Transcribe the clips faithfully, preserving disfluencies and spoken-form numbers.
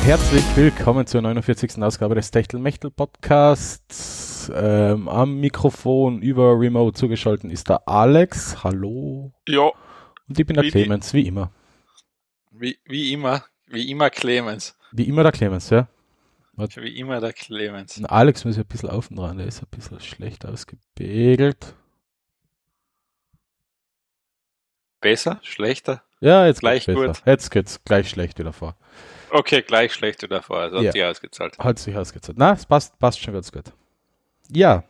herzlich willkommen zur neunundvierzigsten Ausgabe des Techtelmechtel-Podcasts. Ähm, am Mikrofon über Remote zugeschaltet ist der Alex. Hallo. Ja. Und ich bin der wie Clemens, wie immer. Wie, wie immer. Wie immer Clemens. Wie immer der Clemens, ja. Wie immer der Clemens. Und Alex muss ja ein bisschen auf und dran, der ist ein bisschen schlecht ausgepegelt. Besser? Schlechter? Ja, jetzt Gleich geht's besser. gut. Jetzt geht's gleich schlecht wieder vor. Okay, gleich schlecht wieder vor. Also Ja. hat sich ausgezahlt. Hat sich ausgezahlt. Na, es passt, passt schon ganz gut. Ja.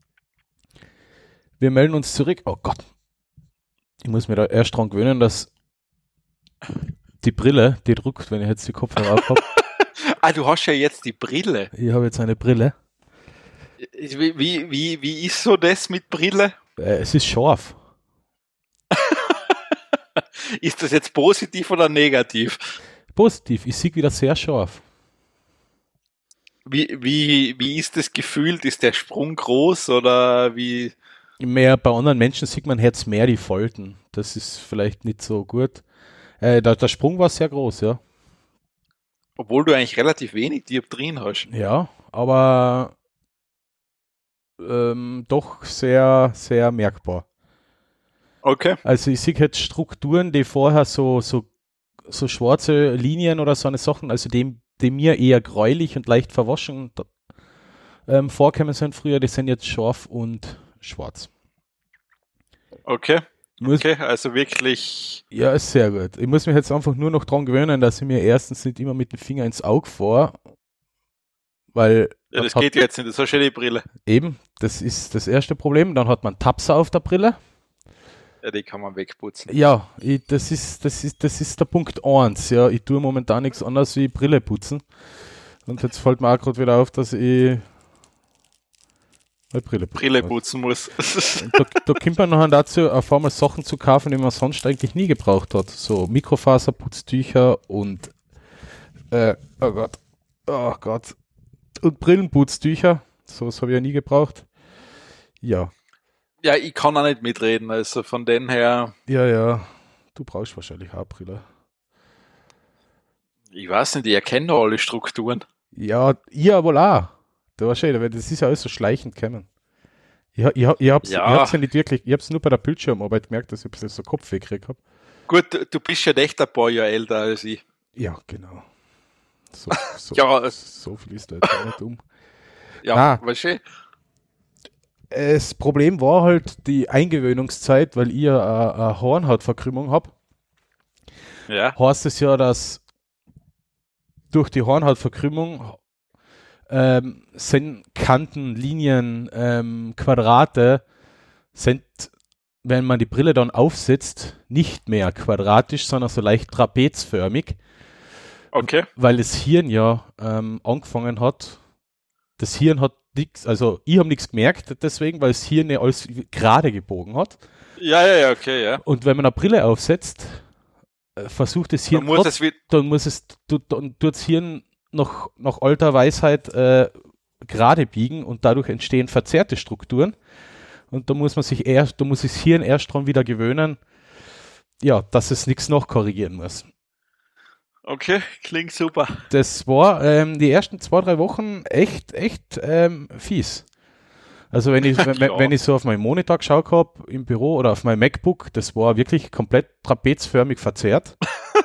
Wir melden uns zurück. Oh Gott. Ich muss mir da erst dran gewöhnen, dass die Brille, die druckt, wenn ich jetzt die Kopfhörer auf habe. Ah, du hast ja jetzt die Brille. Ich habe jetzt eine Brille. Wie, wie, wie, wie ist so das mit Brille? Äh, es ist scharf. Ist das jetzt positiv oder negativ? Positiv. Ich sehe wieder sehr scharf. Wie, wie, wie ist das gefühlt? Ist der Sprung groß oder wie? Mehr bei anderen Menschen sieht man jetzt mehr die Falten. Das ist vielleicht nicht so gut. Äh, der, der Sprung war sehr groß, ja. Obwohl du eigentlich relativ wenig Dioptrien hast. Ja, aber ähm, doch sehr, sehr merkbar. Okay. Also ich sehe jetzt Strukturen, die vorher so, so, so schwarze Linien oder so eine Sachen, also die, die mir eher gräulich und leicht verwaschen ähm, vorkommen sind früher, die sind jetzt scharf und schwarz. Okay. Muss, Okay, also wirklich. Ja, ist sehr gut. Ich muss mich jetzt einfach nur noch dran gewöhnen, dass ich mir erstens nicht immer mit dem Finger ins Auge fahre, weil... Ja, das geht jetzt nicht, das ist eine schöne Brille. Eben, das ist das erste Problem. Dann hat man Tapser auf der Brille. Ja, die kann man wegputzen. Ja, ich, das ist das ist das ist der Punkt eins. Ja, ich tue momentan nichts anderes wie Brille putzen. Und jetzt fällt mir auch gerade wieder auf, dass ich Brille putzen, Brille putzen muss. Da, da kommt man noch dazu, auf einmal Sachen zu kaufen, die man sonst eigentlich nie gebraucht hat. So Mikrofaserputztücher und äh, oh Gott, oh Gott, und Brillenputztücher. Sowas habe ich ja nie gebraucht. Ja. Ja, ich kann auch nicht mitreden, also von den her. Ja, ja. Du brauchst wahrscheinlich auch Brille. Ich weiß nicht, ich erkenne noch alle Strukturen. Ja, ihr wohl auch. Das war schön, weil das ist ja alles so schleichend gekommen. Ich, ich, ich hab's ja. Ich hab's ja nicht wirklich, ich hab's nur bei der Bildschirmarbeit gemerkt, dass ich ein bisschen so Kopfweh gekriegt habe. Gut, du, du bist ja echt ein paar Jahre älter als ich. Ja, genau. So, so, ja. so viel ist da jetzt auch nicht um. Ja, war schön. Das Problem war halt die Eingewöhnungszeit, weil ich ja eine Hornhautverkrümmung habe. Ja. Heißt es ja, dass durch die Hornhautverkrümmung ähm, sind Kanten, Linien, ähm, Quadrate sind, wenn man die Brille dann aufsetzt, nicht mehr quadratisch, sondern so leicht trapezförmig. Okay. Weil das Hirn ja ähm, angefangen hat, das Hirn hat nichts, also ich habe nichts gemerkt deswegen, weil das Hirn ja alles gerade gebogen hat. Ja, ja, ja, okay, ja. Und wenn man eine Brille aufsetzt, äh, versucht das Hirn, dann muss, trotz, es, dann muss es, dann tut das Hirn noch nach alter Weisheit äh, gerade biegen und dadurch entstehen verzerrte Strukturen. Und da muss man sich erst, da muss das Hirn erst dran wieder gewöhnen, ja, dass es nichts noch korrigieren muss. Okay, klingt super. Das war ähm, die ersten zwei, drei Wochen echt, echt ähm, fies. Also wenn ich, wenn, wenn ich so auf meinen Monitor geschaut habe im Büro oder auf mein MacBook, das war wirklich komplett trapezförmig verzerrt.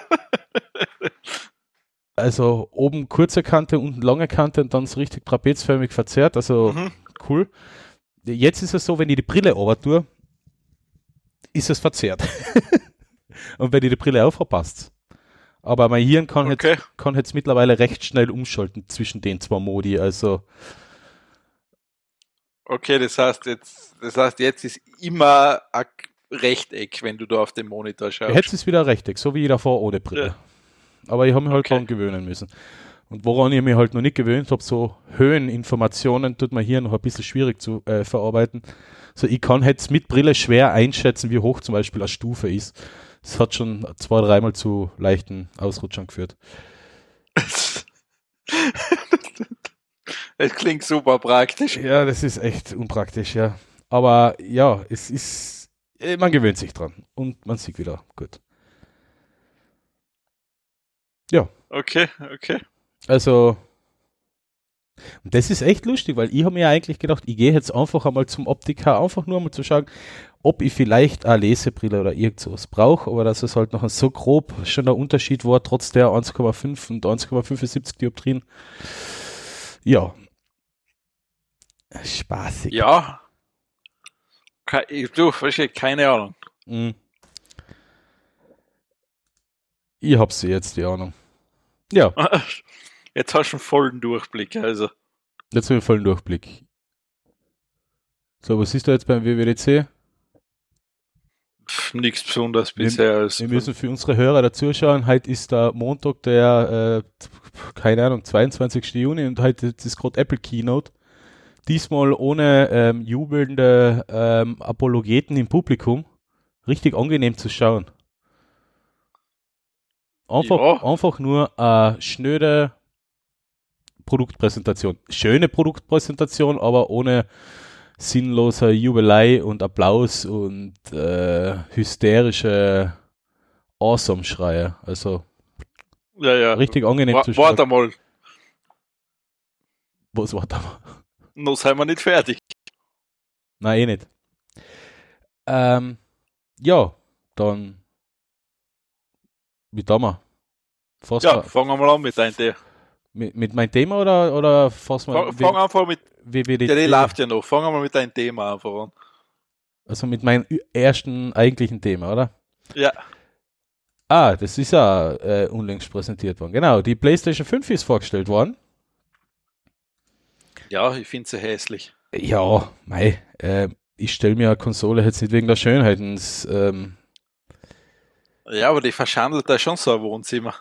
Also oben kurze Kante, unten lange Kante und dann so richtig trapezförmig verzerrt. Also mhm. Cool. Jetzt ist es so, wenn ich die Brille runter tue, ist es verzerrt. Und wenn ich die Brille auf habe, passt's. Aber mein Hirn kann, okay. jetzt, kann jetzt mittlerweile recht schnell umschalten zwischen den zwei Modi, also. Okay, das heißt jetzt, das heißt jetzt ist immer ein Rechteck, wenn du da auf den Monitor schaust. Jetzt ist wieder ein Rechteck, so wie davor ohne Brille. Ja. Aber ich habe mich halt okay. dran gewöhnen müssen. Und woran ich mich halt noch nicht gewöhnt habe, so Höheninformationen tut man hier noch ein bisschen schwierig zu äh, verarbeiten. So, ich kann jetzt mit Brille schwer einschätzen, wie hoch zum Beispiel eine Stufe ist. Das hat schon zwei, dreimal zu leichten Ausrutschern geführt. Das klingt super praktisch. Ja, das ist echt unpraktisch, ja. Aber ja, es ist, man gewöhnt sich dran und man sieht wieder gut. Ja. Okay, okay. Also, und das ist echt lustig, weil ich habe mir ja eigentlich gedacht, ich gehe jetzt einfach einmal zum Optiker, einfach nur mal zu schauen, ob ich vielleicht eine Lesebrille oder irgend sowas brauche, aber dass es halt noch ein so grob schon der Unterschied war, trotz der eins Komma fünf und eins Komma fünfundsiebzig Dioptrien. Ja. Spaßig. Ja. Ke- Du, verstehe, keine Ahnung. Mhm. Ich hab's jetzt, die Ahnung. Ja, Jetzt hast du einen vollen Durchblick, also. jetzt habe ich vollen Durchblick. So, was ist da jetzt beim W W D C? Pff, nichts Besonderes Wir- bisher. Also, Wir müssen für unsere Hörer dazuschauen. Heute ist der Montag, der, äh, keine Ahnung, zweiundzwanzigsten Juni und heute ist gerade Apple Keynote. Diesmal ohne ähm, jubelnde ähm, Apologeten im Publikum. Richtig angenehm zu schauen. Einfach, Ja. einfach nur eine schnöde Produktpräsentation. Schöne Produktpräsentation, aber ohne sinnloser Jubelei und Applaus und äh, hysterische Awesome-Schreie. Also ja, ja. richtig angenehm Wa- zu schauen. Warte mal, Was war da? noch sind wir nicht fertig. Nein, eh nicht. Ähm, ja, dann wie da mal? Fass Ja, mal- fangen wir mal an mit deinem Thema. mit, mit meinem Thema oder, oder fass mal Fang, fang einfach mit, W W D C? ja, die läuft ja noch. Fangen wir mal mit deinem Thema einfach an. Also mit meinem ü- ersten eigentlichen Thema, oder? Ja, Ah, das ist ja äh, unlängst präsentiert worden. Genau, die PlayStation fünf ist vorgestellt worden. ja, ich finde sie hässlich. Ja, mei, äh, ich stelle mir eine Konsole jetzt nicht wegen der Schönheit ins, ähm, Ja, aber die verschandelt da schon so ein Wohnzimmer.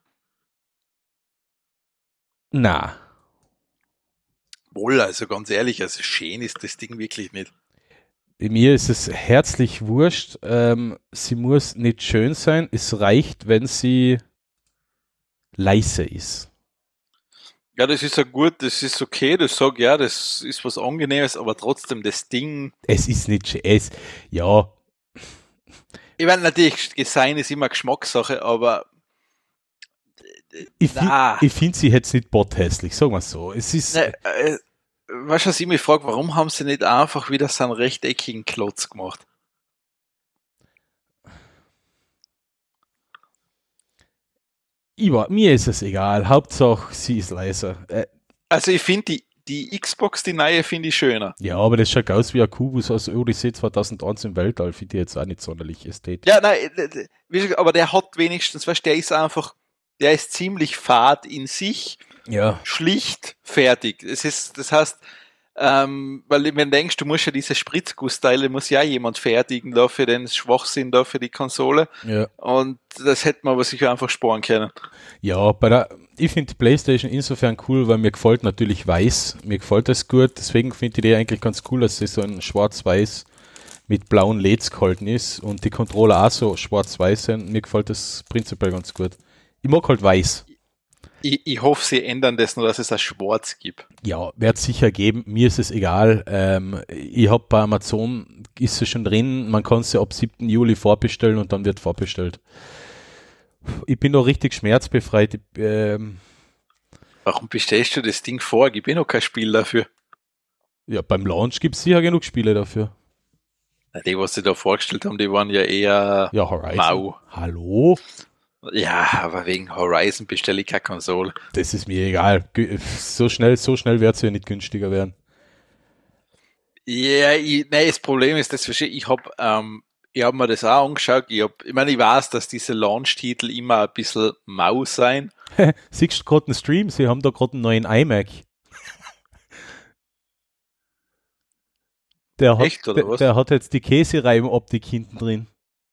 na, Wohl, also ganz ehrlich, also schön ist das Ding wirklich nicht. bei mir ist es herzlich wurscht. Ähm, sie muss nicht schön sein. Es reicht, wenn sie leise ist. Ja, das ist ja gut, das ist okay, das sag ja, das ist was Angenehmes, aber trotzdem das Ding. Es ist nicht schön. Es, ja, Ich meine, natürlich, Design ist immer Geschmackssache, aber ich, fi na, ich finde sie jetzt nicht botthässlich, sagen wir so. Es ist, ne, äh, weißt du, was ich mich frage, warum haben sie nicht einfach wieder so einen rechteckigen Klotz gemacht? ich war, mir ist es egal. Hauptsache, sie ist leiser. Äh, Also ich finde die, die Xbox, die neue, finde ich schöner. ja, aber das schaut aus wie ein Kubus aus Odyssey zweitausendeins im Weltall. Finde ich jetzt auch nicht sonderlich ästhetisch. Ja, nein, äh, äh, wie gesagt, aber der hat wenigstens, weißt du, der ist einfach, der ist ziemlich fad in sich, Ja. schlicht, fertig. Es ist, das heißt, ähm, weil wenn du denkst, du musst ja diese Spritzgussteile, muss ja jemand fertigen da für den Schwachsinn da für die Konsole. Ja. Und das hätte man aber sicher einfach sparen können. Ja, bei der, ich finde die PlayStation insofern cool, weil mir gefällt natürlich weiß. Mir gefällt das gut. Deswegen finde ich die eigentlich ganz cool, dass sie so ein schwarz-weiß mit blauen L E Ds gehalten ist und die Controller auch so schwarz-weiß sind. Mir gefällt das prinzipiell ganz gut. Ich mag halt weiß. Ich, ich hoffe, sie ändern das nur, dass es ein Schwarz gibt. Ja, wird es sicher geben. Mir ist es egal. Ähm, ich habe bei Amazon, ist es schon drin, man kann sie ab siebten Juli vorbestellen und dann wird vorbestellt. Ich bin noch richtig schmerzbefreit. Ich, ähm, Warum bestellst du das Ding vor? Gib eh noch kein Spiel dafür. ja, beim Launch gibt es sicher genug Spiele dafür. Na, die, was sie da vorgestellt haben, die waren ja eher Ja, Horizon. mau. Hallo? Ja, aber wegen Horizon bestelle ich keine Konsole. Das ist mir egal. Gü- So schnell, so schnell wird es ja nicht günstiger werden. Ja, ich, nein, das Problem ist, das verstehe ich, ich habe ähm, ich hab mir das auch angeschaut. Ich, hab, ich meine, ich weiß, dass diese Launch-Titel immer ein bisschen mau sein. Siehst du gerade einen Stream? Sie haben da gerade einen neuen iMac. Der hat, Echt, oder der, was? der hat jetzt die Käsereim-Optik hinten drin.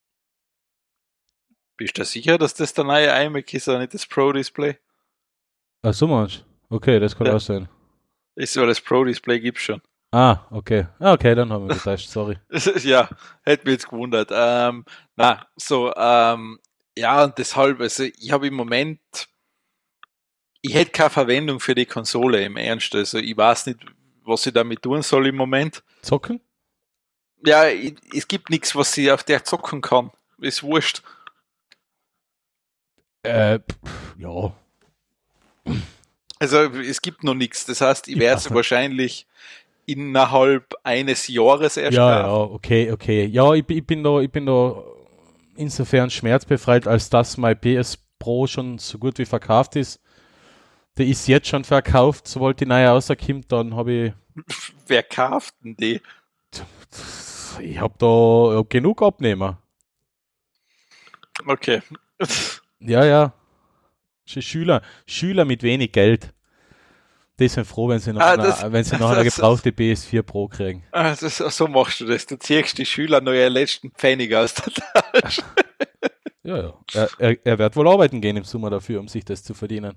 Bist du sicher, dass das der neue iMac ist, oder nicht das Pro-Display? Ach so, meinst du? Okay, das kann Ja. auch sein. Ist so, das Pro-Display gibt's schon. Ah, okay. Ah, okay, dann haben wir getäuscht, sorry. Ja, hätte mich jetzt gewundert. Ähm, na, so, ähm, ja, und deshalb, also ich habe im Moment, ich hätte keine Verwendung für die Konsole im Ernst. Also ich weiß nicht, was ich damit tun soll im Moment. Zocken? Ja, ich, es gibt nichts, was ich auf der zocken kann. Ist wurscht. Äh, pff, ja. Also es gibt noch nichts. Das heißt, ich werde es wahrscheinlich innerhalb eines Jahres erst Ja, kaufen. ja, okay, okay. Ja, ich, ich bin da, ich bin da insofern schmerzbefreit, als dass mein P S Pro schon so gut wie verkauft ist. Der ist jetzt schon verkauft, sobald die neue rauskommt, dann habe ich... Wer kauft denn die? Ich habe da hab genug Abnehmer. Okay. Ja, ja. Schüler, Schüler mit wenig Geld. Die sind froh, wenn sie noch, ah, eine, das, wenn sie noch eine gebrauchte P S vier Pro kriegen. Ah, das, so machst du das. Du ziehst die Schüler nur ihren letzten Pfennig aus der Tasche. Ja, ja. Er, er, er wird wohl arbeiten gehen im Sommer dafür, um sich das zu verdienen.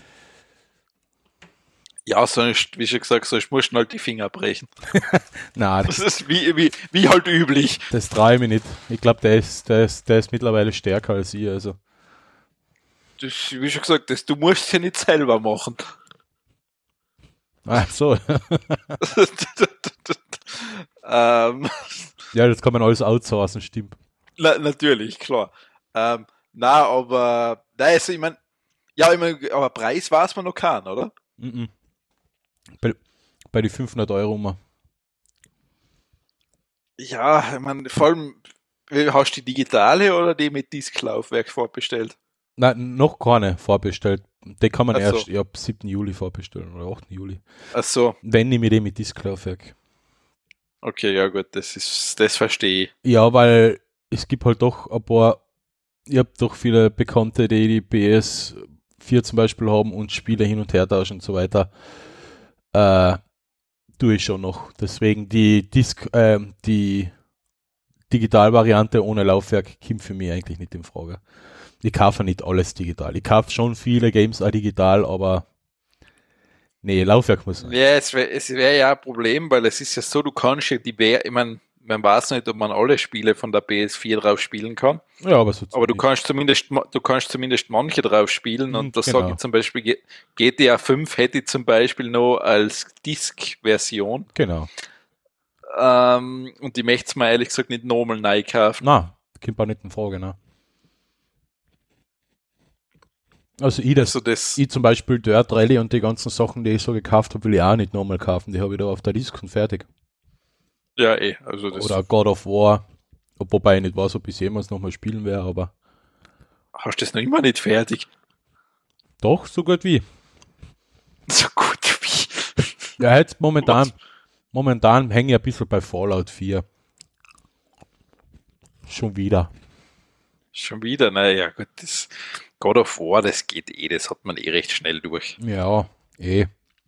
Ja, sonst, wie schon gesagt, sonst musst du halt die Finger brechen. Nein, das, das ist wie, wie, wie halt üblich. Das traue ich mir nicht. Ich glaube, der ist, der, ist, der ist mittlerweile stärker als ich. Also. Das, wie schon gesagt, das, du musst es ja nicht selber machen. Ach so. ähm, ja, das kann man alles outsourcen, stimmt. Na, natürlich, klar. Ähm, na, aber, na, also, ich meine, ja, ich mein, aber Preis weiß man noch keinen, oder? Mm-mm. Bei, bei die fünfhundert Euro mal. Ja, ich meine, vor allem, hast du die digitale oder die mit Disklaufwerk vorbestellt? Nein, noch keine vorbestellt. Die kann man Ach so. erst ab siebten Juli vorbestellen oder achten Juli. Ach so. Wenn ich mir die mit Disklaufwerk. Okay, ja gut, das ist, das verstehe ich. Ja, weil es gibt halt doch ein paar, ich habe doch viele Bekannte, die die P S vier zum Beispiel haben und Spiele hin und her tauschen und so weiter. Äh, tue ich schon noch. Deswegen die Disk, äh, die Digitalvariante ohne Laufwerk kommt für mich eigentlich nicht in Frage. Ich kaufe nicht alles digital. Ich kaufe schon viele Games auch digital, aber nee, Laufwerk muss nicht. Ja, es wäre es wär ja ein Problem, weil es ist ja so, du kannst ja die, ich meine, man weiß nicht, ob man alle Spiele von der P S vier drauf spielen kann. Ja, aber so aber du kannst zumindest, du kannst zumindest manche drauf spielen und da genau. sage ich zum Beispiel, G T A fünf hätte ich zum Beispiel noch als Disk-Version. Genau. Ähm, und ich möchte es mir ehrlich gesagt nicht nochmal neu kaufen. Na, kommt auch nicht in Frage, ne? Also ich, das, also das ich zum Beispiel Dirt Rally und die ganzen Sachen, die ich so gekauft habe, will ich auch nicht nochmal kaufen. Die habe ich da auf der Disk und fertig. Ja, eh. Also das Oder God of War. Wobei ich nicht weiß, ob ich es jemals nochmal spielen werde, aber... Hast du das noch immer nicht fertig? Doch, so gut wie. So gut wie. Ja, jetzt momentan, momentan hänge ich ein bisschen bei Fallout vier. Schon wieder. Schon wieder? Naja, gut, das God of War, das geht eh, das hat man eh recht schnell durch. Ja, eh.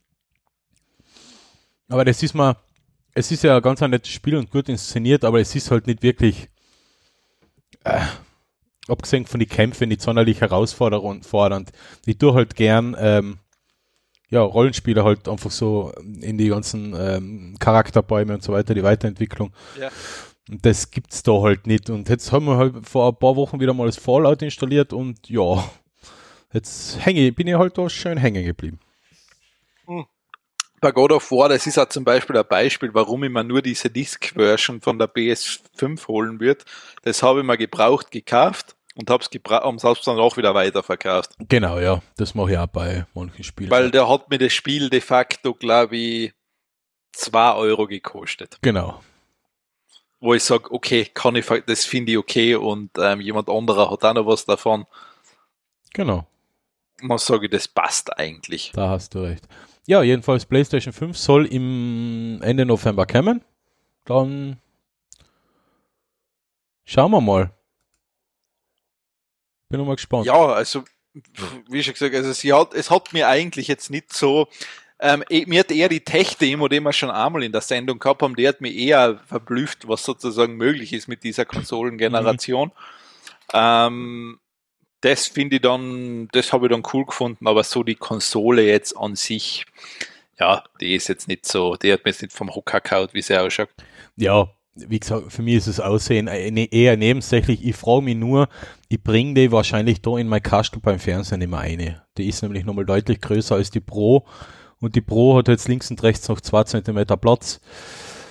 Aber das ist mal, es ist ja ein ganz ein nettes Spiel und gut inszeniert, aber es ist halt nicht wirklich, äh, abgesehen von den Kämpfen, nicht sonderlich herausfordernd. Ich tue halt gern, ähm, ja, Rollenspiele halt einfach so in die ganzen ähm, Charakterbäume und so weiter, die Weiterentwicklung. Ja. Und das gibt's da halt nicht. Und jetzt haben wir halt vor ein paar Wochen wieder mal das Fallout installiert und ja, jetzt hänge, bin ich halt da schön hängen geblieben. Hm. Bei God of War, das ist auch zum Beispiel ein Beispiel, warum ich mir nur diese Disc-Version von der P S fünf holen würde. Das habe ich mir gebraucht gekauft und habe es gebra- dann auch wieder weiterverkauft. Genau, ja, das mache ich auch bei manchen Spielen. Weil der hat mir das Spiel de facto, glaube ich, zwei Euro gekostet. Genau. Wo ich sage, okay, kann ich, das finde ich okay und ähm, jemand anderer hat auch noch was davon. Genau. Man sage, das passt eigentlich. Da hast du recht. Ja, jedenfalls PlayStation fünf soll im Ende November kommen. Dann schauen wir mal. Bin noch mal gespannt. Ja, also, wie schon gesagt, also sie hat, es hat mir eigentlich jetzt nicht so, ähm, mir hat eher die Tech-Demo, die wir schon einmal in der Sendung gehabt haben, die hat mich eher verblüfft, was sozusagen möglich ist mit dieser Konsolengeneration. Mhm. Ähm, das finde ich dann, das habe ich dann cool gefunden, aber so die Konsole jetzt an sich, ja, die ist jetzt nicht so, die hat mir jetzt nicht vom Hocker gehauen, wie sie ausschaut. Ja, wie gesagt, für mich ist das Aussehen eher nebensächlich. Ich frage mich nur, ich bringe die wahrscheinlich da in mein Kastel beim Fernsehen nicht mehr eine. Die ist nämlich nochmal deutlich größer als die Pro und die Pro hat jetzt links und rechts noch zwei Zentimeter Platz.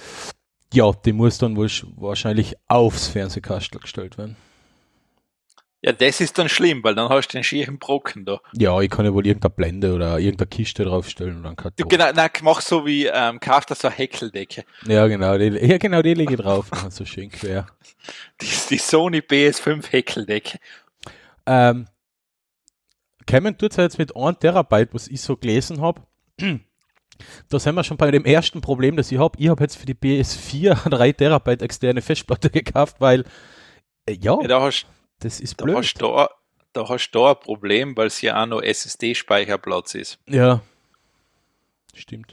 Ja, die muss dann wohl wahrscheinlich aufs Fernsehkastel gestellt werden. Ja, das ist dann schlimm, weil dann hast du den schieren Brocken da. Ja, ich kann ja wohl irgendeine Blende oder irgendeine Kiste draufstellen und dann kann Du, genau, nein, mach so wie, ähm, kauf da so eine Häckeldecke. Ja, genau, die, ja, genau, die lege ich drauf, und so schön quer. Die, die Sony P S fünf Häckeldecke. Ähm, Kämen tut's ja jetzt mit einem Terabyte, was ich so gelesen habe. Da sind wir schon bei dem ersten Problem, das ich habe. Ich habe jetzt für die P S vier drei Terabyte externe Festplatte gekauft, weil, äh, ja, Ja, da hast, das ist da blöd. hast du da, da hast du da ein Problem, weil es ja auch noch S S D-Speicherplatz ist. Ja, stimmt.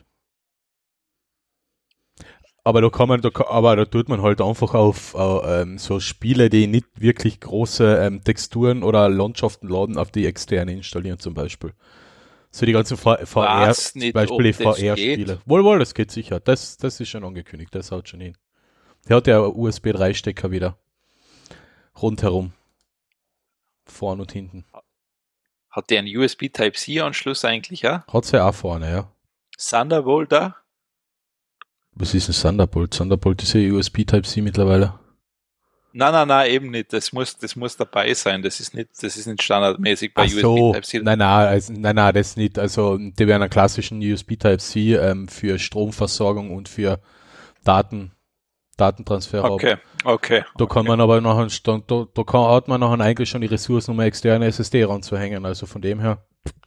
Aber da kann man, da, kann- aber da tut man halt einfach auf äh, ähm, so Spiele, die nicht wirklich große ähm, Texturen oder Landschaften laden, auf die externe installieren zum Beispiel. So die ganzen V R, Weiß zum nicht, Beispiel die ob das V R-Spiele. geht. Wohl, wohl, das geht sicher. Das, das ist schon angekündigt, das haut schon hin. Der hat ja U S B drei Stecker wieder. Rundherum. Vorn und hinten. Hat der einen U S B Type-C-Anschluss eigentlich, ja? Hat's ja auch vorne, ja. Thunderbolt da? Was ist ein Thunderbolt? Thunderbolt ist ja U S B Type-C mittlerweile. Nein, nein, nein, eben nicht. Das muss, das muss dabei sein. Das ist nicht, das ist nicht standardmäßig bei Ach so, U S B Type-C. nein, nein, also, nein, nein, das nicht. Also, die werden einen klassischen U S B Type-C ähm, für Stromversorgung und für Daten, Datentransfer haben. Okay, okay. Da okay. kann man aber noch einen Stand, da, da kann, hat man nachher eigentlich schon die Ressourcen, um eine externe S S D ranzuhängen. Also von dem her,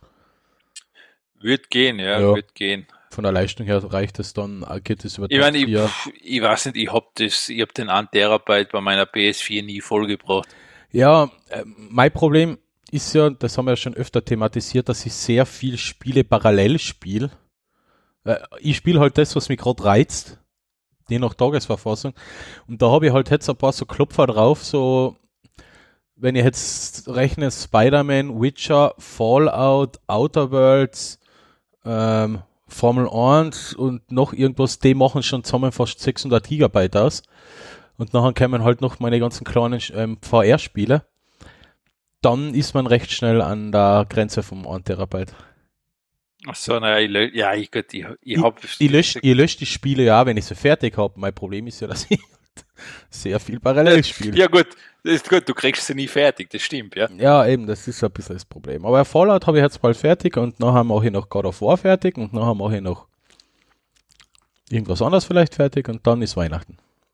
Wird gehen, ja, Ja. wird gehen. von der Leistung her reicht es dann, geht es über Ich meine, ich, vier. pf, ich weiß nicht, ich hab das, ich hab den einen Terabyte bei meiner P S vier nie vollgebracht. Ja, äh, mein Problem ist ja, das haben wir ja schon öfter thematisiert, dass ich sehr viel Spiele parallel spiele. Äh, ich spiele halt das, was mich gerade reizt, je nach Tagesverfassung. Und da habe ich halt jetzt ein paar so Klopfer drauf, so wenn ich jetzt rechne, Spider-Man, Witcher, Fallout, Outer Worlds, ähm, Formel eins und noch irgendwas, die machen schon zusammen fast sechshundert Gigabyte aus. Und nachher kommen halt noch meine ganzen kleinen ähm, V R-Spiele. Dann ist man recht schnell an der Grenze vom ein Terabyte. Ach so, naja, ich, lö- ja, ich, Gott, ich, ich Ich, hab, ich lösche ich lösch die Spiele ja, wenn ich sie fertig habe. Mein Problem ist ja, dass ich sehr viel parallel spiele. ja gut, das ist gut, du kriegst sie nie fertig, das stimmt, ja. Ja, eben, das ist ein bisschen das Problem. Aber Fallout habe ich jetzt bald fertig und nachher mache ich noch God of War fertig und nachher mache ich noch irgendwas anderes vielleicht fertig und dann ist Weihnachten.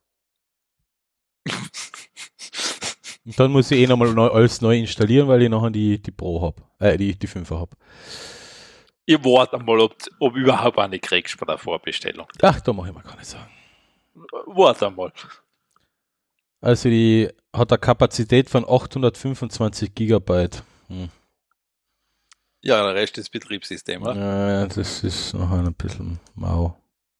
Und dann muss ich eh nochmal neu, alles neu installieren, weil ich nachher die, die Pro habe, äh, die, die fünfer habe. Ich warte mal, ob, ob überhaupt eine kriegst bei der Vorbestellung. Ach, da mache ich mir gar nicht sagen. Warte mal. Also die hat eine Kapazität von achthundertfünfundzwanzig Gigabyte. Hm. Ja, der Rest ist Betriebssystem, oder? Ja, das ist noch ein bisschen mau.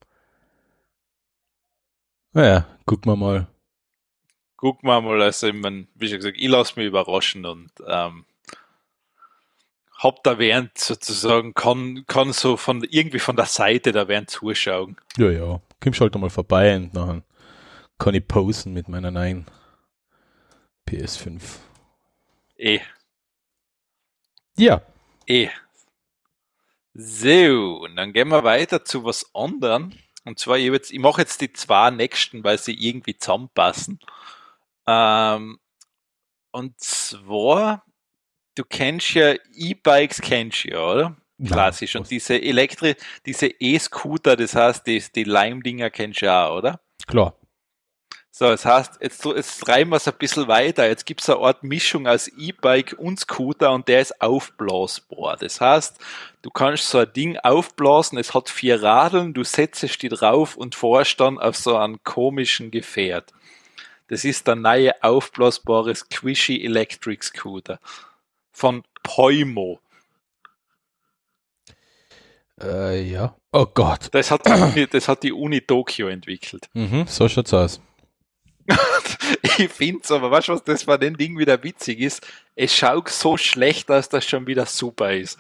Naja, gucken wir mal. Gucken wir mal, also ich mein, wie schon gesagt, ich lasse mich überraschen und ähm, hab da während sozusagen, kann, kann so von irgendwie von der Seite da während zuschauen. Ja, ja. Kommst halt einmal vorbei und dann kann ich posen mit meiner neuen P S fünf. Eh, Ja. eh. So, und dann gehen wir weiter zu was anderem. Und zwar, ich, jetzt, ich mache jetzt die zwei nächsten, weil sie irgendwie zusammenpassen. Ähm, und zwar, du kennst ja E-Bikes, kennst du ja, oder? Klassisch. Nein, Und diese Elektri, diese E-Scooter, das heißt, die, die Lime-Dinger kennst du ja auch, oder? klar. So, das heißt, jetzt, jetzt treiben wir es ein bisschen weiter. Jetzt gibt es eine Art Mischung aus E-Bike und Scooter und der ist aufblasbar. Das heißt, du kannst so ein Ding aufblasen, es hat vier Radeln, du setzt die drauf und fährst dann auf so einen komischen Gefährt. Das ist der neue aufblasbare Squishy Electric Scooter von Poimo. Äh, ja. Oh Gott. Das hat die Uni, das hat die Uni Tokio entwickelt. Mhm, so schaut's aus. Ich find's aber, weißt du, was das bei dem Ding wieder witzig ist? Es schaut so schlecht, dass das schon wieder super ist.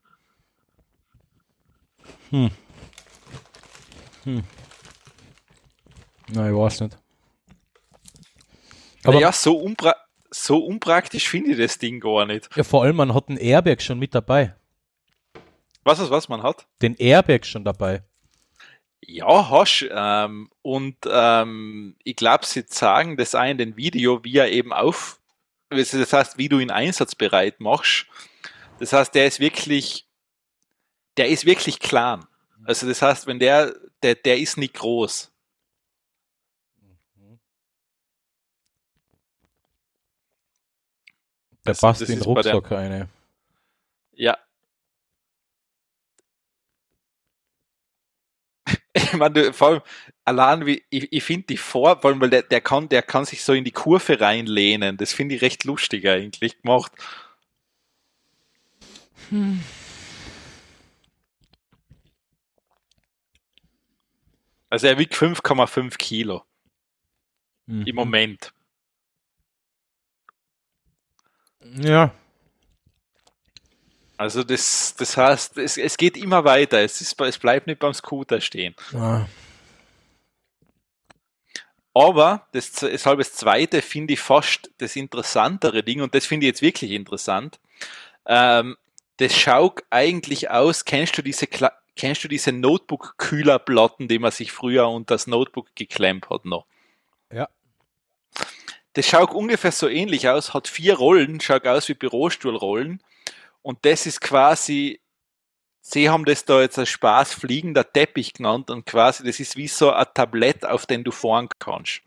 Hm. Hm. Nein, ich weiß nicht. Aber Naja, so, unpra so unpraktisch finde ich das Ding gar nicht. ja, vor allem, man hat einen Airbag schon mit dabei. Was ist, was man hat? Den Airbag schon dabei. Ja, hast ähm, und ähm, ich glaube, sie zeigen das auch in dem Video, wie er eben auf, das heißt, wie du ihn einsatzbereit machst. Das heißt, der ist wirklich, der ist wirklich klein. Also das heißt, wenn der, der, der ist nicht groß. Der also, passt in den Rucksack rein. Ja. Ich meine, vor allem, allein wie, ich, ich finde die vor, vor allem, weil der, der kann, der kann sich so in die Kurve reinlehnen. Das finde ich recht lustig eigentlich gemacht. Hm. Also er wiegt fünf Komma fünf Kilo. Mhm. Im Moment. Ja. Also das, das heißt, es, es geht immer weiter. Es, ist, es bleibt nicht beim Scooter stehen. Ja. Aber das, deshalb das Zweite finde ich fast das interessantere Ding, und das finde ich jetzt wirklich interessant. Ähm, das schaut eigentlich aus, kennst du diese kennst du diese Notebook-Kühlerplatten, die man sich früher unter das Notebook geklemmt hat noch? Ja. Das schaut ungefähr so ähnlich aus, hat vier Rollen, schaut aus wie Bürostuhlrollen, und das ist quasi, sie haben das da jetzt als Spaß fliegender Teppich genannt, und quasi das ist wie so ein Tablett, auf den du fahren kannst.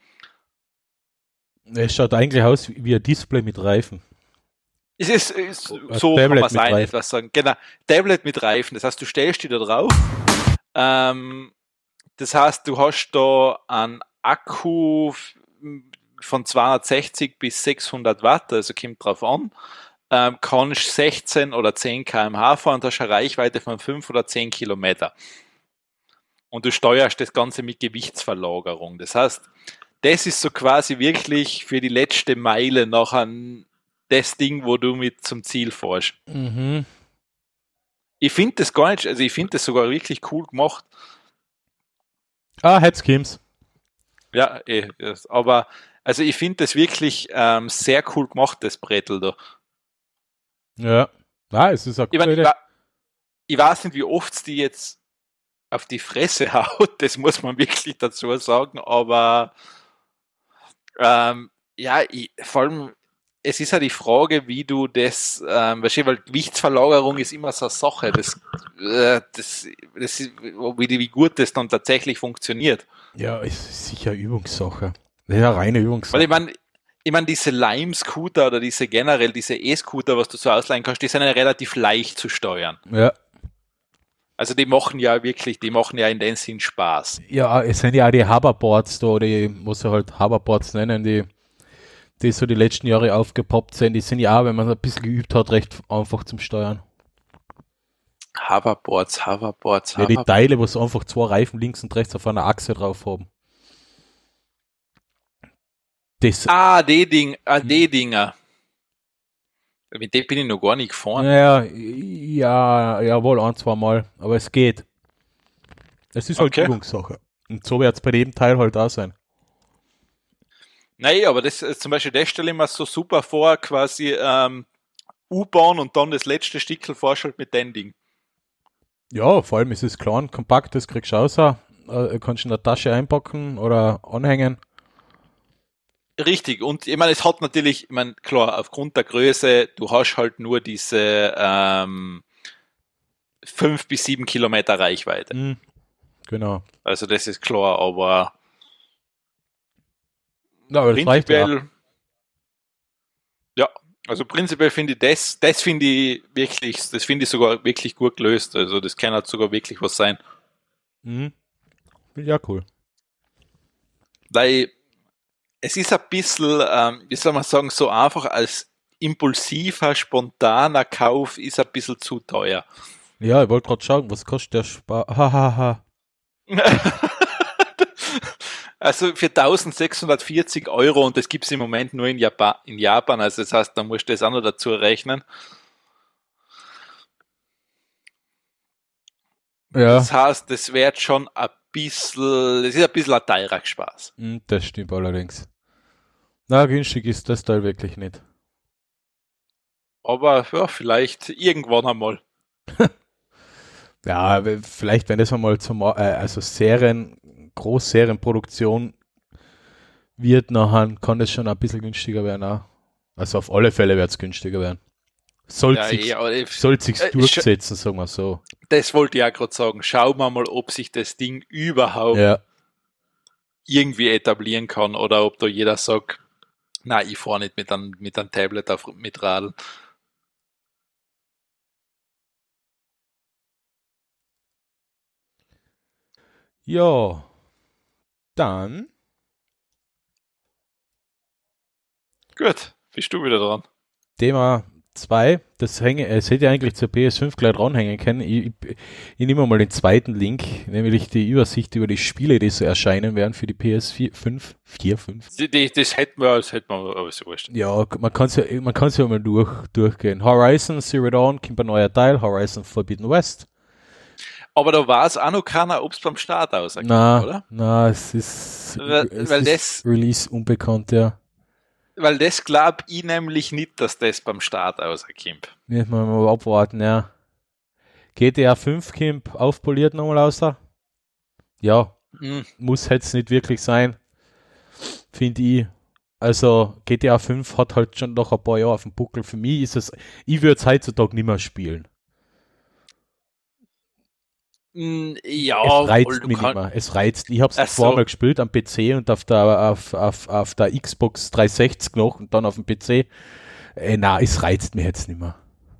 Es schaut eigentlich aus wie ein Display mit Reifen. Es ist, ist so kann man es ein etwas sagen. Genau, Tablet mit Reifen. Das heißt, du stellst dich da drauf. Ähm, das heißt, du hast da einen Akku von zweihundertsechzig bis sechshundert Watt, also kommt drauf an. Ähm, kannst sechzehn oder zehn Kilometer pro Stunde fahren und hast eine Reichweite von fünf oder zehn Kilometer. Und du steuerst das Ganze mit Gewichtsverlagerung. Das heißt, das ist so quasi wirklich für die letzte Meile nachher das Ding, wo du mit zum Ziel fährst. Mhm. Ich finde das gar nicht, also ich finde das sogar wirklich cool gemacht. Ah, Headschemes. Ja, eh, aber also ich finde das wirklich ähm, sehr cool gemacht, das Brettel da. Ja, ah, es ist eine ich, mein, ich, ich weiß nicht, wie oft die jetzt auf die Fresse haut, das muss man wirklich dazu sagen, aber ähm, ja, ich, vor allem es ist ja die Frage, wie du das, ähm, weil Gewichtsverlagerung ist immer so eine Sache, das, äh, das, das ist, wie, wie gut das dann tatsächlich funktioniert. Ja, es ist sicher Übungssache. Das ist eine reine Übungssache. Weil ich meine, ich meine, diese Lime-Scooter oder diese generell, diese E-Scooter, was du so ausleihen kannst, die sind ja relativ leicht zu steuern. Ja. Also die machen ja wirklich, die machen ja in dem Sinn Spaß. Ja, es sind ja auch die Hoverboards da, die, was sie halt Hoverboards nennen, die die so die letzten Jahre aufgepoppt sind, die sind ja auch, wenn man ein bisschen geübt hat, recht einfach zum Steuern. Hoverboards, Hoverboards, ja, Hoverboards. Die Teile, wo sie einfach zwei Reifen links und rechts auf einer Achse drauf haben. Das ah, die, Ding, ah, die Dinger. Mit dem bin ich noch gar nicht gefahren. Ja, ja, jawohl, ein, zwei Mal, aber es geht. Es ist halt okay. Übungssache. Und so wird es bei jedem Teil halt auch sein. Nein, aber das zum Beispiel, das stelle ich mir so super vor, quasi ähm, U-Bahn und dann das letzte Stickel vorschalt mit dem Ding. Ja, vor allem ist es klein, kompakt, das kriegst du raus, äh, kannst in der Tasche einpacken oder anhängen. Richtig, und ich meine, es hat natürlich, ich meine, klar, aufgrund der Größe, du hast halt nur diese ähm, fünf bis sieben Kilometer Reichweite. Mhm. Genau. Also das ist klar, aber ja, aber das prinzipiell, reicht ja. ja, also prinzipiell finde ich das, das finde ich wirklich, das finde ich sogar wirklich gut gelöst. Also das kann halt sogar wirklich was sein. Mhm. Ja, cool. Weil es ist ein bisschen, ähm, wie soll man sagen, so einfach als impulsiver, spontaner Kauf ist ein bisschen zu teuer. Ja, ich wollte gerade schauen, was kostet der Spar... Hahaha. Also für eintausendsechshundertvierzig Euro, und das gibt es im Moment nur in Japan, in Japan, also das heißt, da musst du das auch noch dazu rechnen. Ja. Das heißt, das wird schon ein bisschen, das ist ein bisschen ein teurer Spaß. Das stimmt allerdings. Na, günstig ist das Teil wirklich nicht. Aber ja, vielleicht irgendwann einmal. Ja, vielleicht, wenn das einmal zum, äh, also Serien, Großserienproduktion wird, nachher kann das schon ein bisschen günstiger werden auch. Also auf alle Fälle wird es günstiger werden. Sollte ja, sich eh, sich's äh, durchsetzen, sagen wir so. Das wollte ich auch gerade sagen. Schauen wir mal, ob sich das Ding überhaupt ja. irgendwie etablieren kann oder ob da jeder sagt, na, ich fahre nicht mit einem, mit einem Tablet auf, mit Radl. Ja, dann. Gut, bist du wieder dran. Thema zwei, das hänge, es hätte eigentlich zur P S fünf gleich dranhängen können. Ich, ich, ich nehme mal den zweiten Link, nämlich die Übersicht über die Spiele, die so erscheinen werden für die P S fünf, vier, fünf. Die, die, das hätten wir, das hätten wir aber so wurscht. Ja, man kann es ja, man kann's ja mal durch, durchgehen. Horizon Zero Dawn kommt ein neuer Teil, Horizon Forbidden West. Aber da war es auch noch keiner, ob es beim Start ausgeht, oder? Nein, es ist, weil, es weil ist das, Release unbekannt, ja. Weil das glaube ich nämlich nicht, dass das beim Start rauskommt. Müssen wir mal abwarten, ja. G T A fünf kommt aufpoliert nochmal aus da. Ja, mhm. Muss jetzt nicht wirklich sein, finde ich. Also G T A fünf hat halt schon noch ein paar Jahre auf dem Buckel. Für mich ist es, ich würde es heutzutage nicht mehr spielen. Ja, es reizt mich nicht mehr. Es reizt. Ich habe es zweimal so. gespielt am P C und auf der, auf, auf, auf der Xbox dreihundertsechzig noch und dann auf dem P C. Äh, na, es reizt mich jetzt nicht mehr.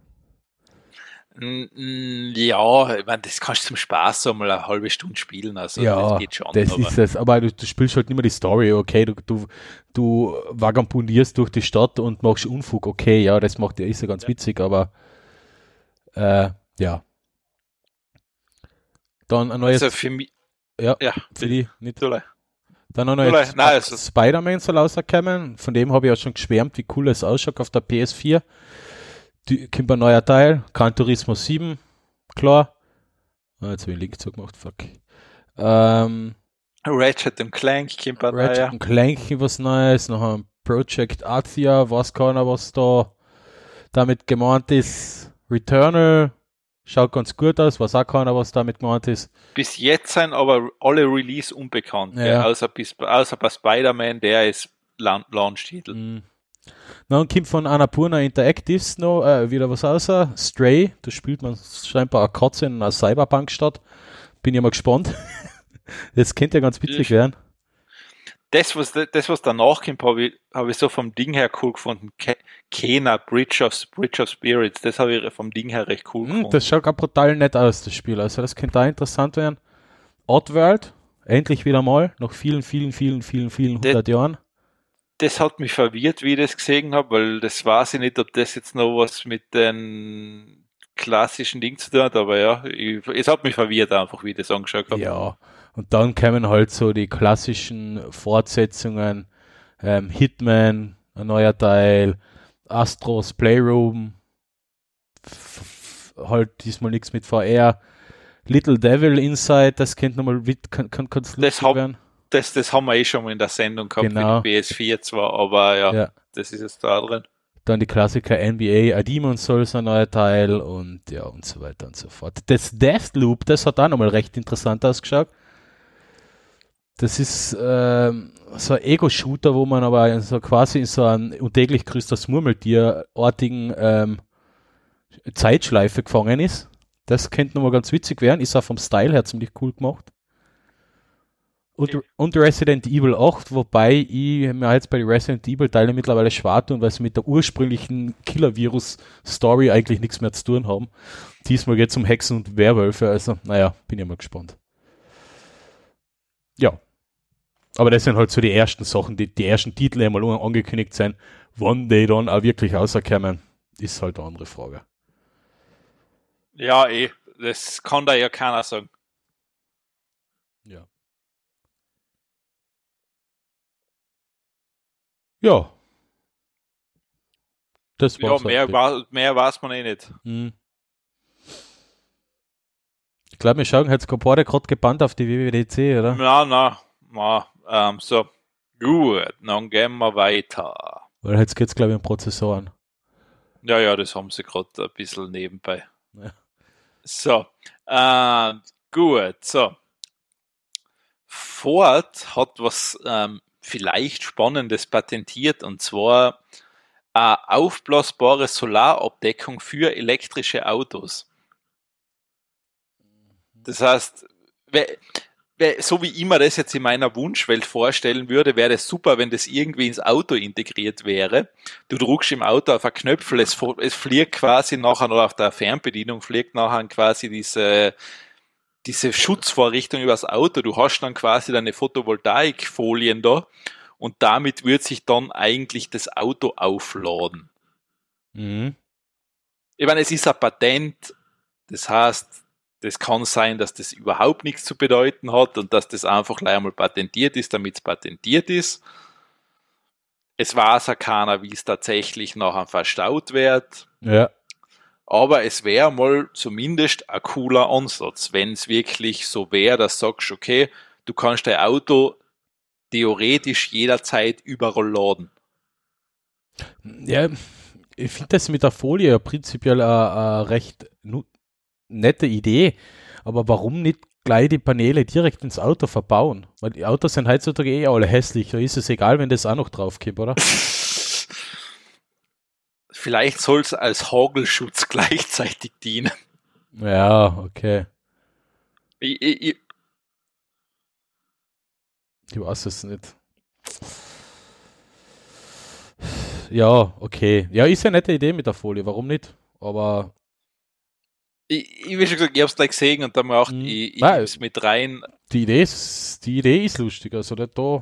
Ja, ich meine, das kannst du zum Spaß so mal eine halbe Stunde spielen. Also ja, das geht schon. Das aber. ist es. Aber du, du spielst halt nicht mehr die Story, okay? Du, du, du vagabundierst durch die Stadt und machst Unfug, okay? Ja, das macht ja ist ja ganz ja. witzig, aber äh, ja. Dann ein neues. Also für mich. Ja, ja für die nicht. Dole. Dann ein neues Sp- also. Spider-Man soll rauskommen. Von dem habe ich auch schon geschwärmt, wie cool es ausschaut auf der P S vier. Die, kommt ein neuer Teil. Gran Turismo sieben. Klar. Ah, jetzt habe ich einen Link zugemacht. Fuck. Ähm, Ratchet und Clank kommt ein neuer. Ratchet und Clank was Neues. Noch ein Project Athia. Weiß keiner, was da damit gemeint ist. Returnal. Schaut ganz gut aus, weiß auch keiner, was damit gemeint ist. Bis jetzt sind aber alle Release unbekannt, ja. Ja, außer, bis, außer bei Spider-Man, der ist Launch-Titel. Mm. Dann kommt von Annapurna Interactives noch äh, wieder was raus. Stray, da spielt man scheinbar eine Katze in einer Cyberpunk-Stadt. Bin ja mal gespannt. Das könnte ja ganz witzig werden. Das, was, das, was danach kommt, habe ich, hab ich so vom Ding her cool gefunden. Kena, Bridge of, Bridge of Spirits, das habe ich vom Ding her recht cool mm, gefunden. Das schaut auch brutal nett aus, das Spiel. Also das könnte auch interessant werden. Oddworld, endlich wieder mal, nach vielen, vielen, vielen, vielen, vielen hundert Jahren. Das hat mich verwirrt, wie ich das gesehen habe, weil das weiß ich nicht, ob das jetzt noch was mit den klassischen Dingen zu tun hat, aber ja, ich, es hat mich verwirrt einfach, wie ich das angeschaut habe. Ja, und dann kämen halt so die klassischen Fortsetzungen, ähm, Hitman, ein neuer Teil, Astros Playroom, f- f- halt diesmal nichts mit V R, Little Devil Inside, das könnte nochmal kann, kann, kann's lustig hab, werden. Das, das haben wir eh schon mal in der Sendung gehabt genau. für die P S vier zwar, aber ja, ja, das ist jetzt da drin. Dann die Klassiker N B A, A Demon's Souls, ein neuer Teil und ja und so weiter und so fort. Das Deathloop, das hat auch nochmal recht interessant ausgeschaut. Das ist ähm, so ein Ego-Shooter, wo man aber so quasi in so einem untäglich grüßt das Murmeltier-artigen ähm, Zeitschleife gefangen ist. Das könnte nochmal ganz witzig werden. Ist auch vom Style her ziemlich cool gemacht. Und, und Resident Evil acht, wobei ich mir jetzt bei den Resident Evil Teilen mittlerweile schwer tun, weil sie mit der ursprünglichen Killer-Virus-Story eigentlich nichts mehr zu tun haben. Diesmal geht es um Hexen und Werwölfe, also naja, bin ja mal gespannt. Ja. Aber das sind halt so die ersten Sachen, die, die ersten Titel einmal angekündigt sind. Wann die dann auch wirklich rauskommen, ist halt eine andere Frage. Ja, eh. Das kann da ja keiner sagen. Ja. Ja. Das war's. Ja, mehr, war, mehr weiß man eh nicht. Hm. Ich glaube, wir schauen jetzt gerade gebannt auf die W W D C, oder? Na, na, na. Ähm, so, gut, dann gehen wir weiter. Weil jetzt geht es, glaube ich, um Prozessoren. Ja, ja, das haben sie gerade ein bisschen nebenbei. Ja. So, äh, gut, so. Ford hat was ähm, vielleicht Spannendes patentiert, und zwar eine aufblasbare Solarabdeckung für elektrische Autos. Das heißt, so wie ich mir das jetzt in meiner Wunschwelt vorstellen würde, wäre es super, wenn das irgendwie ins Auto integriert wäre. Du drückst im Auto auf ein Knöpfel, es, es fliegt quasi nachher, oder auf der Fernbedienung fliegt nachher quasi diese, diese Schutzvorrichtung übers Auto. Du hast dann quasi deine Photovoltaikfolien da und damit wird sich dann eigentlich das Auto aufladen. Mhm. Ich meine, es ist ein Patent, das heißt, das kann sein, dass das überhaupt nichts zu bedeuten hat und dass das einfach gleich einmal patentiert ist, damit es patentiert ist. Es weiß auch keiner, wie es tatsächlich nachher verstaut wird. Ja. Aber es wäre mal zumindest ein cooler Ansatz, wenn es wirklich so wäre, dass du sagst, okay, du kannst dein Auto theoretisch jederzeit überall laden. Ja, ich finde das mit der Folie ja prinzipiell eine recht nu- nette Idee, aber warum nicht gleich die Paneele direkt ins Auto verbauen? Weil die Autos sind heutzutage eh alle hässlich, da ist es egal, wenn das auch noch draufkommt, oder? Vielleicht soll es als Hagelschutz gleichzeitig dienen. Ja, okay. Ich, ich, ich, Ich weiß es nicht. Ja, okay. Ja, ist ja eine nette Idee mit der Folie, warum nicht? Aber ich, ich wie schon gesagt, ich habe es gleich gesehen und dann mir auch, Mhm. ich, ich Nein. nehme es mit rein. die Idee ist, die Idee ist lustig, also nicht da.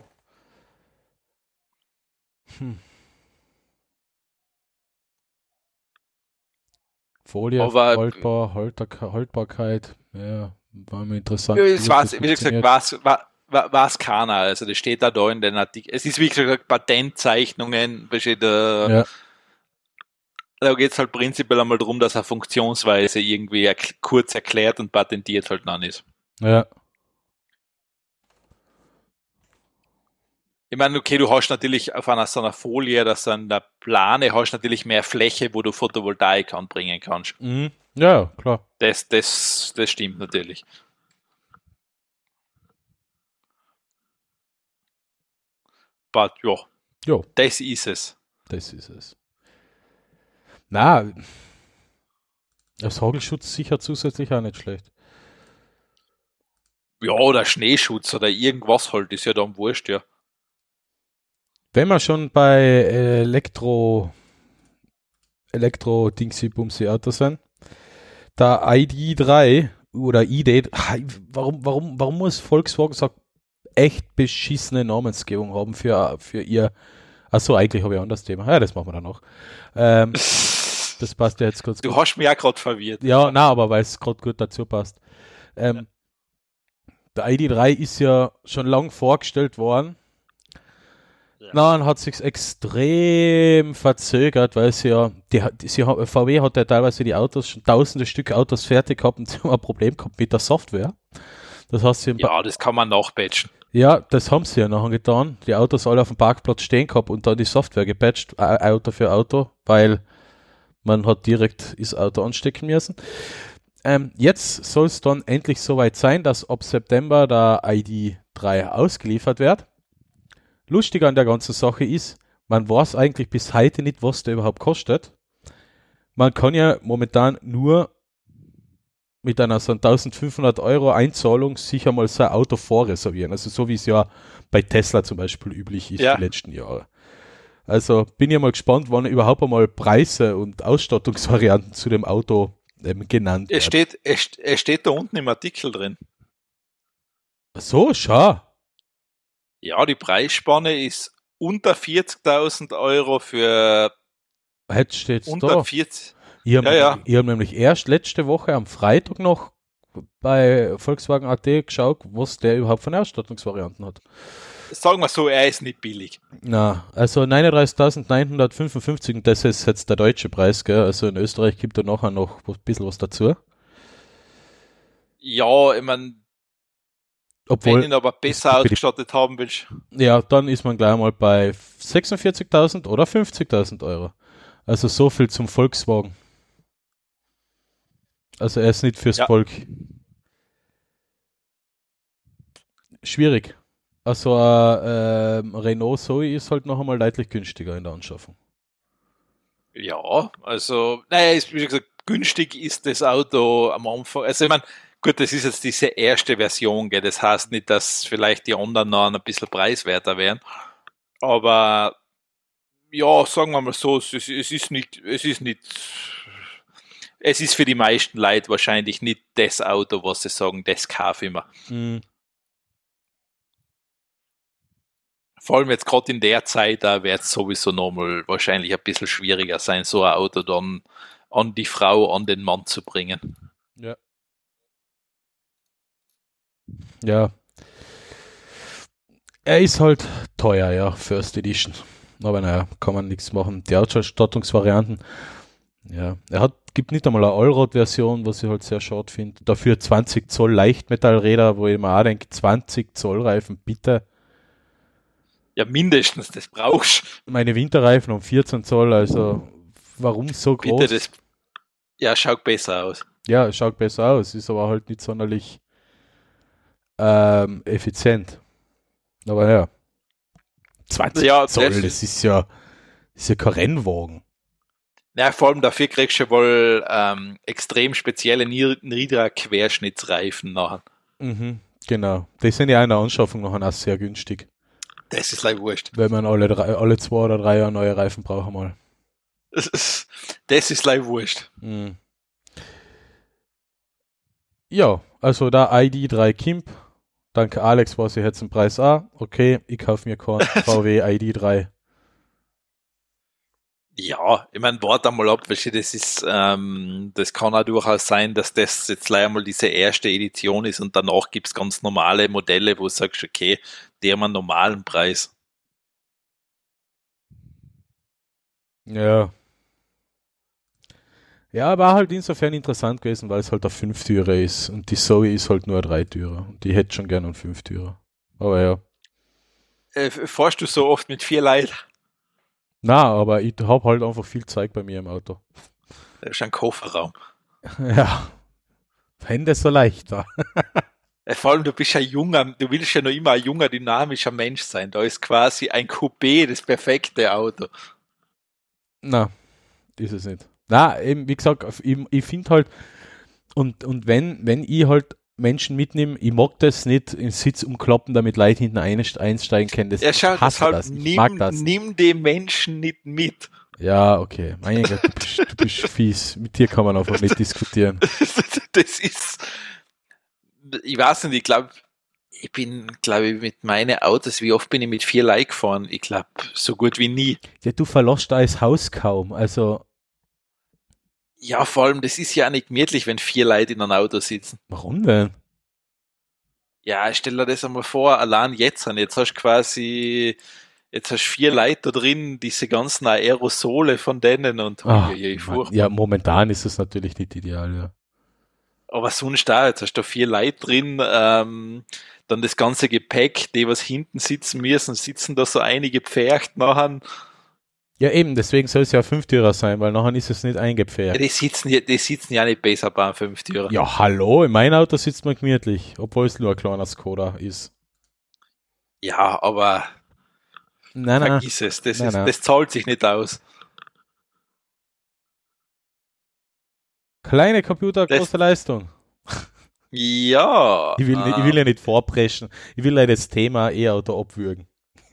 Hm. Folie, Aber haltbar, Halter, Haltbarkeit, ja, war mir interessant. ja, wie es das war's, wie gesagt, funktioniert. was war was keiner, also das steht da da in den Artikel. Es ist wie gesagt Patentzeichnungen, besteht da, Ja, da geht es halt prinzipiell einmal darum, dass eine Funktionsweise irgendwie erk- kurz erklärt und patentiert halt noch ist. ja, Ich meine, okay, du hast natürlich auf einer so einer Folie, dass an der Plane hast natürlich mehr Fläche, wo du Photovoltaik anbringen kannst. mhm. Ja, klar. Das, das, das stimmt natürlich. Aber ja, Jo, das ist es. das ist es. Na, als Hagelschutz sicher zusätzlich auch nicht schlecht. Ja, oder Schneeschutz oder irgendwas halt, ist ja dann wurscht, ja. Wenn wir schon bei Elektro Elektro-Dingsy-Bumsy-Autos sind, der I D drei oder I D, warum, warum, warum muss Volkswagen so echt beschissene Namensgebung haben für, für ihr, achso, eigentlich habe ich ein anderes Thema, ja, das machen wir dann noch. Ähm, das passt ja jetzt kurz Du gut. hast mich auch gerade verwirrt. Ja, na, aber weil es gerade gut dazu passt. Ähm, der I D drei ist ja schon lang vorgestellt worden. Ja. Dann hat sich extrem verzögert, weil sie ja, die, die, sie, V W hat ja teilweise die Autos, schon tausende Stück Autos fertig gehabt und sie haben ein Problem gehabt mit der Software. Das heißt, sie haben Ja, das kann man nachpatchen. ja, das haben sie ja nachher getan. Die Autos alle auf dem Parkplatz stehen gehabt und dann die Software gepatcht, Auto für Auto, weil man hat direkt das Auto anstecken müssen. Ähm, jetzt soll es dann endlich soweit sein, dass ab September der I D drei ausgeliefert wird. Lustig an der ganzen Sache ist, man weiß eigentlich bis heute nicht, was der überhaupt kostet. Man kann ja momentan nur mit einer so eintausendfünfhundert Euro Einzahlung sich einmal sein Auto vorreservieren. Also so wie es ja bei Tesla zum Beispiel üblich ist, Ja. die letzten Jahre. Also bin ich mal gespannt, wann überhaupt einmal Preise und Ausstattungsvarianten zu dem Auto ähm, genannt Es werden. steht, es, es steht da unten im Artikel drin. So, schau. Ja, die Preisspanne ist unter vierzigtausend Euro für Jetzt steht's unter da. vierzig. Ich habe Ja, ja. hab nämlich erst letzte Woche am Freitag noch bei Volkswagen A T geschaut, was der überhaupt von Ausstattungsvarianten hat. Sagen wir so, er ist nicht billig. Na, also neununddreißigtausendneunhundertfünfundfünfzig, und das ist jetzt der deutsche Preis, gell? Also in Österreich gibt er nachher noch ein bisschen was dazu. Ja, ich meine, wenn Obwohl, ihn aber besser das- ausgestattet haben willst. ja, dann ist man gleich mal bei sechsundvierzigtausend oder fünfzigtausend Euro. Also so viel zum Volkswagen. Also er ist nicht fürs Ja. Volk. Schwierig. Also ein ähm, Renault Zoe ist halt noch einmal deutlich günstiger in der Anschaffung. Ja, also, naja, ist, wie gesagt, günstig ist das Auto am Anfang. Also, ich meine, gut, das ist jetzt diese erste Version, gell? Das heißt nicht, dass vielleicht die anderen noch ein bisschen preiswerter wären. Aber, ja, sagen wir mal so, es, ist- es ist nicht, es ist nicht, es ist für die meisten Leute wahrscheinlich nicht das Auto, was sie sagen, das kaufe ich mir. Mhm. Vor allem jetzt gerade in der Zeit, da wird es sowieso nochmal wahrscheinlich ein bisschen schwieriger sein, so ein Auto dann an die Frau, an den Mann zu bringen. Ja. Ja. Er ist halt teuer, ja, First Edition. Aber naja, kann man nichts machen. Die Ausstattungsvarianten, ja, er hat, gibt nicht einmal eine Allrad-Version, was ich halt sehr schade finde. Dafür zwanzig Zoll Leichtmetallräder, wo ich mir auch denke, zwanzig Zoll Reifen, bitte. Ja, mindestens, das brauchst du. Meine Winterreifen um vierzehn Zoll, also warum so groß? Bitte, das, ja, schaut besser aus. Ja, es schaut besser aus, ist aber halt nicht sonderlich ähm, effizient. Aber ja, zwanzig Ja, Zoll, das- das ist ja, das ist ja kein Rennwagen. Ja, vor allem dafür kriegst du wohl ähm, extrem spezielle nied- niedriger Querschnittsreifen nachher. Mhm, genau. Die sind ja in der Anschaffung noch auch sehr günstig. Das ist leider wurscht. Wenn man alle, drei, alle zwei oder drei Jahre neue Reifen braucht mal. Das ist, das ist leider wurscht. Mhm. Ja, also da I D drei Kimp. Danke Alex, was ich jetzt den Preis auch. Okay, ich kaufe mir keinen V W I D drei. Ja, ich meine, warte mal ab, weil das ist, ähm, das kann auch durchaus sein, dass das jetzt leider mal diese erste Edition ist und danach gibt's ganz normale Modelle, wo du sagst, okay, die haben einen normalen Preis. Ja. Ja, war halt insofern interessant gewesen, weil es halt ein Fünftürer ist und die Zoe ist halt nur ein Dreitürer und die hätte schon gerne einen Fünftürer. Aber ja. Äh, fährst du so oft mit vier Leuten? Na, aber ich habe halt einfach viel Zeug bei mir im Auto. Das ist ein Kofferraum. Ja. Wenn das so leicht war. Äh, Vor allem, du bist ja junger, du willst ja noch immer ein junger, dynamischer Mensch sein. Da ist quasi ein Coupé das perfekte Auto. Na, ist es nicht. Na, eben, wie gesagt, ich, ich finde halt, und, und wenn, wenn ich halt Menschen mitnehme, ich mag das nicht in Sitz umklappen, damit Leute hinten einst- einsteigen können. Das, Ja, schau, ich hasse deshalb das. Ich nimm, mag das. nimm den Menschen nicht mit. Ja, okay. Mein Gott, du bist, du bist fies. Mit dir kann man einfach nicht diskutieren. Das ist, ich weiß nicht, ich glaube, ich bin, glaube ich, mit meinen Autos, wie oft bin ich mit vier Leuten gefahren? Ich glaube, so gut wie nie. Ja, du verlässt da das Haus kaum. Also, Ja, vor allem, das ist ja auch nicht gemütlich, wenn vier Leute in einem Auto sitzen. warum denn? Ja, stell dir das einmal vor, allein jetzt, und jetzt hast du quasi, jetzt hast du vier Leute da drin, diese ganzen Aerosole von denen und Ach, uiuiui, Mann. furchtbar. Ja, momentan ist es natürlich nicht ideal, ja. Aber sonst da, jetzt hast du da vier Leute drin, ähm, dann das ganze Gepäck, die was hinten sitzen müssen, sitzen da so einige Pfercht nachher. Ja, eben, deswegen soll es ja ein Fünftürer sein, weil nachher ist es nicht Ja, eingepfercht. die sitzen ja, die sitzen ja nicht besser beim Fünftürer. Ja, hallo, in meinem Auto sitzt man gemütlich, obwohl es nur ein kleiner Skoda ist. Ja, aber Nein, nein. vergiss es, das, Nein, ist, nein. das zahlt sich nicht aus. Kleine Computer, Das- große Leistung. Ja. Ich will, nicht, ich will ja nicht vorpreschen. Ich will ja das Thema E-Auto abwürgen.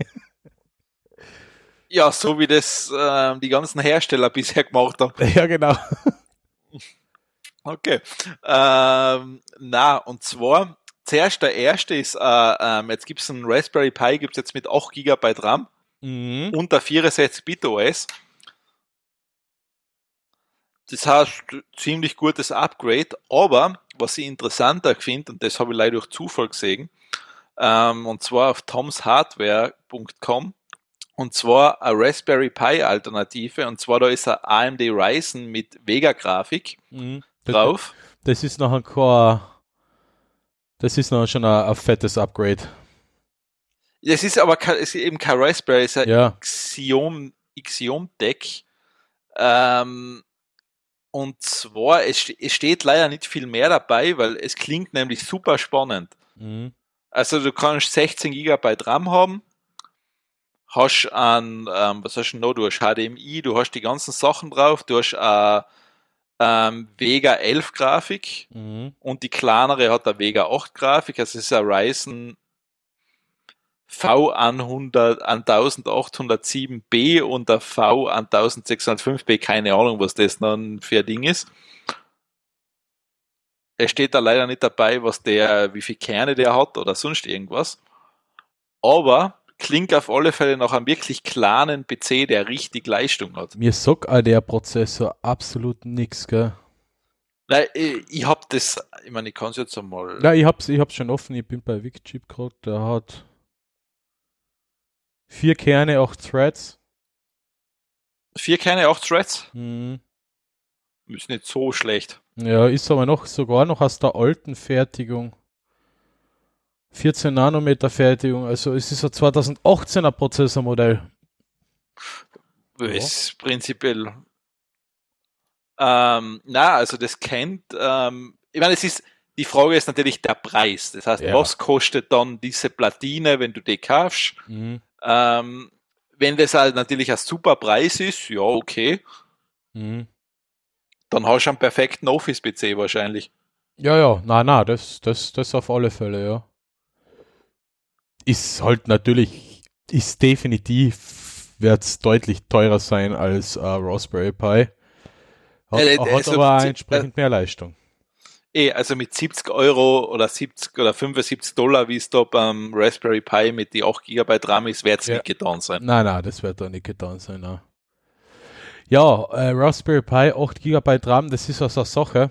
Ja, so wie das ähm, die ganzen Hersteller bisher gemacht haben. Ja, genau. Okay. Ähm, na, und zwar, zuerst der erste ist, äh, ähm, jetzt gibt's einen Raspberry Pi, gibt's jetzt mit acht Gigabyte RAM Mhm. und der vierundsechzig Bit O S. Das heißt, ziemlich gutes Upgrade, aber was ich interessanter finde, und das habe ich leider durch Zufall gesehen, ähm, und zwar auf toms hardware punkt com, und zwar eine Raspberry Pi Alternative, und zwar da ist ein A M D Ryzen mit Vega-Grafik Mhm. Das, drauf. das ist noch ein Core. Das ist noch schon ein, ein fettes Upgrade. Das ist aber kein, es ist eben kein Raspberry, es ist ein Ja. Xiom, Xiom-Deck. Ähm, und zwar, es, ste- es steht leider nicht viel mehr dabei, weil es klingt nämlich super spannend. Mhm. Also du kannst sechzehn Gigabyte RAM haben, hast an, ähm, was hast du noch? Du hast H D M I, du hast die ganzen Sachen drauf, du hast äh, ähm, Vega elf Grafik Mhm. und die kleinere hat eine Vega acht Grafik, also es ist ein Ryzen V eintausendachthundertsieben B und der V eintausendsechshundertfünf B, keine Ahnung, was das dann für ein Ding ist. Es steht da leider nicht dabei, was der, wie viele Kerne der hat oder sonst irgendwas. Aber klingt auf alle Fälle nach einem wirklich kleinen P C, der richtig Leistung hat. Mir sagt auch der Prozessor absolut nichts, gell? Nein, ich, ich hab das, ich meine, ich kann es jetzt einmal. Ja, ich hab's, ich hab's schon offen, ich bin bei Wikchip gerade, der hat vier Kerne, acht Threads. Vier Kerne, acht Threads? Mhm. Ist nicht so schlecht. Ja, ist aber noch sogar noch aus der alten Fertigung. vierzehn Nanometer Fertigung, also es ist ein zweitausendachtzehner Prozessormodell. Ja. Ist prinzipiell. Ähm, na, also das kennt, ähm, ich meine, es ist, die Frage ist natürlich der Preis. Das heißt, Ja. was kostet dann diese Platine, wenn du die kaufst? Mhm. Ähm, wenn das halt natürlich ein super Preis ist, ja, okay, Mhm. dann hast du einen perfekten Office-P C wahrscheinlich. Ja, ja, na, na, das, das, das auf alle Fälle, ja. Ist halt natürlich, ist definitiv, wird es deutlich teurer sein als äh, Raspberry Pi. Hat, Äh, hat also, aber auch äh, entsprechend mehr Leistung. Eh, also mit siebzig Euro oder siebzig oder fünfundsiebzig Dollar, wie es da beim Raspberry Pi mit die acht Gigabyte RAM ist, wird es Ja. nicht getan sein. Nein, nein, das wird da nicht getan sein. Nein. Ja, äh, Raspberry Pi, acht Gigabyte RAM, das ist also eine Sache.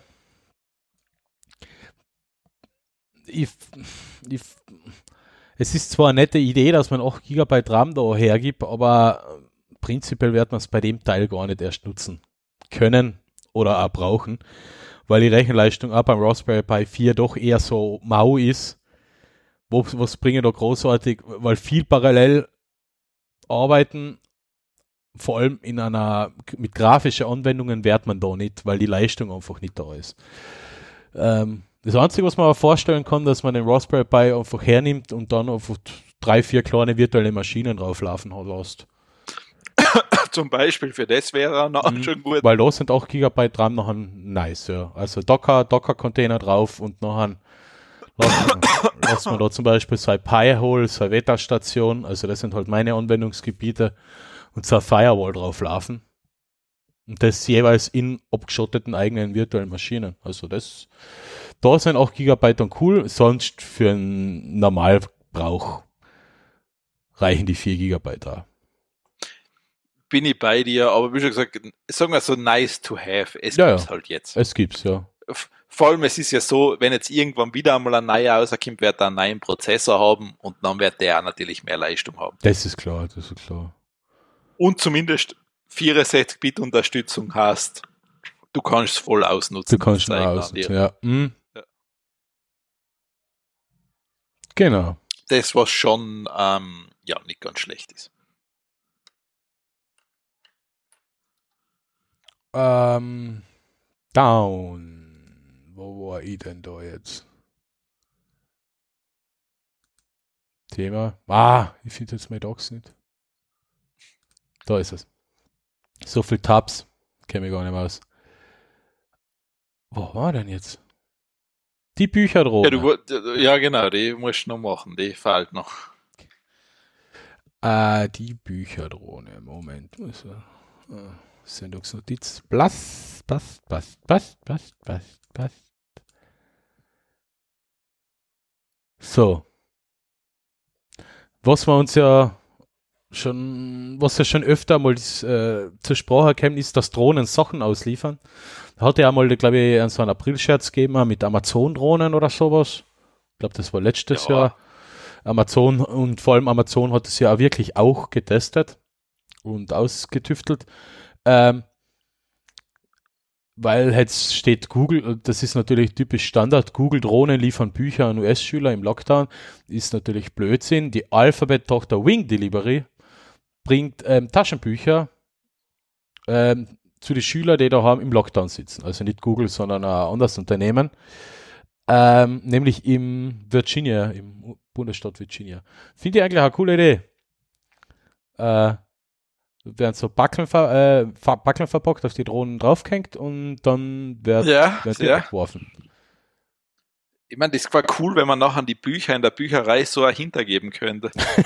Ich, ich, es ist zwar eine nette Idee, dass man acht Gigabyte RAM da hergibt, aber prinzipiell wird man es bei dem Teil gar nicht erst nutzen können oder auch brauchen, weil die Rechenleistung auch beim Raspberry Pi vier doch eher so mau ist. Wo, was bringen da großartig, weil viel parallel arbeiten, vor allem in einer, mit grafischen Anwendungen wird man da nicht, weil die Leistung einfach nicht da ist. Ähm, das Einzige, was man aber vorstellen kann, dass man den Raspberry Pi einfach hernimmt und dann einfach drei, vier kleine virtuelle Maschinen drauflaufen hat lässt. Zum Beispiel für das wäre er Mhm. schon gut. Weil da sind auch Gigabyte RAM nachher nice, ja. Also Docker, Docker-Container drauf und nachher lassen lass man da zum Beispiel so ein Pi-Hole, so eine Wetterstation, also das sind halt meine Anwendungsgebiete, und so eine Firewall drauflaufen. Und das jeweils in abgeschotteten eigenen virtuellen Maschinen. Also das, da sind auch Gigabyte dann cool, sonst für einen Normalbrauch reichen die vier Gigabyte da. Bin ich bei dir, aber wie schon gesagt, sagen wir so nice to have. Es Ja, gibt's ja. halt jetzt. Es gibt's, ja. Vor allem, es ist ja so, wenn jetzt irgendwann wieder einmal ein neuer rauskommt, wird er einen neuen Prozessor haben und dann wird der auch natürlich mehr Leistung haben. Das ist klar, das ist klar. Und zumindest vierundsechzig Bit Unterstützung hast, du kannst es voll ausnutzen. Du kannst ihn zeigen an ausnutzen, dir. ja. Mhm. Ja. Genau. Das, was schon ähm, ja nicht ganz schlecht ist. Ähm, down. Wo war ich denn da jetzt? Thema. Ah, ich finde jetzt meine Docs nicht. Da ist es. So viel Tabs. Kenne ich gar nicht mehr aus. Wo war denn jetzt? Die Bücherdrohne. Ja, du, wur- ja, genau, die musst du noch machen, die fehlt noch. Ah, die Bücherdrohne. Moment. Muss er. Ah, Sendungsnotiz. Passt, passt, passt, passt, passt, passt, passt. So. Was wir uns ja schon, was ja schon öfter mal äh, zur Sprache käme, ist, dass Drohnen Sachen ausliefern. Da hat ja einmal, glaube ich, so einen April-Scherz gegeben mit Amazon-Drohnen oder sowas. Ich glaube, das war letztes Ja. Jahr. Amazon und vor allem Amazon hat es ja auch wirklich auch getestet und ausgetüftelt. Ähm, weil jetzt steht Google, das ist natürlich typisch Standard, Google-Drohnen liefern Bücher an U S-Schüler im Lockdown, ist natürlich Blödsinn. Die Alphabet-Tochter Wing Delivery bringt ähm, Taschenbücher ähm, zu den Schülern, die da haben im Lockdown sitzen. Also nicht Google, sondern ein anderes Unternehmen. Ähm, nämlich im Virginia, im Bundesstaat Virginia. Finde ich eigentlich eine coole Idee. äh, werden so Backeln, ver, äh, Backeln verpackt, auf die Drohnen draufgehängt und dann wird, ja, wird die ja. abgeworfen. Ich meine, das war cool, wenn man nachher die Bücher in der Bücherei so hintergeben könnte.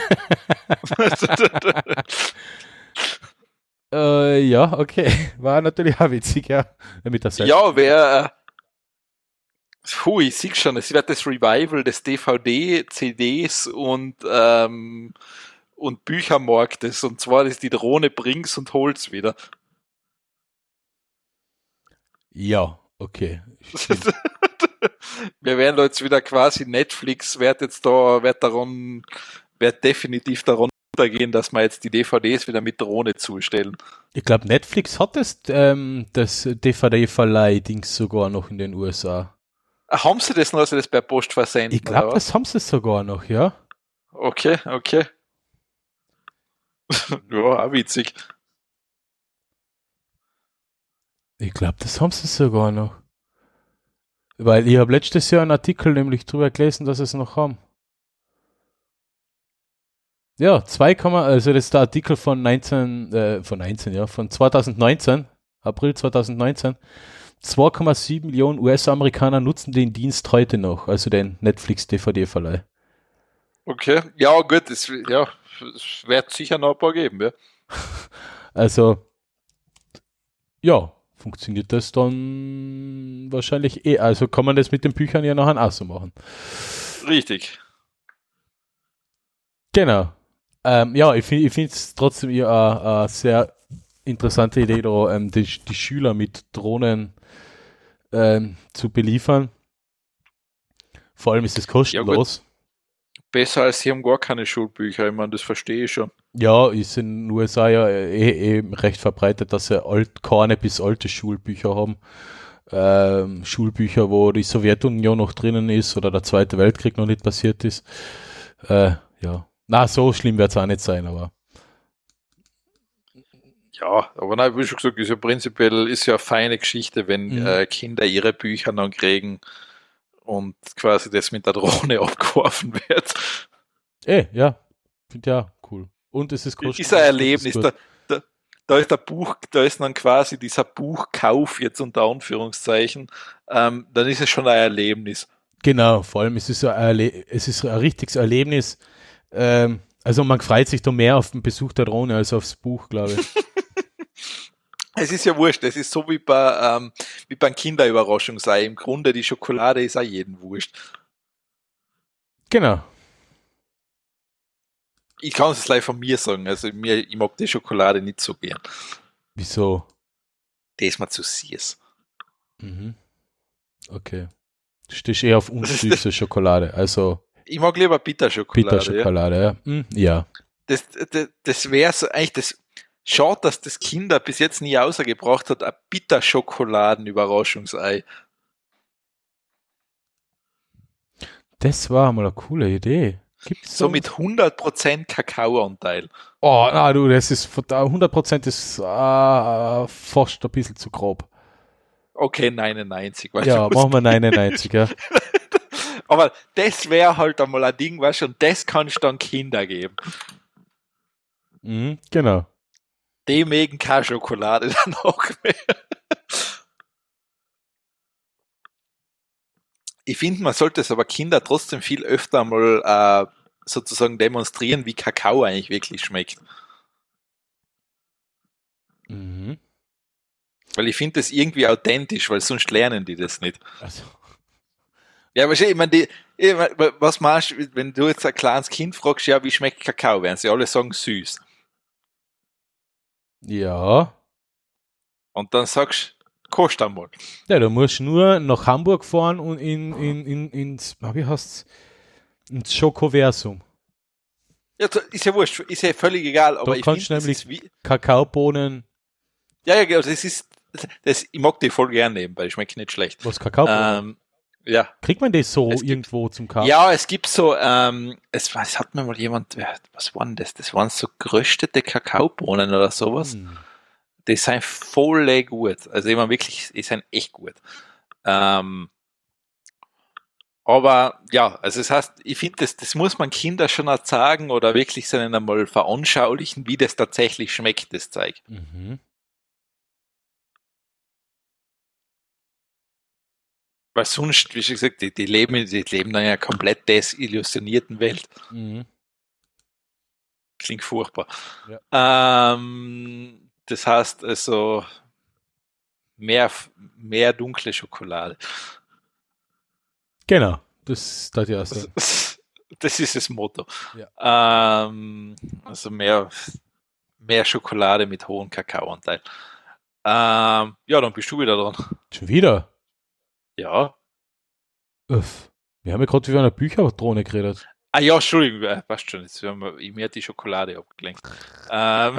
äh, ja, okay. War natürlich auch witzig, ja. Mit der ja, wer Puh, ich sehe schon, es wird das Revival des D V D, C Ds und ähm, und Büchermarktes, und zwar ist die Drohne, bring's und hol's wieder. Ja, okay. Wir werden da jetzt wieder quasi, Netflix wird jetzt da, wird daran, wird definitiv daran untergehen, dass wir jetzt die D V Ds wieder mit Drohne zustellen. Ich glaube, Netflix hat das, ähm, das D V D-Verleih-Dings sogar noch in den U S A. Ach, haben sie das noch, also das per Post versenden? Ich glaube, das haben sie sogar noch, ja. Okay, okay. Ja, auch witzig. Ich glaube, das haben sie sogar noch. Weil ich habe letztes Jahr einen Artikel nämlich drüber gelesen, dass sie es noch haben. Ja, zwei, also das ist der Artikel von neunzehn, äh, von neunzehn, ja, von zwanzig neunzehn, April zwanzig neunzehn. zwei Komma sieben Millionen U S-Amerikaner nutzen den Dienst heute noch, also den Netflix-D V D-Verleih. Okay, ja gut, es, ja, es wird sicher noch ein paar geben, ja. Also, ja, funktioniert das dann wahrscheinlich eh, also kann man das mit den Büchern ja nachher auch so machen. Richtig. Genau. Ähm, ja, ich, ich finde es trotzdem ja eine sehr interessante Idee, da ähm, die, die Schüler mit Drohnen ähm, zu beliefern. Vor allem ist es kostenlos. Ja, besser als sie haben gar keine Schulbücher, ich meine, das verstehe ich schon. Ja, ist in den U S A ja eh, eh recht verbreitet, dass sie alt, keine bis alte Schulbücher haben. Ähm, Schulbücher, wo die Sowjetunion noch drinnen ist oder der Zweite Weltkrieg noch nicht passiert ist. Äh, ja. Na, so schlimm wird es auch nicht sein, aber. Ja, aber nein, wie schon gesagt, ist ja prinzipiell ist ja eine feine Geschichte, wenn Mhm. äh, Kinder ihre Bücher dann kriegen und quasi das mit der Drohne abgeworfen wird. Eh, ja. Finde ja cool. Und es ist kostenlos. Ist ein Erlebnis. Da, da, da ist der Buch, da ist dann quasi dieser Buchkauf jetzt unter Anführungszeichen, ähm, dann ist es schon ein Erlebnis. Genau, vor allem es ist ein, Erle- es ist ein richtiges Erlebnis. Ähm, also man freut sich da mehr auf den Besuch der Drohne als aufs Buch, glaube ich. Es ist ja wurscht, es ist so wie bei, ähm, wie beim Kinderüberraschungsei. Im Grunde, die Schokolade ist auch jedem wurscht. Genau. Ich kann es gleich von mir sagen, also mir, ich mag die Schokolade nicht so gern. Wieso? Die ist mir zu süß. Mhm. Okay. Du stehst eher auf unsüße Schokolade, also Ich mag lieber Bitterschokolade. Bitterschokolade, ja. Ja. Hm, ja. Das, das, das wäre so eigentlich das. Schade, dass das Kinder bis jetzt nie außergebracht hat, ein Bitterschokoladen-Überraschungsei. Das war mal eine coole Idee. Gibt's so mit hundert Prozent Kakaoanteil. Oh, na du, das ist hundert Prozent ist äh, fast ein bisschen zu grob. Okay, neunundneunzig. Ja, machen wir neunundneunzig, ja. Aber das wäre halt einmal ein Ding, weißt du, und das kannst du dann Kinder geben. Mhm, genau. Die mögen keine Schokolade dann auch mehr. Ich finde, man sollte es aber Kinder trotzdem viel öfter mal äh, sozusagen demonstrieren, wie Kakao eigentlich wirklich schmeckt. Mhm. Weil ich finde das irgendwie authentisch, weil sonst lernen die das nicht. Also. Ja, wahrscheinlich, ich meine, die, ich mein, was machst du, wenn du jetzt ein kleines Kind fragst, ja, wie schmeckt Kakao, werden sie alle sagen süß. Ja. Und dann sagst du, kost einmal. Ja, du musst nur nach Hamburg fahren und in, in, in, ins, wie heißt's, ins Schokoversum. Ja, ist ja wurscht, ist ja völlig egal, aber da ich kannst finde, du nämlich das ist wie, Kakaobohnen. ja, ja, genau, das ist, das, ich mag die voll gern nehmen, weil die schmecken nicht schlecht. Was, Kakaobohnen? Ähm, ja. Kriegt man das so Es irgendwo gibt, zum Kaufen? Ja, es gibt so, ähm, es, es hat mir mal jemand, was waren das? Das waren so geröstete Kakaobohnen oder sowas. Hm. Die sind voll gut. Also ich meine wirklich, die sind echt gut. Ähm, Aber ja, also das heißt, ich finde, das, das muss man Kindern schon auch sagen oder wirklich so einmal veranschaulichen, wie das tatsächlich schmeckt, das Zeug. Mhm. Weil sonst, wie schon gesagt, die, die, leben, die leben in einer komplett desillusionierten Welt. Mhm. Klingt furchtbar. Ja. Ähm, das heißt also mehr, mehr dunkle Schokolade. Genau, das darf ich auch sagen. Das ist das Motto. Ja. Ähm, also mehr, mehr Schokolade mit hohem Kakaoanteil. Ähm, ja, dann bist du wieder dran. Schon wieder? Ja. Uff. Wir haben ja gerade über eine Bücherdrohne geredet. Ah ja, Entschuldigung, äh, passt schon. Jetzt haben wir, mir hat die Schokolade abgelenkt. Ähm,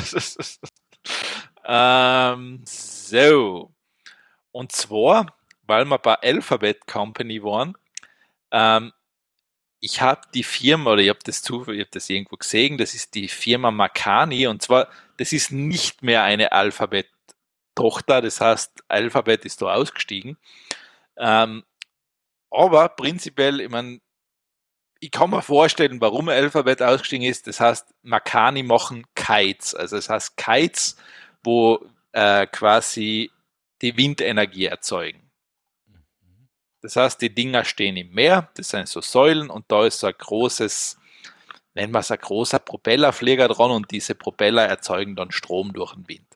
ähm, so. Und zwar, weil wir bei Alphabet Company waren, ähm, ich habe die Firma, oder ich habe das zu, ich habe das irgendwo gesehen, das ist die Firma Makani, und zwar, das ist nicht mehr eine Alphabet-Tochter, das heißt, Alphabet ist da ausgestiegen. Ähm, aber prinzipiell, ich meine, ich kann mir vorstellen, warum Alphabet ausgestiegen ist. Das heißt, Makani machen Kites, also das heißt Kites, wo äh, quasi die Windenergie erzeugen. Das heißt, die Dinger stehen im Meer, das sind so Säulen und da ist so ein großes, nennen wir es ein großer Propellerflieger dran und diese Propeller erzeugen dann Strom durch den Wind.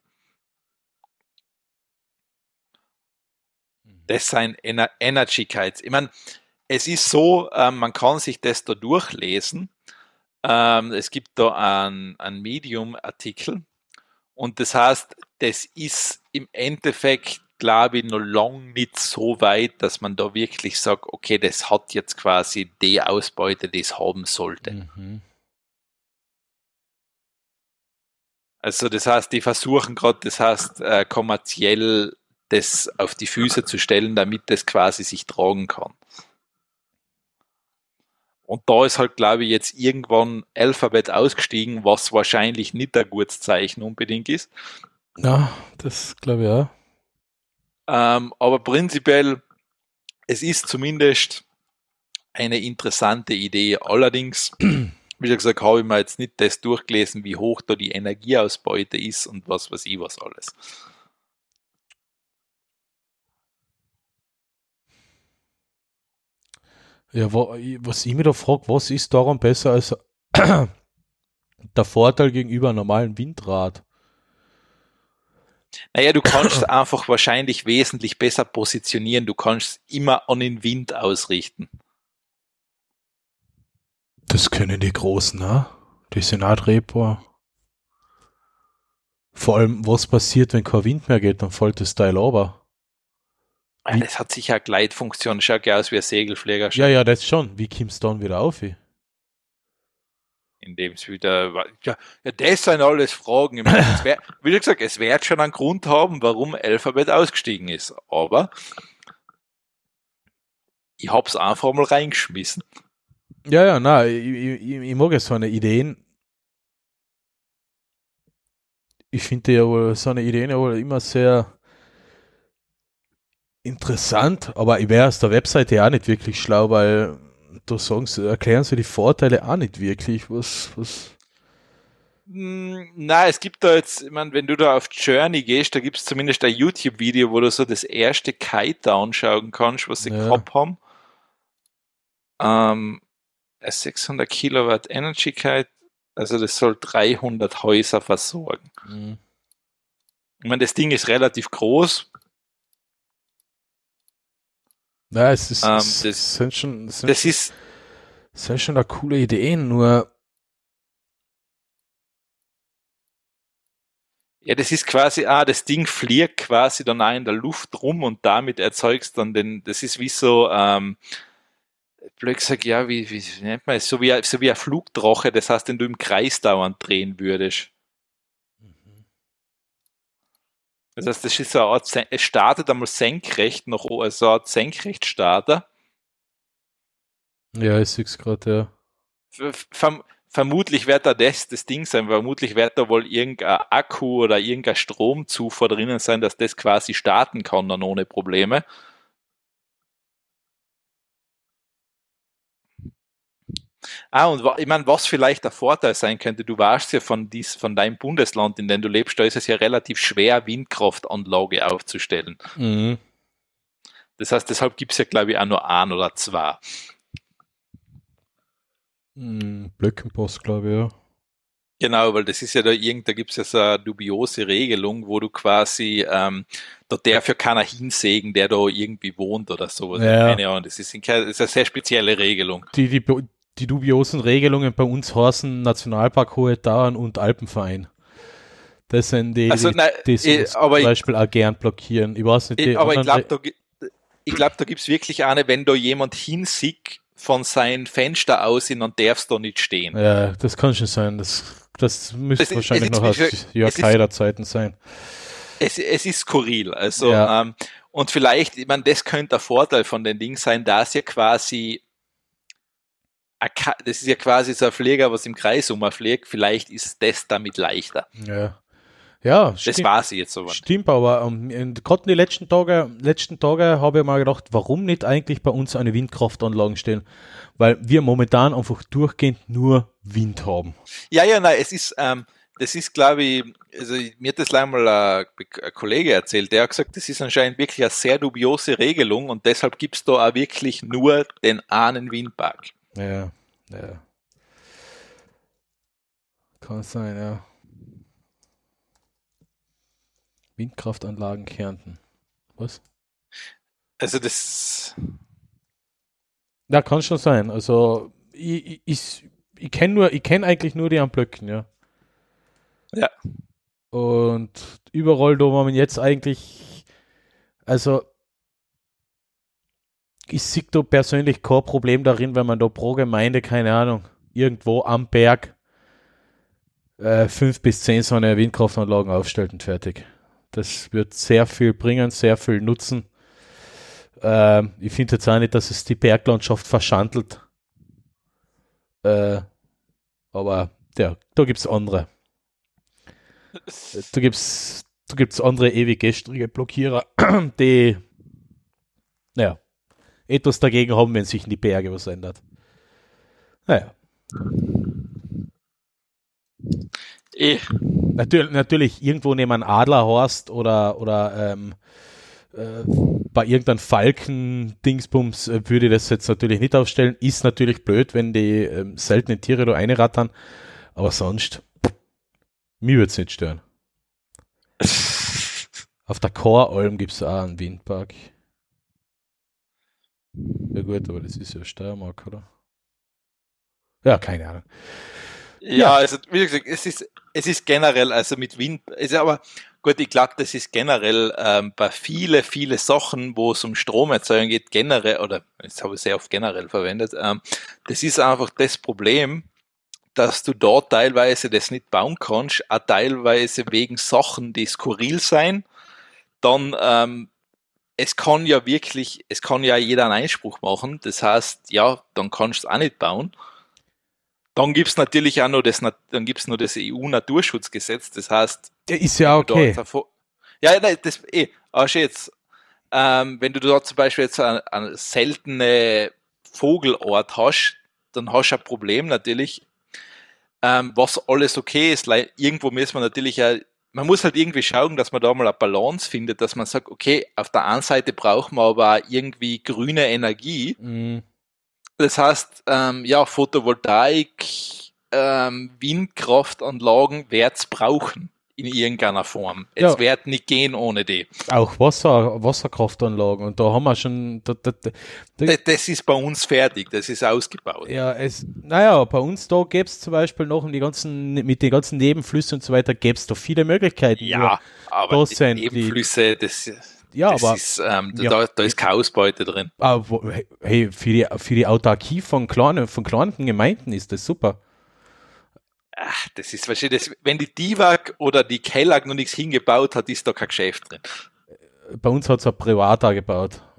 Das sind Ener Energy Kites. Ich meine, es ist so, äh, man kann sich das da durchlesen. Ähm, es gibt da einen, einen Medium-Artikel und das heißt, das ist im Endeffekt, glaube ich, noch lange nicht so weit, dass man da wirklich sagt, okay, das hat jetzt quasi die Ausbeute, die es haben sollte. Mhm. Also das heißt, die versuchen gerade, das heißt, äh, kommerziell das auf die Füße zu stellen, damit das quasi sich tragen kann. Und da ist halt, glaube ich, jetzt irgendwann Alphabet ausgestiegen, was wahrscheinlich nicht ein gutes Zeichen unbedingt ist. Ja, das glaube ich auch. Ähm, aber prinzipiell, es ist zumindest eine interessante Idee. Allerdings, wie gesagt, habe ich mir jetzt nicht das durchgelesen, wie hoch da die Energieausbeute ist und was weiß ich was alles. Ja, wa- was ich mich da frage, was ist daran besser als der Vorteil gegenüber einem normalen Windrad? Naja, du kannst einfach wahrscheinlich wesentlich besser positionieren. Du kannst immer an den Wind ausrichten. Das können die Großen, ne? Die sind auch drehbar. Vor allem, was passiert, wenn kein Wind mehr geht, dann fällt das Teil runter. Ja, das hat sicher eine Gleitfunktion. Schaut ja aus wie ein Segelflieger. Ja, ja, das schon. Wie kommst du dann wieder auf? Indem es wieder, ja, ja, das sind alles Fragen. Ich meine, es wär, wie gesagt, es wird schon einen Grund haben, warum Alphabet ausgestiegen ist. Aber ich habe es einfach mal reingeschmissen. Ja, ja, nein, ich, ich, ich mag ja so eine Ideen. Ich finde ja wohl so eine Ideen ja wohl immer sehr interessant, aber ich wäre aus der Webseite auch nicht wirklich schlau, weil da sagen sie, erklären sie die Vorteile auch nicht wirklich. Was, was. Hm, na, es gibt da jetzt, ich meine, wenn du da auf Journey gehst, da gibt es zumindest ein YouTube-Video, wo du so das erste Kite anschauen kannst, was sie Ja. gehabt haben. Ähm, ein sechshundert Kilowatt Energy Kite, also das soll dreihundert Häuser versorgen. Mhm. Ich meine, das Ding ist relativ groß. Ja, es ist, Ähm, es das sind schon, es sind, das ist, es sind schon da coole Ideen, nur ja, das ist quasi, ah, das Ding fliegt quasi dann auch in der Luft rum und damit erzeugst dann den, das ist wie so, ähm, blöd gesagt, ja, wie, wie nennt man es, so wie, so wie ein Flugdrache, das heißt, den du im Kreis dauernd drehen würdest. Das heißt, das ist so eine Art, Sen- es startet einmal senkrecht, noch so eine Art Senkrechtstarter. ja, ich sehe es gerade, Ver- verm- Vermutlich wird da das das Ding sein, vermutlich wird da wohl irgendein Akku oder irgendein Stromzufuhr drinnen sein, dass das quasi starten kann dann ohne Probleme. Ah, und wa- ich meine, was vielleicht der Vorteil sein könnte, du weißt ja von, dies, von deinem Bundesland, in dem du lebst, da ist es ja relativ schwer, Windkraftanlage aufzustellen. Mhm. Das heißt, deshalb gibt es ja, glaube ich, auch nur ein oder zwei. Mhm. Blöckenpost, glaube ich, ja. Genau, weil das ist ja da irgend, da gibt es ja so eine dubiose Regelung, wo du quasi, ähm, da darf ja keiner hinsägen, der da irgendwie wohnt oder sowas. Ja. Keine Ahnung, das ist, in, das ist eine sehr spezielle Regelung. Die, die, die dubiosen Regelungen bei uns heißen Nationalpark Hohe Tauern und Alpenverein. Das sind die, Also, die, nein, die eh, uns aber zum ich- Beispiel auch gern blockieren. Ich weiß nicht, die Ich, aber ich anderen glaube, da, gi- ich glaub, da gibt es wirklich eine, wenn da jemand hinsieht von seinem Fenster aus, dann darfst du da nicht stehen. Re- Ja, das kann schon sein. Das, das müsste Es ist- wahrscheinlich es ist noch aus wirklich- Jörg es ist- Haider Zeiten sein. Es, es ist skurril. Also, Ja. ähm, und vielleicht, ich meine, das könnte der Vorteil von den Dingen sein, dass ja quasi, ein Ka- das ist ja quasi so ein Flieger, was im Kreis umfliegt, vielleicht ist das damit leichter. Ja, ja Das stimmt, weiß ich jetzt so. stimmt aber um, gerade in den letzten Tage, letzten Tage habe ich mal gedacht, warum nicht eigentlich bei uns eine Windkraftanlagen stehen? Weil wir momentan einfach durchgehend nur Wind haben. Ja, ja, nein, es ist, ähm, das ist, glaube ich, also mir hat das einmal ein, ein Kollege erzählt, der hat gesagt, das ist anscheinend wirklich eine sehr dubiose Regelung und deshalb gibt es da auch wirklich nur den einen Windpark. Ja, ja. Kann sein, ja. Windkraftanlagen Kärnten. Was? Also das, Ja, kann schon sein. Also ich, ich, ich, ich kenne nur, ich kenne eigentlich nur die am Blöcken, ja. ja, Und überall, wo man jetzt eigentlich, also ich sehe da persönlich kein Problem darin, wenn man da pro Gemeinde, keine Ahnung, irgendwo am Berg äh, fünf bis zehn so eine Windkraftanlagen aufstellt und fertig. Das wird sehr viel bringen, sehr viel nutzen. Ähm, ich finde jetzt auch nicht, dass es die Berglandschaft verschandelt. Äh, aber ja, da gibt es andere. Da gibt es da gibt's andere ewig gestrige Blockierer, die ja, etwas dagegen haben, wenn sich in die Berge was ändert. Naja. eh, Natürlich, natürlich irgendwo neben einem Adlerhorst oder, oder ähm, äh, bei irgendeinem Falken-Dingsbums äh, würde ich das jetzt natürlich nicht aufstellen. Ist natürlich blöd, wenn die ähm, seltenen Tiere da reinrattern, aber sonst, mir würde es nicht stören. Auf der Choralm gibt es auch einen Windpark. Ja gut, aber das ist ja Steiermark, oder? Ja, keine Ahnung. ja, Ja. also wie gesagt, es ist, es ist generell, also mit Wind, es ist aber gut, ich glaube, das ist generell ähm, bei viele, viele Sachen, wo es um Stromerzeugung geht, generell, oder jetzt habe ich sehr oft generell verwendet, ähm, das ist einfach das Problem, dass du da teilweise das nicht bauen kannst, auch teilweise wegen Sachen, die skurril sein, dann ähm, es kann ja wirklich, es kann ja jeder einen Einspruch machen, das heißt, ja, dann kannst du es auch nicht bauen. Dann gibt es natürlich auch noch das, Nat- dann gibt's noch das E U-Naturschutzgesetz, das heißt, Der ist ja wenn du da okay. jetzt ein Vo- ja, nein, das, eh, aber schon jetzt, ähm, wenn du da zum Beispiel jetzt eine, eine seltene Vogelart hast, dann hast du ein Problem natürlich, ähm, was alles okay ist. Lei- Irgendwo muss man natürlich ja, man muss halt irgendwie schauen, dass man da mal eine Balance findet, dass man sagt, okay, auf der einen Seite braucht man aber auch irgendwie grüne Energie. Mm, Das heißt, ähm, ja, Photovoltaik, ähm, Windkraftanlagen wird's brauchen in irgendeiner Form. Es Ja. wird nicht gehen ohne die. auch Wasser, Wasserkraftanlagen. Und da haben wir schon. Da, da, da, Das, das ist bei uns fertig, das ist ausgebaut. ja, es, naja, bei uns da gäbe es zum Beispiel noch um die ganzen, mit den ganzen Nebenflüssen und so weiter, gäbe es da viele Möglichkeiten. Ja, aber das die sind die- Nebenflüsse, das, Ja, das aber ist, ähm, ja. da, da ist keine Ausbeute drin. Aber wo- hey, für die, für die Autarkie von kleinen, von kleinen Gemeinden ist das super. Ach, das ist wahrscheinlich, das, wenn die Divak oder die Kellag noch nichts hingebaut hat, ist da kein Geschäft drin. Bei uns hat es ein Privater gebaut.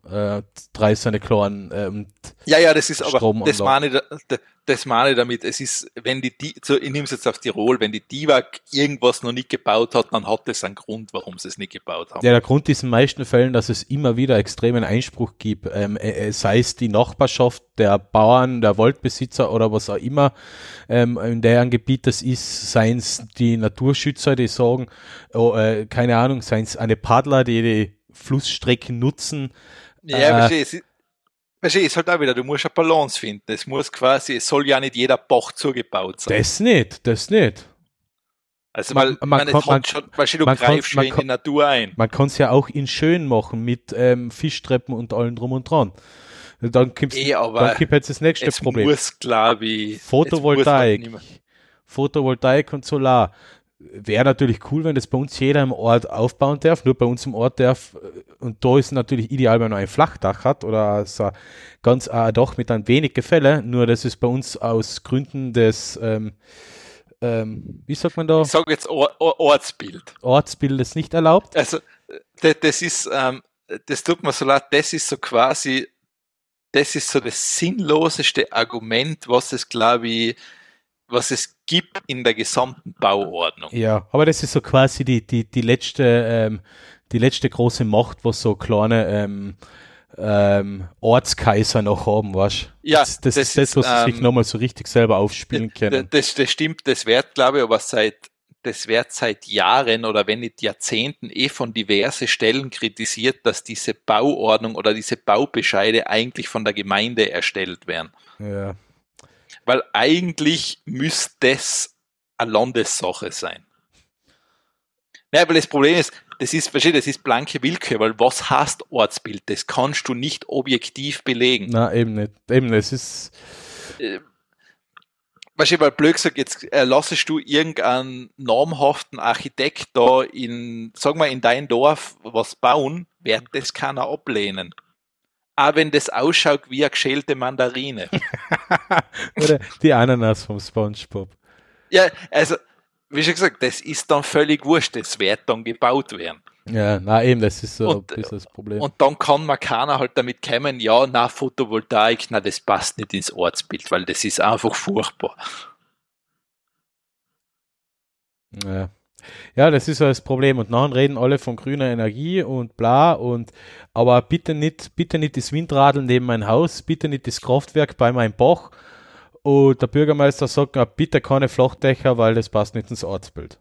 äh, drei seine kleinen ähm, Ja, ja, das ist aber, Stromanlagen. das meine, ich, da- das meine ich damit, es ist, wenn die, Di- so, ich nehme es jetzt auf Tirol, wenn die DIVAG irgendwas noch nicht gebaut hat, dann hat das einen Grund, warum sie es nicht gebaut haben. Ja, der Grund ist in den meisten Fällen, dass es immer wieder extremen Einspruch gibt, ähm, äh, sei es die Nachbarschaft, der Bauern, der Waldbesitzer oder was auch immer, ähm, in deren Gebiet das ist, seien es die Naturschützer, die sagen, oh, äh, keine Ahnung, seien es eine Paddler, die die Flussstrecken nutzen. Ja, äh, verstehe, es ist, verstehe, es ist halt auch wieder, du musst eine Balance finden. Es muss quasi, es soll ja nicht jeder Bach zugebaut sein. Das nicht, das nicht. Also, man- weil, man man, kann- es man- hat schon, weil du man kann- greifst schon man in kann- die Natur ein. Man kann es ja auch in schön machen mit ähm, Fischtreppen und allem drum und dran. Dann kommt Eh, aber dann kommt jetzt das nächste es Problem. muss, glaube ich, Photovoltaik. es muss halt Photovoltaik und Solar. Wäre natürlich cool, wenn das bei uns jeder im Ort aufbauen darf. Nur bei uns im Ort darf, und da ist natürlich ideal, wenn man ein Flachdach hat oder so ganz ein Dach mit ein wenig Gefälle. Nur das ist bei uns aus Gründen des, ähm, ähm, wie sagt man da, ich sage jetzt Or Or Ortsbild. Ortsbildes nicht erlaubt. Also, das, das ist, ähm, das tut mir so leid, das ist so quasi, das ist so das sinnloseste Argument, was es, glaube ich, was es gibt in der gesamten Bauordnung. Ja, aber das ist so quasi die, die, die letzte, ähm, die letzte große Macht, was so kleine ähm, ähm, Ortskaiser noch haben, weißt du? Ja, das, das, das ist das, was ist, sie sich ähm, nochmal so richtig selber aufspielen können. Das, das stimmt, das wird, glaube ich, aber seit, das wird seit Jahren oder wenn nicht Jahrzehnten eh von diverse Stellen kritisiert, dass diese Bauordnung oder diese Baubescheide eigentlich von der Gemeinde erstellt werden. Ja. Weil eigentlich müsste das eine Landessache sein. Ja, weil das Problem ist, das ist, verstehe, das ist blanke Willkür, weil was heißt Ortsbild? Das kannst du nicht objektiv belegen. Na, eben nicht. Eben, es ist. Äh, Weißt du, weil blöd gesagt, jetzt äh, lassest du irgendeinen namhaften Architekt da in, sag mal, in dein Dorf was bauen, wird das keiner ablehnen. Auch wenn das ausschaut wie eine geschälte Mandarine. Oder die Ananas vom SpongeBob. Ja, also, wie schon gesagt, das ist dann völlig wurscht, das wird dann gebaut werden. Ja, na eben, das ist so Und- ein bisschen das Problem. Und dann kann man keiner halt damit kommen, ja, na, Photovoltaik, na, das passt nicht ins Ortsbild, weil das ist einfach furchtbar. Ja. Ja, das ist so das Problem. Und nachher reden alle von grüner Energie und bla und aber bitte nicht, bitte nicht das Windradl neben mein Haus, bitte nicht das Kraftwerk bei meinem Bach. Und der Bürgermeister sagt, na, bitte keine Flachdächer, weil das passt nicht ins Ortsbild.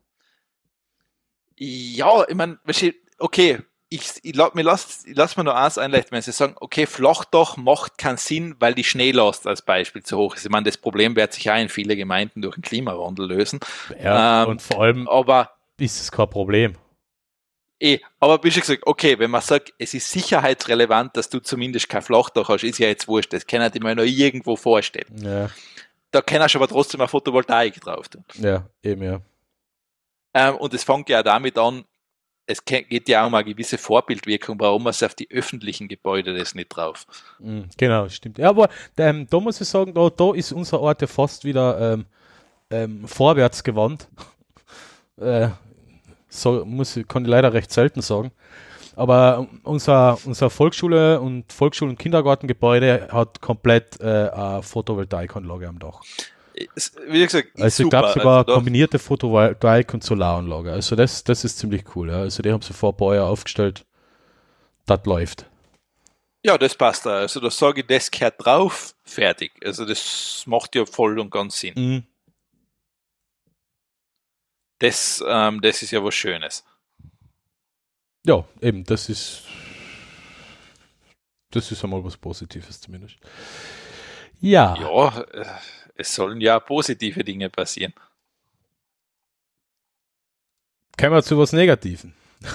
Ja, ich meine, okay, ich, ich, la- mir lass, ich lass mir nur eins einleiten, wenn Sie sagen, okay, Flachdach macht keinen Sinn, weil die Schneelast als Beispiel zu hoch ist. Ich meine, das Problem wird sich auch in viele Gemeinden durch den Klimawandel lösen. Ja, Ähm, und vor allem Aber ist es kein Problem. eh, aber wie schon gesagt, okay, wenn man sagt, es ist sicherheitsrelevant, dass du zumindest kein Flachdach hast, ist ja jetzt wurscht, das kann ich mir noch irgendwo vorstellen. Ja, Da kann er schon aber trotzdem eine Photovoltaik drauf tun. ja, eben, ja. Ähm, und es fängt ja auch damit an, es ke- geht ja auch um eine gewisse Vorbildwirkung, warum man es auf die öffentlichen Gebäude das nicht drauf. Mhm, genau, stimmt. Ja, aber ähm, da muss ich sagen, da, da ist unser Ort ja fast wieder ähm, ähm, vorwärts gewandt. äh, so muss ich, kann ich leider recht selten sagen. Aber unser, unser Volksschule und Volksschul- und Kindergartengebäude hat komplett äh, eine Photovoltaikanlage am Dach. Es, wie gesagt, ist Also ich super. glaube sogar Also da- kombinierte Photovoltaik- und Solaranlage. Also das, das ist ziemlich cool. Ja. Also die haben sie vor ein paar Jahren aufgestellt. Das läuft. ja, das passt da. Also da sage ich, das gehört drauf, fertig. Also das macht ja voll und ganz Sinn. Mhm. Das, ähm, das ist ja was Schönes. Ja, eben, das ist das ist einmal was Positives zumindest. Ja, Ja, äh, es sollen ja positive Dinge passieren. kommen wir zu was Negativen.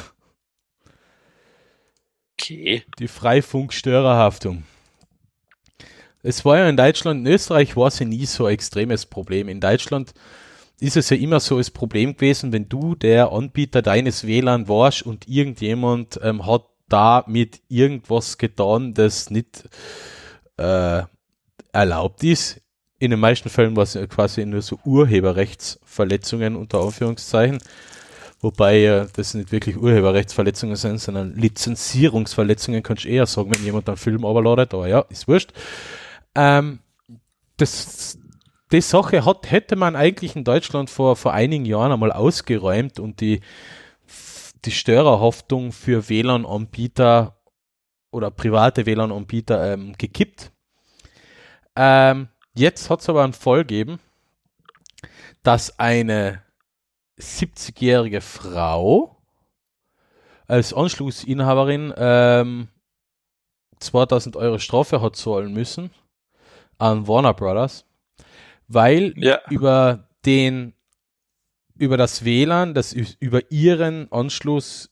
Okay. Die Freifunkstörerhaftung. Es war ja in Deutschland, in Österreich war es ja nie so ein extremes Problem. In Deutschland ist es ja immer so das Problem gewesen, wenn du der Anbieter deines W L A N warst und irgendjemand ähm, hat damit irgendwas getan, das nicht äh, erlaubt ist. In den meisten Fällen war es ja quasi nur so Urheberrechtsverletzungen unter Anführungszeichen. Wobei ja das nicht wirklich Urheberrechtsverletzungen sind, sondern Lizenzierungsverletzungen, kannst du eher sagen, wenn jemand einen Film runterladet, aber ja, ist wurscht. Ähm, das, die Sache hat, hätte man eigentlich in Deutschland vor, vor einigen Jahren einmal ausgeräumt und die, die Störerhaftung für W L A N-Anbieter oder private W L A N-Anbieter ähm, gekippt. Ähm, jetzt hat es aber einen Fall gegeben, dass eine siebzigjährige Frau als Anschlussinhaberin ähm, zweitausend Euro Strafe hat zahlen müssen an Warner Brothers, weil Ja. über den über das W L A N, das über ihren Anschluss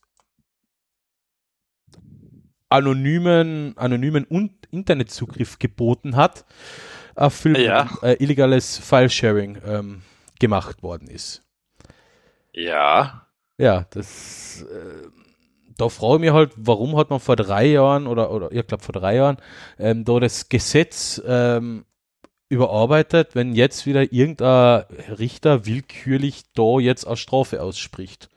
anonymen anonymen Internetzugriff geboten hat, auf Film Ja. äh, illegales File-Sharing ähm, gemacht worden ist. Ja. Ja, das äh, da frage ich mich halt, warum hat man vor drei Jahren oder, oder ich glaube vor drei Jahren ähm, da das Gesetz ähm, überarbeitet, wenn jetzt wieder irgendein Richter willkürlich da jetzt eine Strafe ausspricht.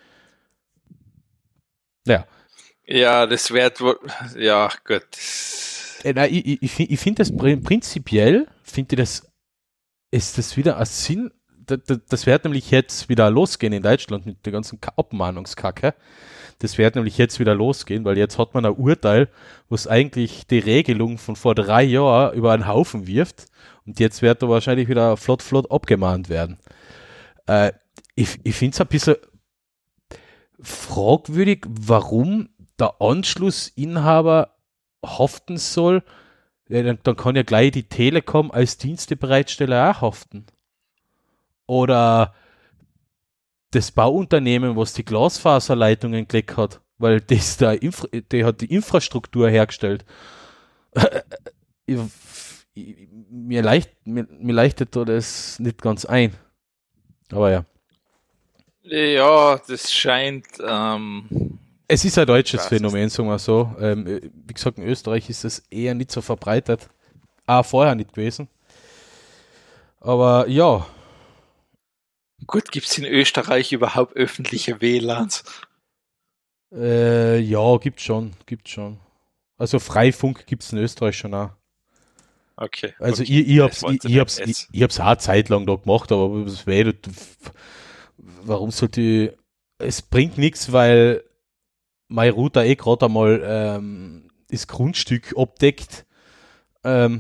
Ja. Ja, das wird wohl, ja, gut. Äh, nein, ich ich, ich finde das prinzipiell, finde ich das, ist das wieder ein Sinn, das, das wird nämlich jetzt wieder losgehen in Deutschland mit der ganzen Abmahnungskacke. Das wird nämlich jetzt wieder losgehen, weil jetzt hat man ein Urteil, was eigentlich die Regelung von vor drei Jahren über einen Haufen wirft und jetzt wird da wahrscheinlich wieder flott, flott abgemahnt werden. Äh, ich ich finde es ein bisschen fragwürdig, warum der Anschlussinhaber haften soll. Ja, dann, dann kann ja gleich die Telekom als Dienstebereitsteller auch haften. Oder das Bauunternehmen, was die Glasfaserleitungen gelegt hat, weil das da Infra- die hat die Infrastruktur hergestellt. ich, ich, mir, leicht, mir, mir leichtet da das nicht ganz ein. Aber ja. Ja, das scheint. Ähm, Es ist ein deutsches weiß Phänomen, sagen wir so. Ähm, wie gesagt, in Österreich ist das eher nicht so verbreitet. Ah, vorher nicht gewesen. Aber ja. Gut, gibt es in Österreich überhaupt öffentliche W L A Ns? Äh, ja, gibt schon, gibt schon. Also Freifunk gibt es in Österreich schon auch. Okay. Also okay. ich, ich hab's, Das ich, ich hab's, ich, ich hab's auch eine Zeit lang da gemacht, aber was weh, warum sollte ich, es bringt nichts, weil mein Router eh gerade einmal ähm, das Grundstück abdeckt. Ähm,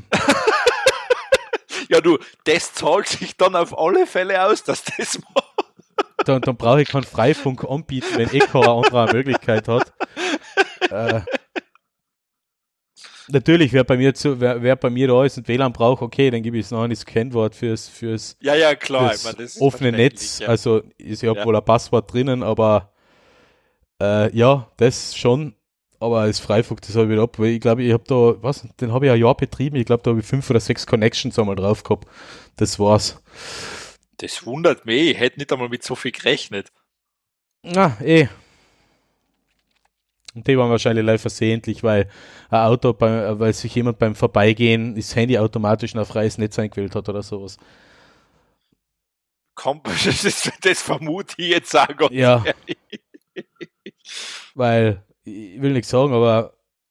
Ja, du, das zahlt sich dann auf alle Fälle aus, dass das macht. dann, dann brauche ich keinen Freifunk anbieten, wenn eh keine andere eine Möglichkeit hat. Äh, natürlich, wer bei mir zu, wer, wer bei mir da ist und W L A N braucht, okay, dann gebe ich es noch ein Kennwort fürs, fürs, Ja, ja, klar. fürs Ich mein, das ist offene Netz. ja. Also ist ja, Ja. wohl ein Passwort drinnen, aber äh, ja, das schon. Aber als Freifunk, das habe ich wieder ab, weil ich glaube, ich habe da, was, den habe ich ein Jahr betrieben, ich glaube, da habe ich fünf oder sechs Connections einmal drauf gehabt. Das war's. Das wundert mich. Ich hätte nicht einmal mit so viel gerechnet. Na, eh. Und die waren wahrscheinlich live versehentlich, weil ein Auto, bei, weil sich jemand beim Vorbeigehen das Handy automatisch in ein freies Netz eingewählt hat oder sowas. Komm, das, das vermute ich jetzt auch ganz Ja. ehrlich. Weil, ich will nichts sagen, aber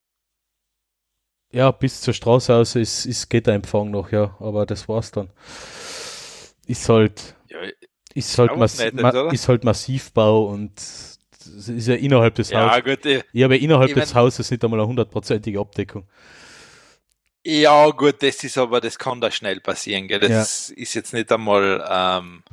ja, bis zur Straße aus ist, ist geht der Empfang noch, ja, aber das war's dann. Ist halt, Ja, ist halt, glaub massi nicht, ma oder? ist halt Massivbau und es ist ja innerhalb des ja Hauses. gut. Ich, Ich habe ja innerhalb ich des mein- Hauses nicht einmal eine hundertprozentige Abdeckung. Ja, gut, das ist aber, das kann da schnell passieren, gell? Das ist jetzt nicht einmal, ähm,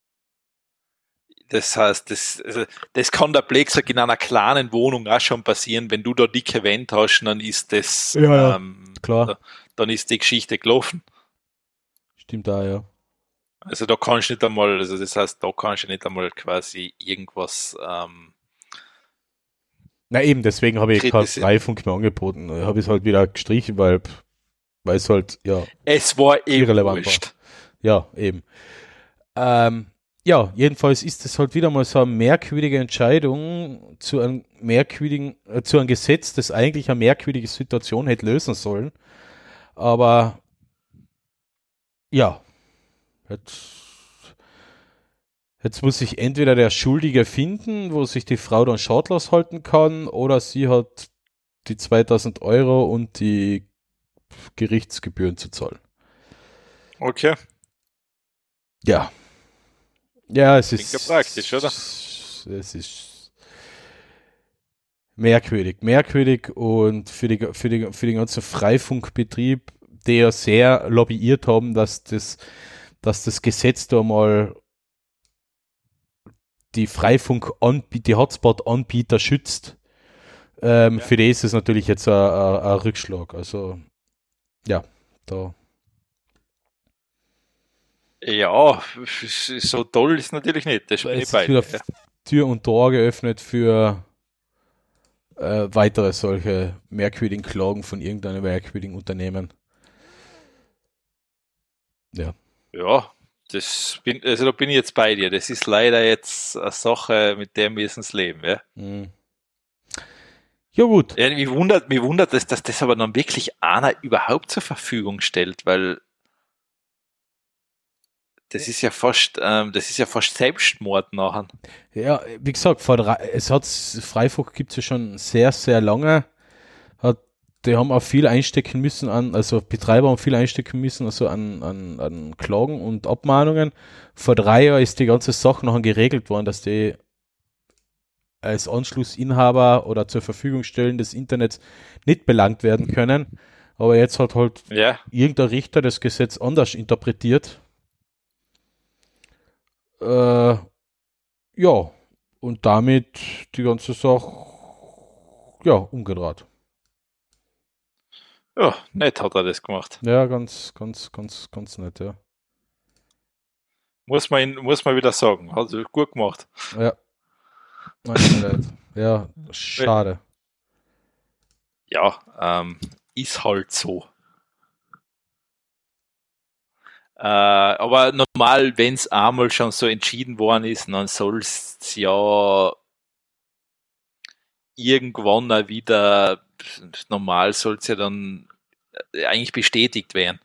das heißt, das, also, das kann der Blake sagt, in einer kleinen Wohnung auch schon passieren, wenn du da dicke Wände hast, dann ist das, Ja, ja, ähm, klar. dann ist die Geschichte gelaufen. Stimmt da, ja. Also da kannst du nicht einmal, also das heißt, da kannst du nicht einmal quasi irgendwas, ähm, Na eben, deswegen habe ich keinen kritisieren. Freifunk mehr angeboten. Habe ich es halt wieder gestrichen, weil weil es halt, ja, Es war eh irrelevant wurscht. war. Ja, eben. Ähm, ja, jedenfalls ist es halt wieder mal so eine merkwürdige Entscheidung zu einem merkwürdigen, äh, zu einem Gesetz, das eigentlich eine merkwürdige Situation hätte lösen sollen. Aber ja, hätte Jetzt muss sich entweder der Schuldige finden, wo sich die Frau dann schadlos halten kann, oder sie hat die zweitausend Euro und die Gerichtsgebühren zu zahlen. Okay. Ja. Ja, es ist... Klingt ja praktisch, oder? Es ist merkwürdig. Merkwürdig und für, die, für, die, für den ganzen Freifunkbetrieb, die ja sehr lobbyiert haben, dass das, dass das Gesetz da mal die Freifunk-Anbieter, die Hotspot-Anbieter schützt. Ähm, ja. Für die ist es natürlich jetzt ein, ein, ein Rückschlag. Also, ja, da. Ja, so toll ist natürlich nicht. Das bin ich bei dir. Ja. Tür und Tor geöffnet für äh, weitere solche merkwürdigen Klagen von irgendeinem merkwürdigen Unternehmen. Ja. Ja, das bin, also da bin ich jetzt bei dir. Das ist leider jetzt eine Sache, mit der müssen wir leben, ja. Mhm. Ja, gut. Ja, mich wundert, mich wundert es, dass das aber dann wirklich einer überhaupt zur Verfügung stellt, weil das ist ja fast, ähm, das ist ja fast Selbstmord nachher. Ja, wie gesagt, vor drei, es hat Freifunk gibt es ja schon sehr, sehr lange. Hat, die haben auch viel einstecken müssen an, also Betreiber haben viel einstecken müssen, also an, an, an Klagen und Abmahnungen. Vor drei Jahren ist die ganze Sache nachher geregelt worden, dass die als Anschlussinhaber oder zur Verfügung stellen des Internets nicht belangt werden können. Aber jetzt hat halt ja. irgendein Richter das Gesetz anders interpretiert. Äh, ja, und damit die ganze Sache ja, umgedreht. Ja, nett hat er das gemacht. Ja, ganz, ganz, ganz, ganz nett, ja. Muss man, muss man wieder sagen. Hat er gut gemacht. Ja. Ja, schade. Ja, ähm, ist halt so. Äh, aber normal, wenn es einmal schon so entschieden worden ist, dann soll es ja irgendwann auch wieder, normal soll es ja dann eigentlich bestätigt werden.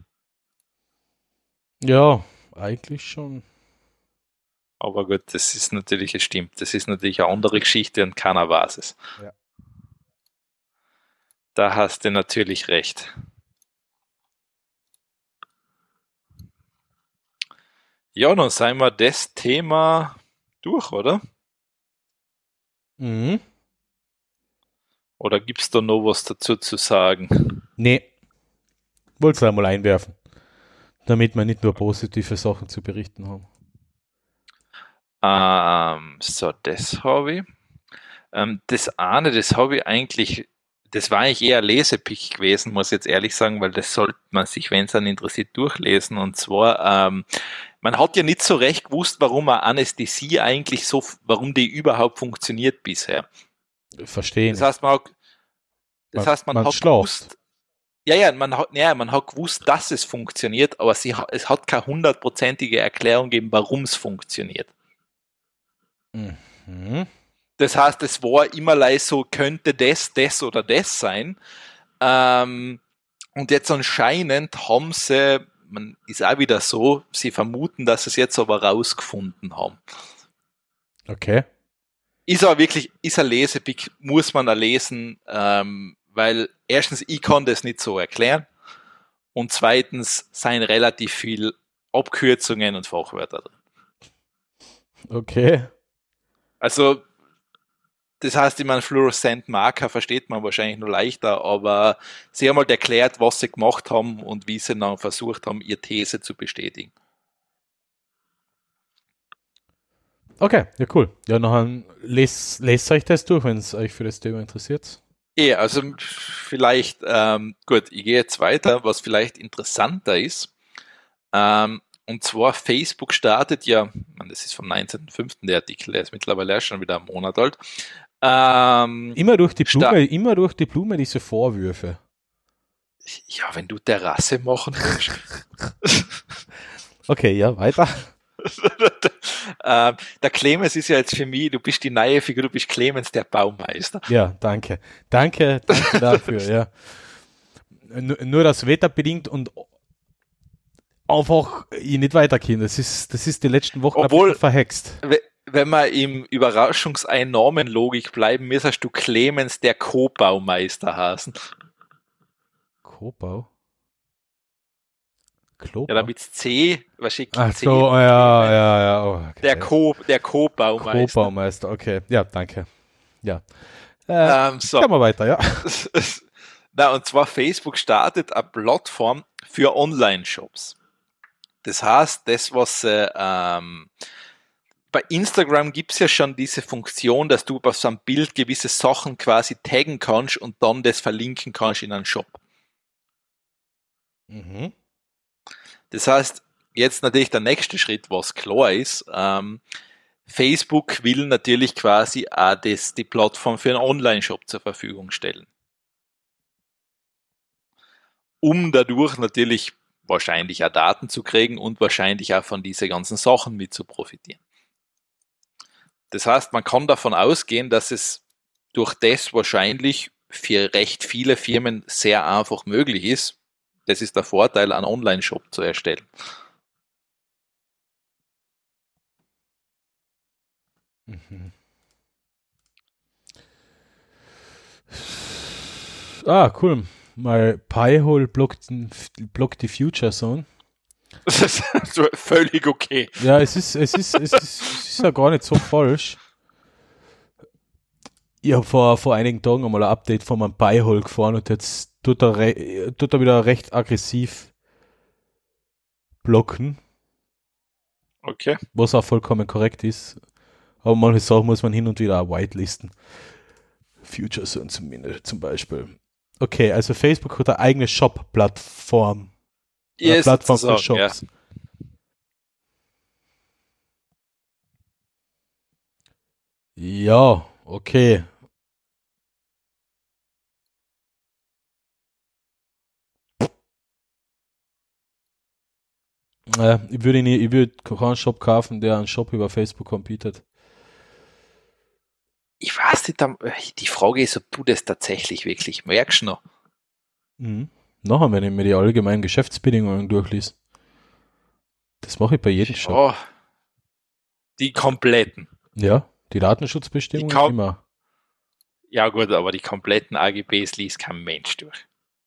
Ja, eigentlich schon. Aber gut, das ist natürlich, es stimmt, das ist natürlich eine andere Geschichte und keiner weiß es. Ja. Da hast du natürlich recht. Ja, dann seien wir das Thema durch, oder? Mhm. Oder gibt es da noch was dazu zu sagen? Nee. Wollte es einmal einwerfen. Damit wir nicht nur positive Sachen zu berichten haben. Ähm, so, das habe ich. Ähm, das eine, das habe ich eigentlich, das war eigentlich eher Lesepick gewesen, muss ich jetzt ehrlich sagen, weil das sollte man sich, wenn es einen interessiert, durchlesen. Und zwar, ähm, man hat ja nicht so recht gewusst, warum eine Anästhesie eigentlich so, warum die überhaupt funktioniert bisher. Verstehen. Das heißt, man hat, das man, heißt, man, man hat schlaft. gewusst, ja, ja, man hat, ja, man hat gewusst, dass es funktioniert, aber sie, es hat keine hundertprozentige Erklärung gegeben, warum es funktioniert. Mhm. Das heißt, es war immer so, könnte das, das oder das sein. Ähm, und jetzt anscheinend haben sie, man ist auch wieder so, sie vermuten, dass sie es jetzt aber rausgefunden haben. Okay. Ist aber wirklich, ist ein Lesepick, muss man da lesen, ähm, weil erstens, ich kann das nicht so erklären und zweitens seien relativ viel Abkürzungen und Fachwörter drin. Okay. Also, das heißt, ich meine, Fluorescent Marker versteht man wahrscheinlich nur leichter, aber sie haben halt erklärt, was sie gemacht haben und wie sie dann versucht haben, ihre These zu bestätigen. Okay, ja cool. Ja, nachher lest, lest euch das durch, wenn es euch für das Thema interessiert. Ja, also vielleicht, ähm, gut, ich gehe jetzt weiter, was vielleicht interessanter ist. Ähm, und zwar, Facebook startet ja, man, das ist vom neunzehnten fünften der Artikel, der ist mittlerweile erst schon wieder einen Monat alt. Ähm, immer durch die Blume, immer durch die Blume diese Vorwürfe. Ja, wenn du Terrasse machen willst. Okay, ja, weiter. ähm, der Clemens ist ja jetzt für mich, du bist die neue Figur, du bist Clemens, der Baumeister. Ja, danke. Danke, danke dafür, ja. Nur, nur das Wetter bedingt und einfach ich nicht weiterkommen. Das ist, das ist die letzten Wochen Obwohl, verhext. Wenn wir im Überraschungseinnormen-Logik bleiben, müsstest du Clemens der Co-Baumeister heißen. Co-Bau? Klobau? Ja, damit C, wahrscheinlich Ach C. so, ja, ja, ja. Oh, okay. Der Co, der Co-Baumeister. Co-Baumeister, okay. Ja, danke. Ja. Äh, ähm, so. Gehen wir weiter, ja. Na, und zwar Facebook startet eine Plattform für Online-Shops. Das heißt, das, was äh, ähm, bei Instagram gibt es ja schon diese Funktion, dass du auf so einem Bild gewisse Sachen quasi taggen kannst und dann das verlinken kannst in einen Shop. Mhm. Das heißt, jetzt natürlich der nächste Schritt, was klar ist, ähm, Facebook will natürlich quasi auch das, die Plattform für einen Online-Shop zur Verfügung stellen. Um dadurch natürlich wahrscheinlich auch Daten zu kriegen und wahrscheinlich auch von diesen ganzen Sachen mit zu profitieren. Das heißt, man kann davon ausgehen, dass es durch das wahrscheinlich für recht viele Firmen sehr einfach möglich ist. Das ist der Vorteil, einen Online-Shop zu erstellen. Mhm. Ah, cool. Mal Pi-Hole blockt, blockt die Future Zone. Das ist so völlig okay. Ja, es ist, es ist, es ist, es ist ja gar nicht so falsch. Ich habe vor, vor einigen Tagen einmal ein Update von meinem Pi-Hole gefahren und jetzt tut er, re- tut er wieder recht aggressiv blocken. Okay. Was auch vollkommen korrekt ist. Aber manche Sachen muss man hin und wieder auch whitelisten. Future Zone zumindest, zum Beispiel. Okay, also Facebook hat eine eigene Shop-Plattform. Yes, Plattform für sagen, Shops. Ja. ja, okay. Äh, ich würde nie, ich würde keinen Shop kaufen, der einen Shop über Facebook competet. Ich weiß nicht, die Frage ist, ob du das tatsächlich wirklich merkst noch. Mhm. Nachher, wenn ich mir die allgemeinen Geschäftsbedingungen durchlies. Das mache ich bei jedem Shop. Oh, die kompletten. Ja, die Datenschutzbestimmungen Die kom- immer. Ja gut, aber die kompletten A G Bs liest kein Mensch durch.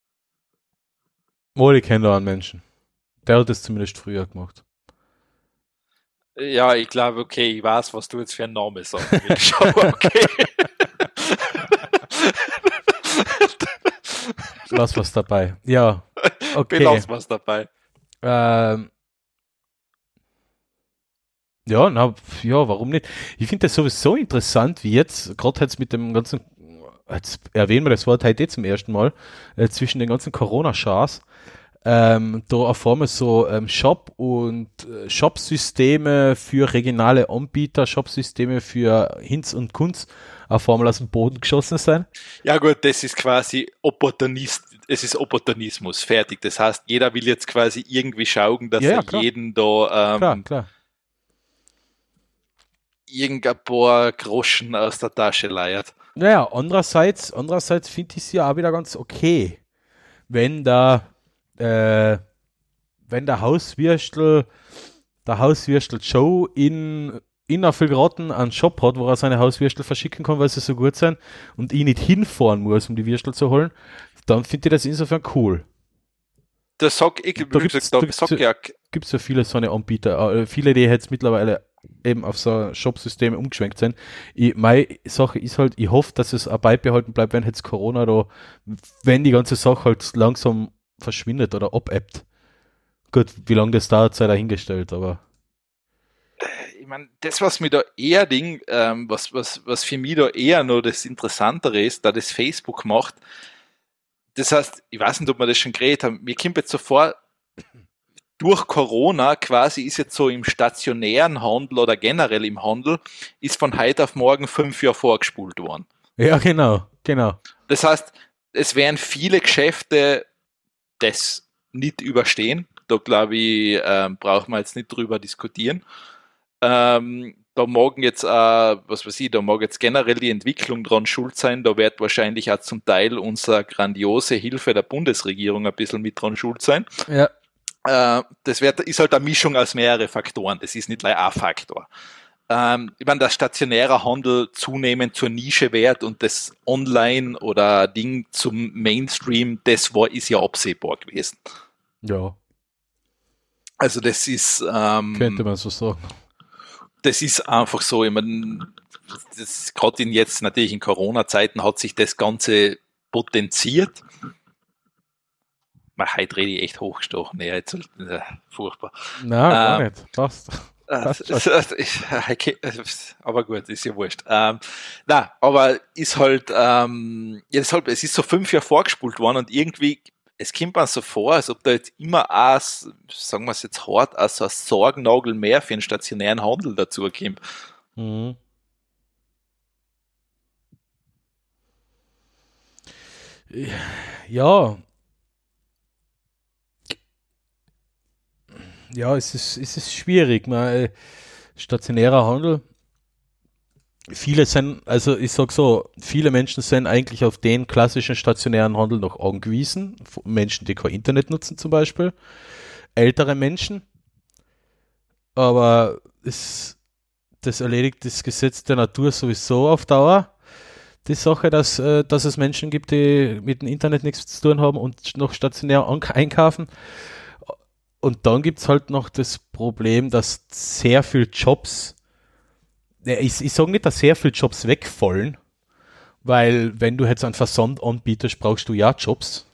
Oh, ich kenne da einen Menschen. Der hat das zumindest früher gemacht. Ja, ich glaube, okay, ich weiß, was du jetzt für einen Namen sagen willst. Okay. Lass was dabei. Ja, okay. Belass was dabei. Ähm, ja, na, ja, warum nicht? Ich finde das sowieso interessant, wie jetzt, gerade jetzt mit dem ganzen, jetzt erwähnen wir das Wort heute zum ersten Mal, äh, zwischen den ganzen Corona-Schars, ähm, da erfahren wir so ähm, Shop- und äh, Shop-Systeme für regionale Anbieter, Shop-Systeme für Hinz und Kunz erfahren wir aus dem Boden geschossen sein. Ja gut, das ist quasi Opportunist, es ist Opportunismus, fertig. Das heißt, jeder will jetzt quasi irgendwie schauen, dass Ja, ja, er klar. jeden da ähm, Klar, klar. irgendein paar Groschen aus der Tasche leiert. Naja, andererseits, andererseits finde ich es ja auch wieder ganz okay, wenn da äh, wenn der Hauswürstel der Hauswürstel Joe in in Affelgraten einen Shop hat, wo er seine Hauswürstel verschicken kann, weil sie so gut sind und ich nicht hinfahren muss, um die Würstel zu holen, dann finde ich das insofern cool. Das sag ich, Da wie gibt's- gesagt, da da gibt's sag so- ja, Gibt es ja viele so eine Anbieter, äh, viele, die jetzt mittlerweile eben auf so Shop-Systeme umgeschwenkt sind. Ich, meine Sache ist halt, ich hoffe, dass es auch beibehalten bleibt, wenn jetzt Corona da, wenn die ganze Sache halt langsam verschwindet oder abebbt. Gut, wie lange das dauert, sei dahingestellt, aber ich meine, das, was mir da eher Ding, ähm, was, was, was für mich da eher noch das Interessantere ist, da das Facebook macht, das heißt, ich weiß nicht, ob wir das schon geredet haben, mir kommt jetzt so vor, durch Corona quasi ist jetzt so im stationären Handel oder generell im Handel, ist von heute auf morgen fünf Jahre vorgespult worden. ja, genau, genau. Das heißt, es werden viele Geschäfte das nicht überstehen. Da glaube ich, ähm, braucht man jetzt nicht drüber diskutieren. Ähm, da mag jetzt, äh, was weiß ich, da mag jetzt generell die Entwicklung dran schuld sein. Da wird wahrscheinlich auch zum Teil unsere grandiose Hilfe der Bundesregierung ein bisschen mit dran schuld sein. Ja. äh, das wird, ist halt eine Mischung aus mehreren Faktoren. Das ist nicht gleich ein Faktor. Ähm, ich meine, dass stationärer Handel zunehmend zur Nische wird und das Online oder Ding zum Mainstream, das war, ist ja absehbar gewesen. Ja. Also das ist ähm, könnte man so sagen. Das ist einfach so, ich meine, das gerade in jetzt natürlich in Corona-Zeiten hat sich das Ganze potenziert. Man, heute rede ich echt hochgestochen. Ja, jetzt, äh, furchtbar. Nein, gar ähm, nicht. Passt. Aber gut, ist ja wurscht. Ähm, na, aber ist halt, ähm, ja, deshalb, es ist so fünf Jahre vorgespult worden und irgendwie, es kommt mir so vor, als ob da jetzt immer auch, sagen wir es jetzt hart, auch so ein Sorgennagel mehr für den stationären Handel dazu kommt. Mhm. Ja. Ja, es ist, es ist schwierig. Man, stationärer Handel. Viele sind, also ich sag so, viele Menschen sind eigentlich auf den klassischen stationären Handel noch angewiesen. Menschen, die kein Internet nutzen zum Beispiel. Ältere Menschen. Aber es, das erledigt das Gesetz der Natur sowieso auf Dauer. Die Sache, dass, dass es Menschen gibt, die mit dem Internet nichts zu tun haben und noch stationär einkaufen. Und dann gibt es halt noch das Problem, dass sehr viele Jobs, ich, ich sage nicht, dass sehr viele Jobs wegfallen, weil wenn du jetzt einen Versand anbietest, brauchst du ja Jobs.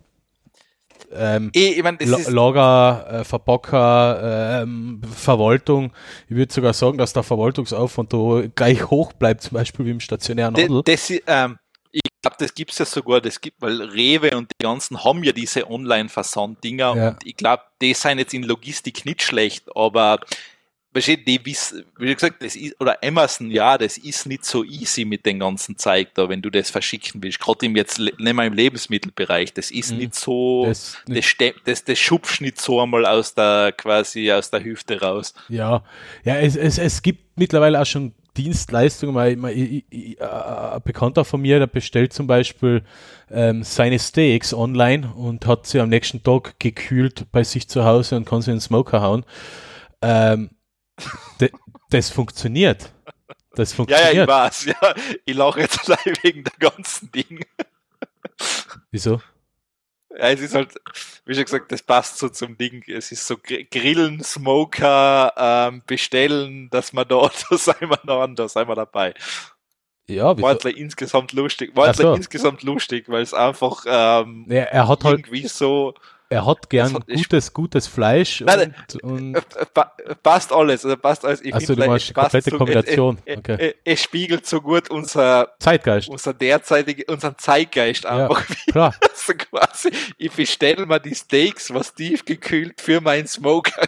Ähm, ich, ich mein, das La- ist Lager, äh, Verpacker, ähm, Verwaltung. Ich würde sogar sagen, dass der Verwaltungsaufwand da gleich hoch bleibt, zum Beispiel wie im stationären Handel. Das, das, ähm, ich glaube, das gibt es ja sogar, das gibt, weil Rewe und die ganzen haben ja diese Online-Versand-Dinger Ja. und ich glaube, die sind jetzt in Logistik nicht schlecht, aber die wissen, wie gesagt, das ist, oder Amazon, ja, das ist nicht so easy mit dem ganzen Zeug da, wenn du das verschicken willst. Gerade im jetzt, nehmen wir im Lebensmittelbereich, das ist mhm. nicht so, das, nicht. Das, das, das schubst nicht so einmal aus der, quasi aus der Hüfte raus. Ja, ja, es, es, es gibt mittlerweile auch schon Dienstleistungen. Ein Bekannter von mir, der bestellt zum Beispiel ähm, seine Steaks online und hat sie am nächsten Tag gekühlt bei sich zu Hause und kann sie in den Smoker hauen. Ähm, De, das funktioniert. Das funktioniert. Ja, ja, ich weiß. Ja, ich lache jetzt allein wegen der ganzen Dinge. Wieso? Ja, es ist halt, wie schon gesagt, das passt so zum Ding. Es ist so Grillen, Smoker, ähm, bestellen, dass man da, da sind wir dran, da sind wir dabei. Ja, wieso? War jetzt insgesamt lustig. War jetzt so. insgesamt lustig, weil es einfach ähm, ja, er hat irgendwie halt so. Er hat gern hat, gutes, ich, gutes Fleisch. Nein, und, und passt alles. Also passt alles. Ich also du meinst die komplette so, Kombination. Es, okay. es, es spiegelt so gut unser Zeitgeist. Unser derzeitige, unseren Zeitgeist einfach. Ja, klar. Also quasi, ich bestelle mal die Steaks, was tiefgekühlt für meinen Smoker.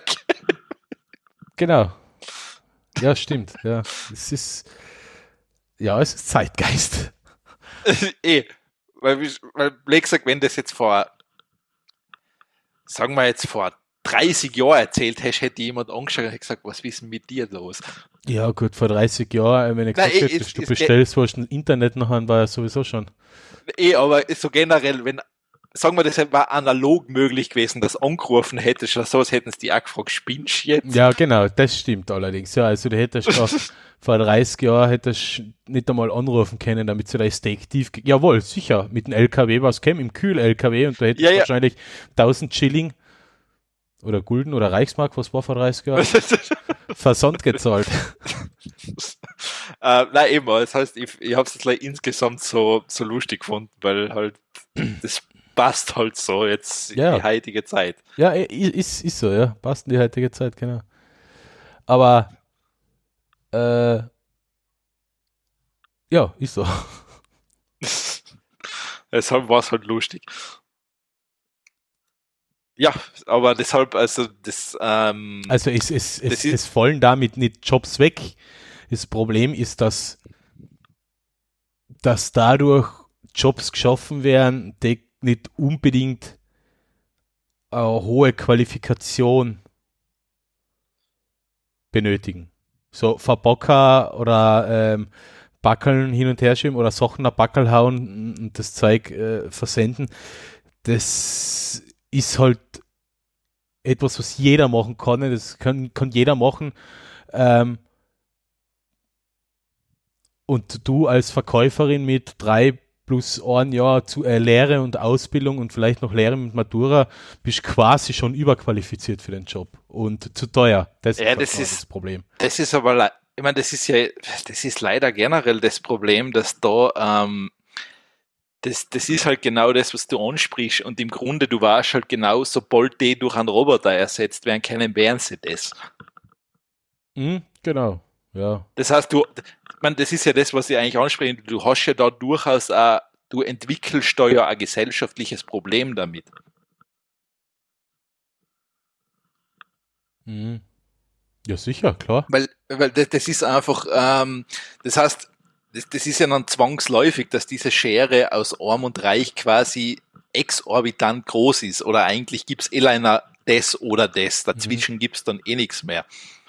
Genau. Ja, stimmt. Ja, es ist, ja, es ist Zeitgeist. eh, weil, weil Blake sagt, wenn das jetzt vor sagen wir jetzt vor dreißig Jahren erzählt hast, hätte jemand angeschaut und gesagt, was ist denn mit dir los? Ja gut, vor dreißig Jahren, wenn ich gesagt hätte, du es, bestellst was im Internet nachher, war ja sowieso schon. Eh, aber so generell, wenn, sagen wir, das war analog möglich gewesen, dass angerufen hättest oder sowas, hätten sie die auch gefragt, spinnst du jetzt? Ja genau, das stimmt allerdings. Ja, also du hättest schon vor dreißig Jahren hättest nicht einmal anrufen können, damit sie dein Steak tief... Jawohl, sicher, mit dem L K W was käme, im Kühl-L K W und da hättest du ja, ja. wahrscheinlich tausend Schilling oder Gulden oder Reichsmark, was war vor dreißig Jahren, Versand gezahlt. äh, nein, eben, das heißt, ich, ich habe es jetzt like insgesamt so, so lustig gefunden, weil halt das passt halt so jetzt in ja. die heutige Zeit. Ja, ist, ist so, ja, passt in die heutige Zeit, genau. Aber Äh, ja, ist so. Deshalb war es halt lustig. Ja, aber deshalb, also das ähm, Also es, es, das es, es fallen damit nicht Jobs weg. Das Problem ist, dass, dass dadurch Jobs geschaffen werden, die nicht unbedingt eine hohe Qualifikation benötigen. So Verpacker oder ähm, Backeln hin und her schieben oder Sachen nach Backel hauen und das Zeug äh, versenden, das ist halt etwas, was jeder machen kann, das kann, kann jeder machen. Ähm, und du als Verkäuferin mit drei plus ein Jahr zu äh, Lehre und Ausbildung und vielleicht noch Lehre mit Matura bist quasi schon überqualifiziert für den Job und zu teuer. Das Ja, ist das das, ist, das Problem. Das ist aber, le- ich meine, das ist ja, das ist leider generell das Problem, dass da, ähm, das, das ist halt genau das, was du ansprichst und im Grunde, du warst halt genau, sobald die durch einen Roboter ersetzt werden können, wären sie das. Mhm, genau, ja. Das heißt, du, ich meine, das ist ja das, was ich eigentlich anspreche, du hast ja da durchaus auch, du entwickelst da ja ein gesellschaftliches Problem damit. Mhm. Ja, sicher, klar. Weil, weil das, das ist einfach, ähm, das heißt, das, das ist ja dann zwangsläufig, dass diese Schere aus Arm und Reich quasi exorbitant groß ist. Oder eigentlich gibt's eh einer das oder das. Dazwischen Mhm. gibt's dann eh nichts mehr.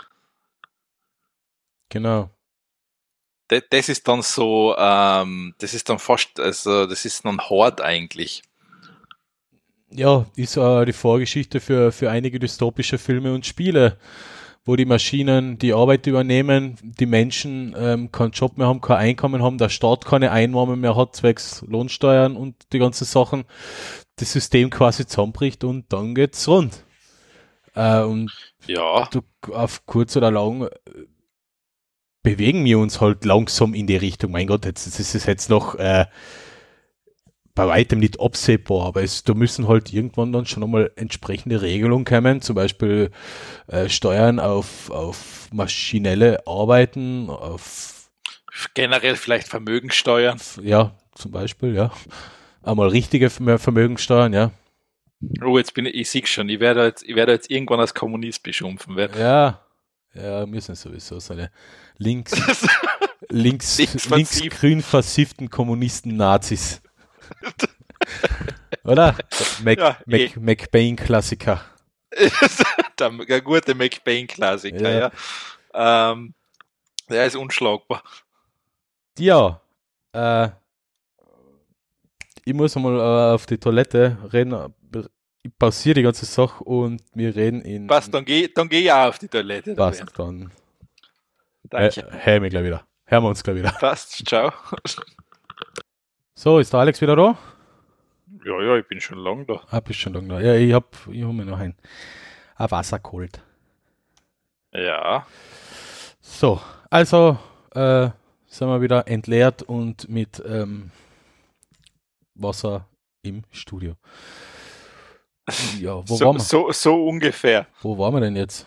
Genau. Das, das ist dann so, ähm, das ist dann fast, also das ist dann hart eigentlich. Ja, ist äh, die Vorgeschichte für, für einige dystopische Filme und Spiele, wo die Maschinen die Arbeit übernehmen, die Menschen ähm, keinen Job mehr haben, kein Einkommen haben, der Staat keine Einnahmen mehr hat, zwecks Lohnsteuern und die ganzen Sachen, das System quasi zusammenbricht und dann geht's rund. Äh, und Ja, du, auf kurz oder lang äh, bewegen wir uns halt langsam in die Richtung. Mein Gott, jetzt, das ist jetzt noch äh, bei weitem nicht absehbar, aber es, da müssen halt irgendwann dann schon einmal entsprechende Regelungen kommen, zum Beispiel äh, Steuern auf, auf maschinelle Arbeiten, auf, generell vielleicht Vermögensteuern. auf ja, zum Beispiel, ja. Einmal richtige Vermö- Vermögenssteuern, ja. Oh, jetzt bin ich, ich sehe schon, ich werde jetzt, ich werde jetzt irgendwann als Kommunist beschimpfen werden. Ja, ja, müssen sowieso seine links, links, Links links versifft. grün versifften Kommunisten Nazis. Oder? Mac, Ja, eh. Mac, McBain-Klassiker. der, der gute McBain-Klassiker, Ja. ja. Ähm, der ist unschlagbar. Ja, äh, ich muss einmal äh, auf die Toilette reden. Ich pausiere die ganze Sache und wir reden in. Passt, dann geh, dann geh ich auch auf die Toilette. Da Passt, Bernd. dann. Danke. Äh, hören wir gleich wieder. Hören wir uns gleich wieder. Passt, ciao. So, ist der Alex wieder da? Ja, ja, ich bin schon lang da. Ah, bist schon lange da. Ja, ich hab, ich hab mir noch ein, ein Wasser geholt. Ja. So, also äh, sind wir wieder entleert und mit ähm, Wasser im Studio. Ja, wo So, waren wir? so, so ungefähr. Wo waren wir denn jetzt?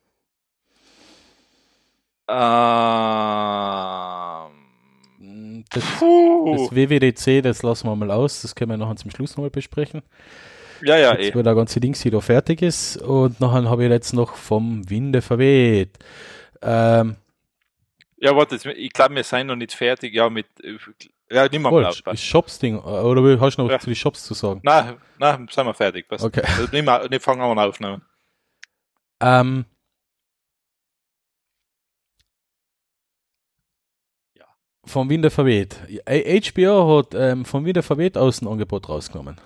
Ähm, Das, puh. das W W D C, das lassen wir mal aus. Das können wir nachher zum Schluss nochmal besprechen. Ja, ja, Jetzt, eh. weil der ganze Ding hier da fertig ist. Und nachher habe ich jetzt noch vom Winde verweht. Ähm, Ja, warte, jetzt, ich glaube, wir sind noch nicht fertig. Ja, mit. Ja, nimm mal wohl, Applaus. ist Shops-Ding. Oder will- hast du noch was Ja. zu den Shops zu sagen? Nein, nein, sind wir fertig. Passt. Okay. Also, nimm, mal- nimm, fangen wir an aufnehmen. Ähm, Ja. vom Winde verweht. H B O hat ähm, vom Winde verweht aus dem Angebot rausgenommen.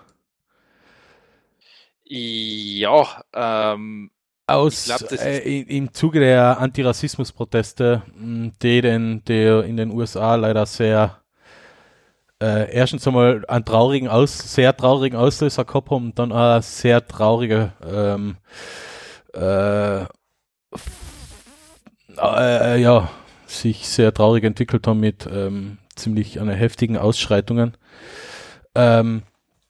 Ja, ähm, Aus, Ich glaub, das ist- äh, i- im Zuge der Antirassismus-Proteste, mh, die den, der in den U S A leider sehr äh, erstens einmal einen traurigen Aus, sehr traurigen Auslöser gehabt haben und dann auch sehr traurige ähm, äh, f- äh, ja, sich sehr traurig entwickelt haben mit ähm, ziemlich einer heftigen Ausschreitungen. Ähm,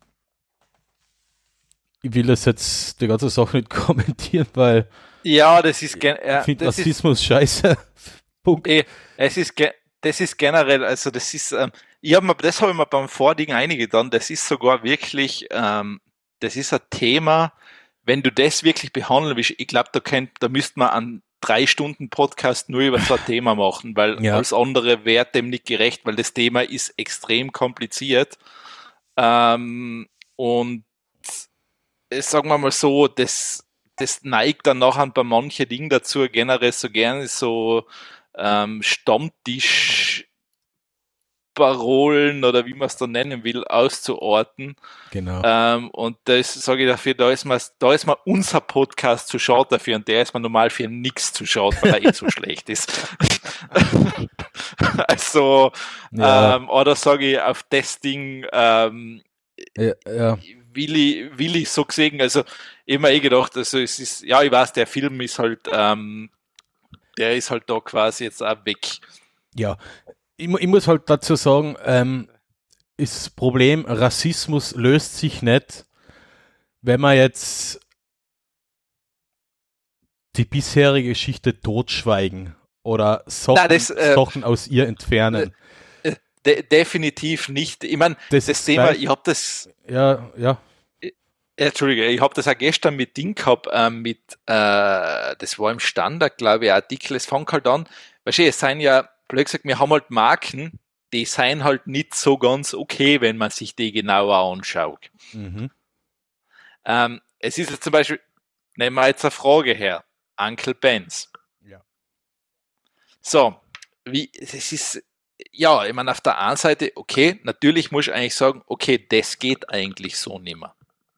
ich will das jetzt die ganze Sache nicht kommentieren, weil ja, das ist, gen ich äh, finde das ist Rassismus scheiße. Punkt. eh, es ist, ge das ist generell, also das ist, ähm, ich hab mir, das habe ich mir beim Vording eingetan, das ist sogar wirklich, ähm, das ist ein Thema, wenn du das wirklich behandeln willst, ich glaube, da könnt, da müsste man einen drei Stunden Podcast nur über so ein Thema machen, weil Ja. alles andere wäre dem nicht gerecht, weil das Thema ist extrem kompliziert. Ähm, und äh, sagen wir mal so, das, das neigt dann nachher bei manchen Dingen dazu, generell so gerne so ähm, Stammtisch Parolen oder wie man es da nennen will, auszuorten. Genau. Ähm, und das sage ich dafür, da ist mir, da ist mir unser Podcast zu schade dafür und der ist mir normal für nichts zu schade, weil er eh so schlecht ist. Also, Ja. ähm, oder sage ich auf das Ding, ähm, Ja, ja. will ich, will ich so gesehen, also immer eh gedacht, also es ist, ja, ich weiß, der Film ist halt, ähm, der ist halt da quasi jetzt auch weg. Ja, ich, ich muss halt dazu sagen, ähm, das Problem Rassismus löst sich nicht, wenn man jetzt die bisherige Geschichte totschweigen oder Sachen, Nein, das, äh, Sachen aus ihr entfernen. De- definitiv nicht. Ich meine, Das das, ist Thema, gleich- ich habe das, Ja, ja, äh, Entschuldige, ich habe das auch gestern mit Ding gehabt, äh, mit, äh, das war im Standard, glaube ich, ein Artikel, es fängt halt an, weißt du, es sind ja, blöd gesagt, wir haben halt Marken, die seien halt nicht so ganz okay, wenn man sich die genauer anschaut. mhm. Ähm, es ist jetzt zum Beispiel, nehmen wir jetzt eine Frage her, Uncle Ben's. Ja. So, wie, es ist, ja, ich meine, auf der einen Seite, okay, natürlich muss ich eigentlich sagen, okay, das geht eigentlich so nimmer.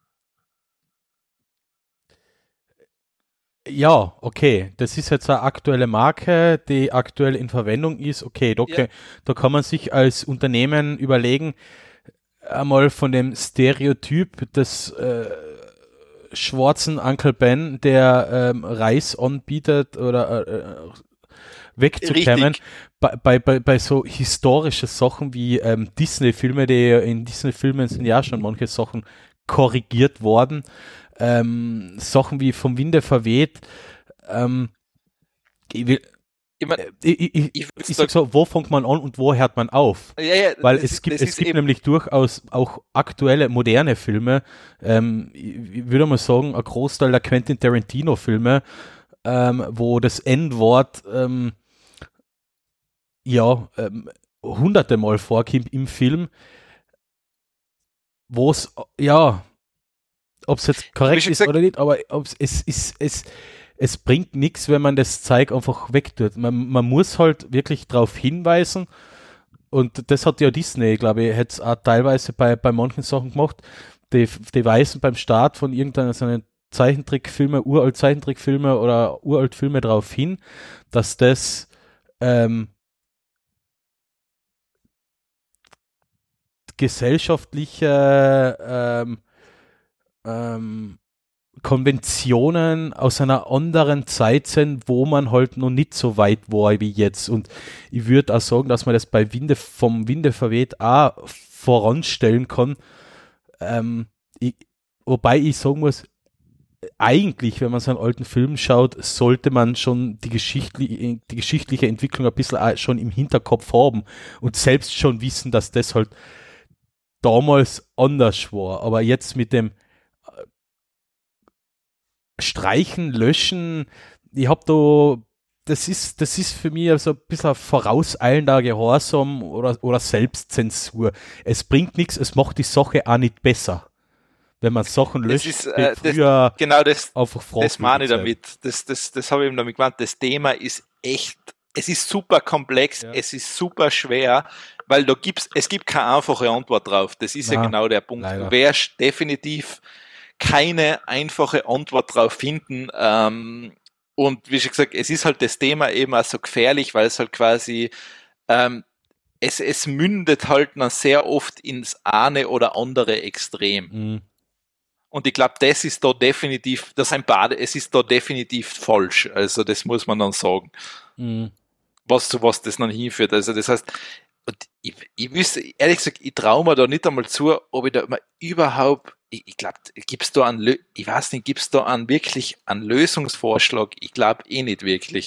Ja, okay, das ist jetzt eine aktuelle Marke, die aktuell in Verwendung ist. Okay, da, Ja. da kann man sich als Unternehmen überlegen, einmal von dem Stereotyp des äh, schwarzen Uncle Ben, der ähm, Reis anbietet oder äh, wegzukämmen. Richtig. Bei, bei, bei, bei so historischen Sachen wie ähm, Disney-Filme, die in Disney-Filmen sind ja schon manche Sachen korrigiert worden. Ähm, Sachen wie vom Winde verweht. Ähm, ich will, Ich mein, äh, ich, ich, ich, ich ich sag so, wo fängt man an und wo hört man auf? ja, ja, Weil das, es gibt, das es ist gibt eben, nämlich durchaus auch aktuelle, moderne Filme. Ähm, ich, ich würde mal sagen, ein Großteil der Quentin Tarantino-Filme, ähm, wo das N-Wort ähm, ja ähm, hunderte Mal vorkommt im Film, wo es, ja, ob es jetzt korrekt schon ist gesagt- oder nicht, aber ob's, es ist, es, es bringt nichts, wenn man das Zeug einfach wegtut. Man, man muss halt wirklich darauf hinweisen, und das hat ja Disney, glaube ich, hätte es auch teilweise bei, bei manchen Sachen gemacht. Die, die weisen beim Start von irgendeiner so einen Zeichentrickfilme, uralt Zeichentrickfilme oder uralt Filme darauf hin, dass das ähm, gesellschaftliche ähm, ähm, Konventionen aus einer anderen Zeit sind, wo man halt noch nicht so weit war wie jetzt. Und ich würde auch sagen, dass man das bei Winde vom Winde verweht auch voranstellen kann. Ähm, ich, wobei ich sagen muss, eigentlich, wenn man so einen alten Film schaut, sollte man schon die, geschichtli die geschichtliche Entwicklung ein bisschen auch schon im Hinterkopf haben und selbst schon wissen, dass das halt damals anders war. Aber jetzt mit dem Streichen, Löschen, ich habe da, das ist, das ist für mich so ein bisschen ein vorauseilender Gehorsam oder, oder Selbstzensur. Es bringt nichts, es macht die Sache auch nicht besser. Wenn man Sachen löscht, ist, die äh, das- früher genau das, einfach das meine ich sind. damit. Das, das, das habe ich eben damit gemeint. Das Thema ist echt, es ist super komplex, Ja. es ist super schwer, weil da gibt's, es gibt keine einfache Antwort drauf. Das ist ja Na, genau der Punkt. leider. Du wirst definitiv keine einfache Antwort drauf finden. Ähm, und wie schon gesagt, es ist halt das Thema eben auch so gefährlich, weil es halt quasi, ähm, es, es mündet halt dann sehr oft ins eine oder andere Extrem. Mhm. Und ich glaube, das ist da definitiv, das ist ein Bade, es ist da definitiv falsch. Also das muss man dann sagen, Mhm. was zu was das dann hinführt. Also das heißt, und ich, ich wüsste, ehrlich gesagt, ich traue mir da nicht einmal zu, ob ich da mal überhaupt, ich, ich glaube, gibt's da einen, Lö- ich weiß nicht, gibt's da einen wirklich einen Lösungsvorschlag? Ich glaube eh nicht wirklich.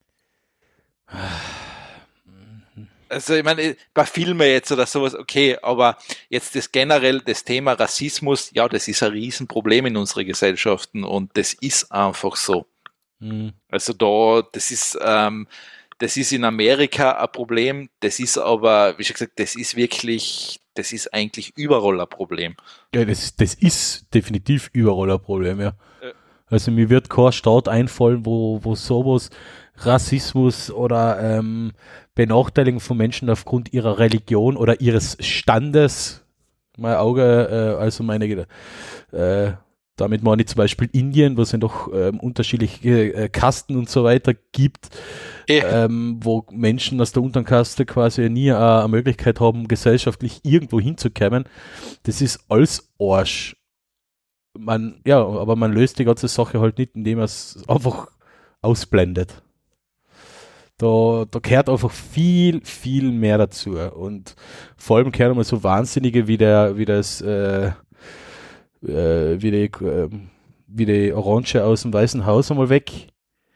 Also ich meine, bei Filmen jetzt oder sowas, okay, aber jetzt das generell, das Thema Rassismus, ja, das ist ein Riesenproblem in unseren Gesellschaften und das ist einfach so. Mhm. Also da, das ist, ähm, das ist in Amerika ein Problem, das ist aber, wie schon gesagt, das ist wirklich, das ist eigentlich überall ein Problem. Ja, das, das ist definitiv überall ein Problem, ja. Also mir wird kein Staat einfallen, wo, wo sowas Rassismus oder ähm, Benachteiligung von Menschen aufgrund ihrer Religion oder ihres Standes, mein Auge, äh, also meine, äh, damit meine ich zum Beispiel Indien, wo es ja doch ähm, unterschiedliche äh, Kasten und so weiter gibt, ja. ähm, wo Menschen aus der unteren Kaste quasi nie äh, eine Möglichkeit haben, gesellschaftlich irgendwo hinzukommen. Das ist alles Arsch. Man, ja, aber man löst die ganze Sache halt nicht, indem man es einfach ausblendet. Da, da gehört einfach viel, viel mehr dazu. Und vor allem gehören mal so Wahnsinnige wie der, wie das, äh, äh, wie die, äh, wie die Orange aus dem Weißen Haus einmal weg.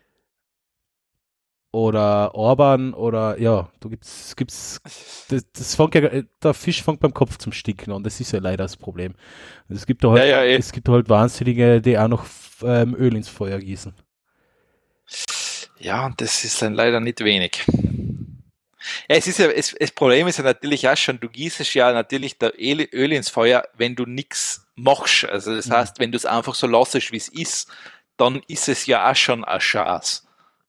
Oder Orban oder ja, da gibt's, gibt's, das, das fängt ja, der Fisch fängt beim Kopf zum Sticken an, das ist ja leider das Problem. Es gibt da halt, ja, ja, es gibt halt Wahnsinnige, die auch noch ähm, Öl ins Feuer gießen. Ja, und das ist dann leider nicht wenig. Ja, es ist ja, es, das Problem ist ja natürlich auch schon, du gießt ja natürlich der Öl, Öl ins Feuer, wenn du nichts machst. Also das mhm. heißt, wenn du es einfach so lässt, wie es ist, dann ist es ja auch schon eine Chance.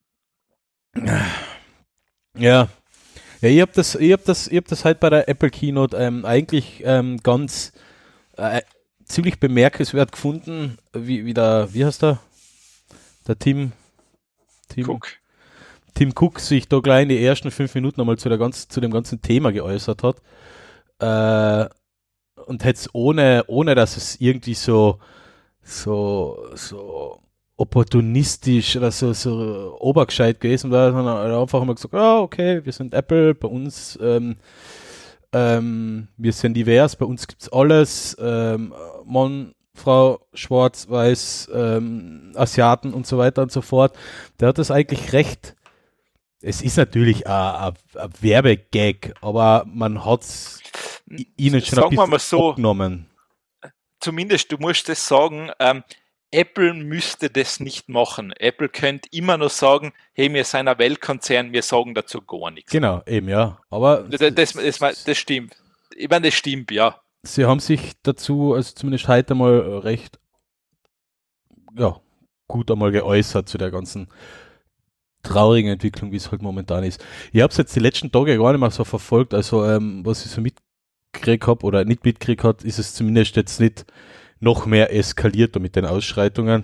Ja. Ja, ich habe das, ich hab das, ich hab das halt bei der Apple Keynote ähm, eigentlich ähm, ganz äh, ziemlich bemerkenswert gefunden, wie, wie der, wie heißt der? Der Tim, Tim Cook. Tim Cook sich da gleich in die ersten fünf Minuten einmal zu, der ganz, zu dem ganzen Thema geäußert hat. Äh, und hätte ohne, ohne dass es irgendwie so, so, so opportunistisch oder so, so obergescheit gewesen war, sondern er hat einfach immer gesagt, ah, okay, wir sind Apple, bei uns, ähm, ähm, wir sind divers, bei uns gibt's alles, ähm, Mann, Frau, Schwarz, Weiß, ähm, Asiaten und so weiter und so fort. Der hat das eigentlich recht. Es ist natürlich ein Werbegag, aber man hat es ihnen schon sagen ein bisschen so, abgenommen. Zumindest, du musst das sagen, ähm, Apple müsste das nicht machen. Apple könnte immer nur sagen, hey, wir sind ein Weltkonzern, wir sagen dazu gar nichts. Genau, eben, ja. Aber das, das, das, das stimmt. Ich meine, das stimmt, ja. Sie haben sich dazu, also zumindest heute mal recht, ja, gut einmal geäußert zu der ganzen traurigen Entwicklung, wie es halt momentan ist. Ich habe es jetzt die letzten Tage gar nicht mehr so verfolgt, also ähm, was ich so mitgekriegt habe oder nicht mitgekriegt habe, ist es zumindest jetzt nicht noch mehr eskaliert mit den Ausschreitungen.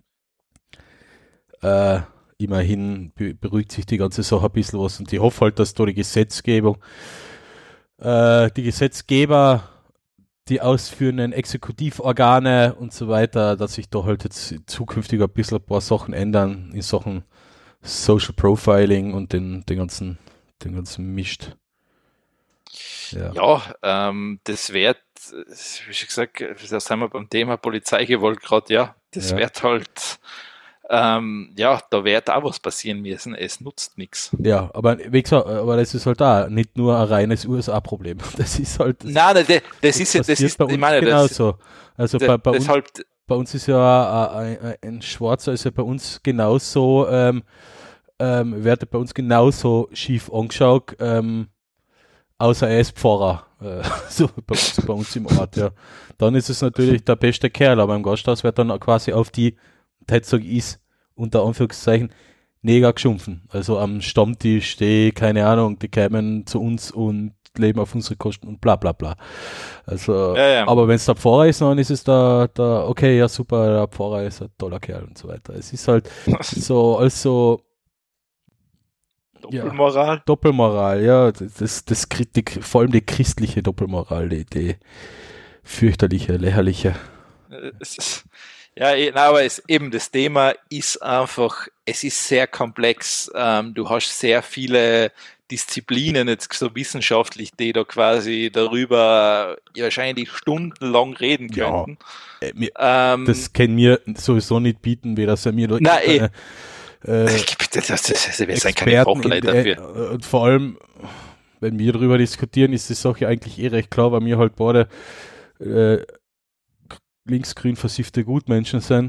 Äh, immerhin be- beruhigt sich die ganze Sache ein bisschen was und ich hoffe halt, dass da die Gesetzgebung, äh, die Gesetzgeber, die ausführenden Exekutivorgane und so weiter, dass sich da halt jetzt zukünftig ein bisschen ein paar Sachen ändern in Sachen Social Profiling und den, den ganzen, den ganzen Mist. Ja, ja ähm, das wird, wie schon gesagt, da sind wir beim Thema Polizeigewalt gerade, ja, das ja. wird halt, ähm, ja, da wird auch was passieren müssen, es nutzt nichts. Ja, aber wie gesagt, aber das ist halt da nicht nur ein reines U S A-Problem. Das ist halt. Das, nein, nein, das, das ist ja, das ist, bei uns ich meine, genauso. Also das, bei, bei, uns, halt, bei uns ist ja ein, ein, ein Schwarzer, ist ja bei uns genauso, ähm, ähm, wird bei uns genauso schief angeschaut, ähm, außer er ist Pfarrer. Äh, so bei uns, bei uns im Ort, ja. Dann ist es natürlich der beste Kerl, aber im Gasthaus wird dann quasi auf die, Tetzog ist, unter Anführungszeichen, Neger geschumpfen. Also am Stammtisch stehe, keine Ahnung, die kämen zu uns und leben auf unsere Kosten und bla bla bla. Also, ja, ja. aber wenn es der Pfarrer ist, dann ist es da, da, okay, ja super, der Pfarrer ist ein toller Kerl und so weiter. Es ist halt so, also Doppelmoral. Ja, Doppelmoral, ja, das, das, das Kritik, vor allem die christliche Doppelmoral, die, die fürchterliche, lächerliche. Es ist, ja, aber es, eben das Thema ist einfach, es ist sehr komplex. Ähm, du hast sehr viele Disziplinen, jetzt so wissenschaftlich, die da quasi darüber wahrscheinlich stundenlang reden könnten. Ja, äh, mir, ähm, das können wir sowieso nicht bieten, wie das er mir Nein, äh, äh, äh, das, das, das, wir sind keine Fachleiter dafür. Und vor allem, wenn wir darüber diskutieren, ist die Sache eigentlich eh recht klar, weil wir halt beide äh, linksgrün versiffte Gutmenschen sind.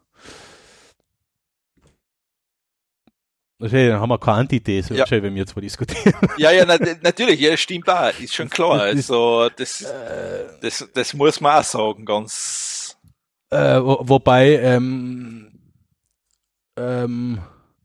Okay, dann haben wir keine Antithese, ja. wenn wir jetzt mal diskutieren. Ja, ja, na, natürlich, ja, stimmt auch, ist schon klar. Also, das, das, das muss man auch sagen, ganz. Äh, wo, wobei, ähm, ähm,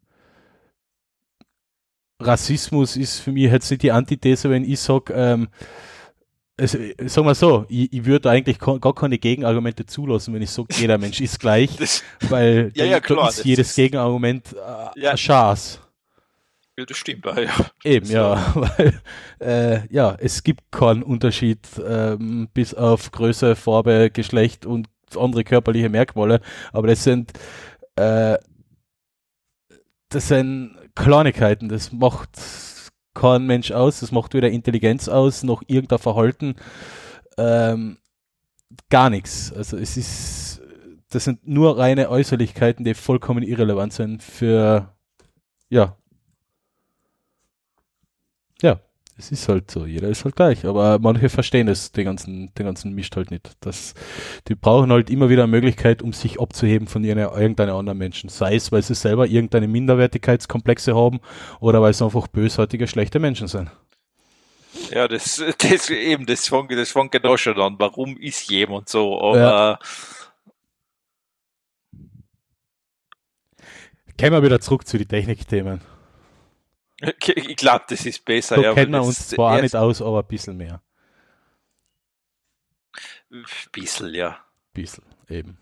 Rassismus ist für mich jetzt nicht die Antithese, wenn ich sage, ähm, also, sagen wir so, ich, ich würde eigentlich gar keine Gegenargumente zulassen, wenn ich sage, jeder Mensch ist gleich, das, weil ja, da, ja, klar, da ist jedes ist, Gegenargument äh, ja, eine Chance. Ja, das stimmt, ja. Eben, das ja, weil äh, ja, es gibt keinen Unterschied ähm, bis auf Größe, Farbe, Geschlecht und andere körperliche Merkmale, aber das sind äh, das sind Kleinigkeiten, das macht kein Mensch aus, das macht weder Intelligenz aus, noch irgendein Verhalten, ähm, gar nichts. Also es ist, das sind nur reine Äußerlichkeiten, die vollkommen irrelevant sind für, ja, ja, es ist halt so, jeder ist halt gleich, aber manche verstehen das, den ganzen, den ganzen Mist halt nicht. Das, die brauchen halt immer wieder eine Möglichkeit, um sich abzuheben von irgendeinem anderen Menschen. Sei es, weil sie selber irgendeine Minderwertigkeitskomplexe haben oder weil sie einfach bösartige, schlechte Menschen sind. Ja, das, das eben, das fängt, das fängt genau schon an. Warum ist jemand so? Aber ja. Gehen wir wieder zurück zu den Technikthemen. Ich glaube, das ist besser. Da ja, kennen wir uns zwar auch nicht aus, aber ein bisschen mehr. Ein bisschen, ja. Ein bisschen, eben.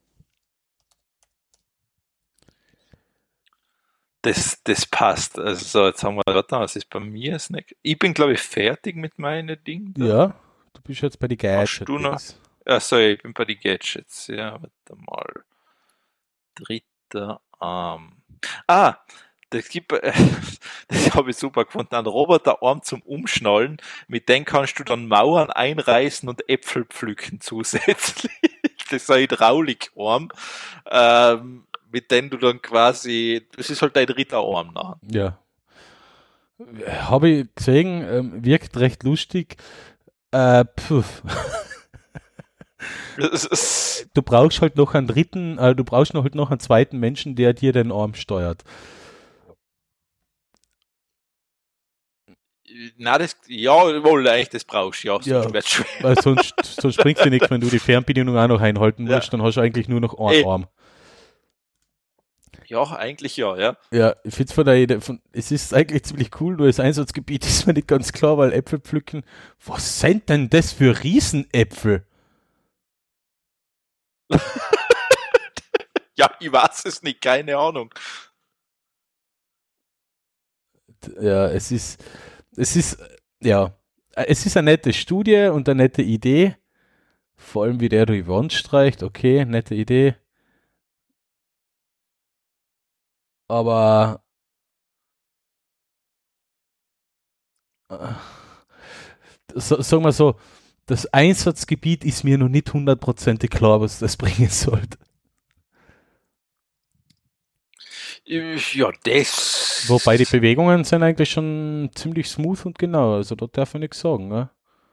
Das, das passt. Also so, jetzt haben wir gerade, was ist bei mir das nicht? Ich bin, glaube ich, fertig mit meinen Dingen. Ja, du bist jetzt bei den Gadgets. Achso, ich bin bei den Gadgets. Ja, warte mal. Dritter Arm. Ah, das gibt, äh, das habe ich super gefunden, einen Roboterarm zum Umschnallen, mit dem kannst du dann Mauern einreißen und Äpfel pflücken zusätzlich. Das ist ein Hydraulikarm, ähm, mit dem du dann quasi, das ist halt dein Ritterarm. Ne? Ja. Habe ich gesehen, ähm, wirkt recht lustig. Äh, pf. Du brauchst halt noch einen dritten, äh, du brauchst noch halt noch einen zweiten Menschen, der dir den Arm steuert. Na, das, ja, wohl, echt, das brauchst du, ja, sonst ja, wird's schwer. Weil sonst, sonst bringt dir nichts, wenn du die Fernbedienung auch noch einhalten musst, ja. Dann hast du eigentlich nur noch einen Ey. Arm. Ja, eigentlich ja, ja. Ja, ich finde es von der Idee, von, es ist eigentlich ziemlich cool, nur das Einsatzgebiet ist mir nicht ganz klar, weil Äpfel pflücken, was sind denn das für Riesenäpfel? Ja, ich weiß es nicht, keine Ahnung. Ja, es ist, es ist, ja, es ist eine nette Studie und eine nette Idee. Vor allem, wie der durch die Wand streicht. Okay, nette Idee. Aber äh, so, sagen wir so, das Einsatzgebiet ist mir noch nicht hundertprozentig klar, was das bringen sollte. Ja, das. Wobei die Bewegungen sind eigentlich schon ziemlich smooth und genau, also da darf man nichts sagen, ne?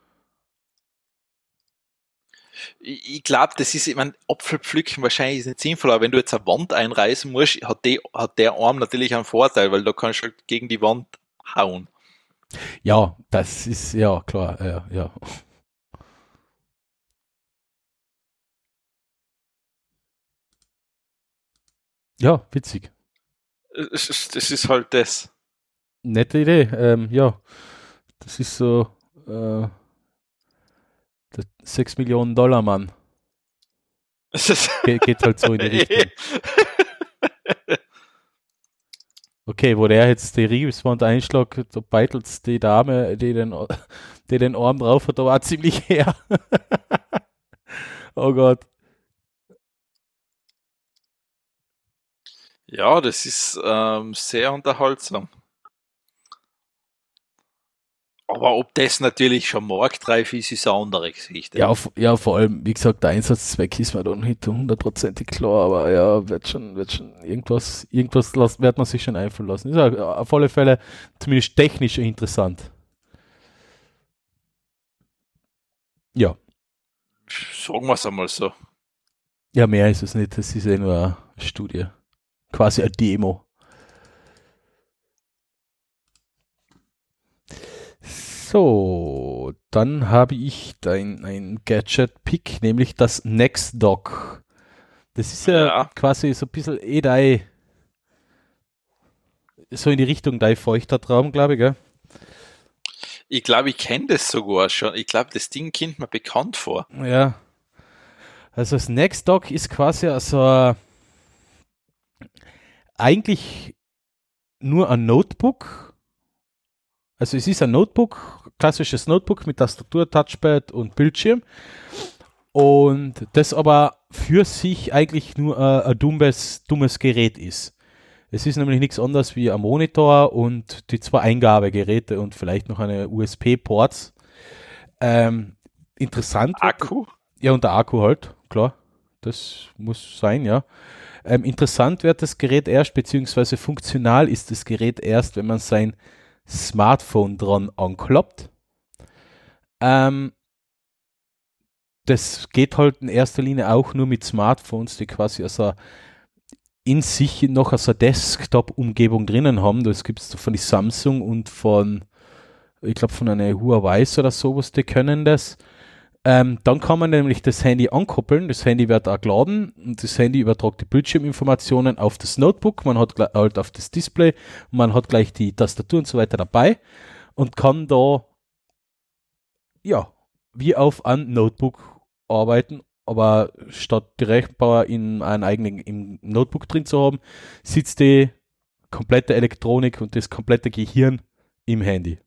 Ich glaube, das ist, ich meine, Apfelpflücken wahrscheinlich ist nicht sinnvoll, aber wenn du jetzt eine Wand einreißen musst, hat, die, hat der Arm natürlich einen Vorteil, weil da kannst du halt gegen die Wand hauen. Ja, das ist, ja, klar, ja, ja. Ja, witzig. Das ist halt das. Nette Idee, ähm, ja. Das ist so äh, der sechs Millionen Dollar Mann. Ge geht halt so in die Richtung. Okay, wo der jetzt die Riebswand einschlägt, da beitelt die Dame, die den, die den Arm drauf hat, da war ziemlich her. Oh Gott. Ja, das ist ähm, sehr unterhaltsam. Aber ob das natürlich schon marktreif ist, ist eine andere Geschichte. Ja, ja, vor allem, wie gesagt, der Einsatzzweck ist mir da nicht hundertprozentig klar, aber ja, wird schon, wird schon irgendwas, irgendwas las, wird man sich schon einfallen lassen. Ist ja auf alle Fälle zumindest technisch interessant. Ja. Sagen wir es einmal so. Ja, mehr ist es nicht, das ist eh nur eine Studie. Quasi eine Demo. So, dann habe ich dein, ein Gadget-Pick, nämlich das NextDock. Das ist ja, ja quasi so ein bisschen eh dein, so in die Richtung dein feuchter Traum, glaube ich, gell? Ich glaube, ich kenne das sogar schon. Ich glaube, das Ding kommt mir bekannt vor. Ja. Also das Nextdock ist quasi also eigentlich nur ein Notebook. Also es ist ein Notebook, klassisches Notebook mit Tastatur, Touchpad und Bildschirm. Und das aber für sich eigentlich nur ein, ein dummes, dummes Gerät ist. Es ist nämlich nichts anderes wie ein Monitor und die zwei Eingabegeräte und vielleicht noch eine U S B-Ports. Ähm, interessant. Akku? Ja, und der Akku halt, klar. Das muss sein, ja. Ähm, interessant wird das Gerät erst, beziehungsweise funktional ist das Gerät erst, wenn man sein Smartphone dran ankloppt. Ähm, das geht halt in erster Linie auch nur mit Smartphones, die quasi also in sich noch also eine Desktop-Umgebung drinnen haben. Das gibt es von die Samsung und von, ich glaube von einer Huawei oder sowas, die können das. Ähm, dann kann man nämlich das Handy ankoppeln. Das Handy wird auch geladen und das Handy übertragt die Bildschirminformationen auf das Notebook. Man hat halt auf das Display und man hat gleich die Tastatur und so weiter dabei und kann da ja wie auf einem Notebook arbeiten. Aber statt die Rechenpower in einem eigenen im Notebook drin zu haben, sitzt die komplette Elektronik und das komplette Gehirn im Handy.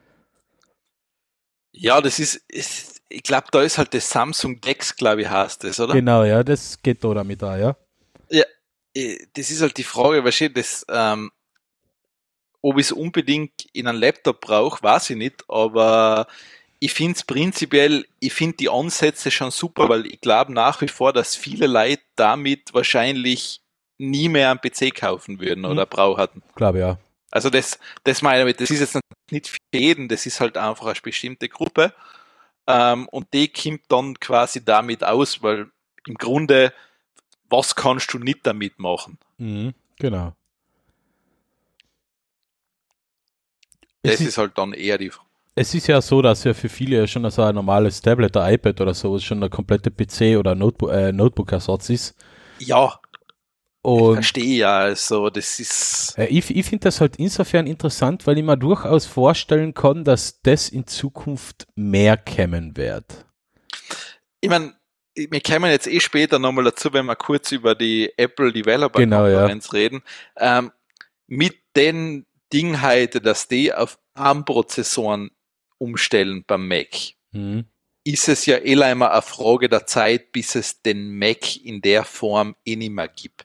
Ja, das ist, ist ich glaube, da ist halt das Samsung Dex, glaube ich, heißt das, oder? Genau, ja, das geht da damit auch, ja. Ja, das ist halt die Frage, wahrscheinlich, das, ähm, ob ich es unbedingt in einem Laptop brauche, weiß ich nicht, aber ich finde es prinzipiell, ich finde die Ansätze schon super, weil ich glaube nach wie vor, dass viele Leute damit wahrscheinlich nie mehr einen P C kaufen würden oder hm. brauchen. Glaube ja. Also das, das meine ich damit, das ist jetzt nicht für jeden, das ist halt einfach eine bestimmte Gruppe ähm, und die kommt dann quasi damit aus, weil im Grunde, was kannst du nicht damit machen? Mhm, genau. Das ist, ist halt dann eher die Frage. Es ist ja so, dass ja für viele ja schon so ein normales Tablet, ein iPad oder so schon eine komplette P C- oder Notebook, äh, Notebook-Ersatz ist. Ja, und ich verstehe ja, also das ist... Äh, ich ich finde das halt insofern interessant, weil ich mir durchaus vorstellen kann, dass das in Zukunft mehr kämen wird. Ich meine, wir kommen jetzt eh später nochmal dazu, wenn wir kurz über die Apple Developer genau, Konferenz ja. reden. Ähm, mit den Dingen heute, dass die auf ARM-Prozessoren umstellen beim Mac, mhm. ist es ja eh immer eine Frage der Zeit, bis es den Mac in der Form eh nicht mehr gibt.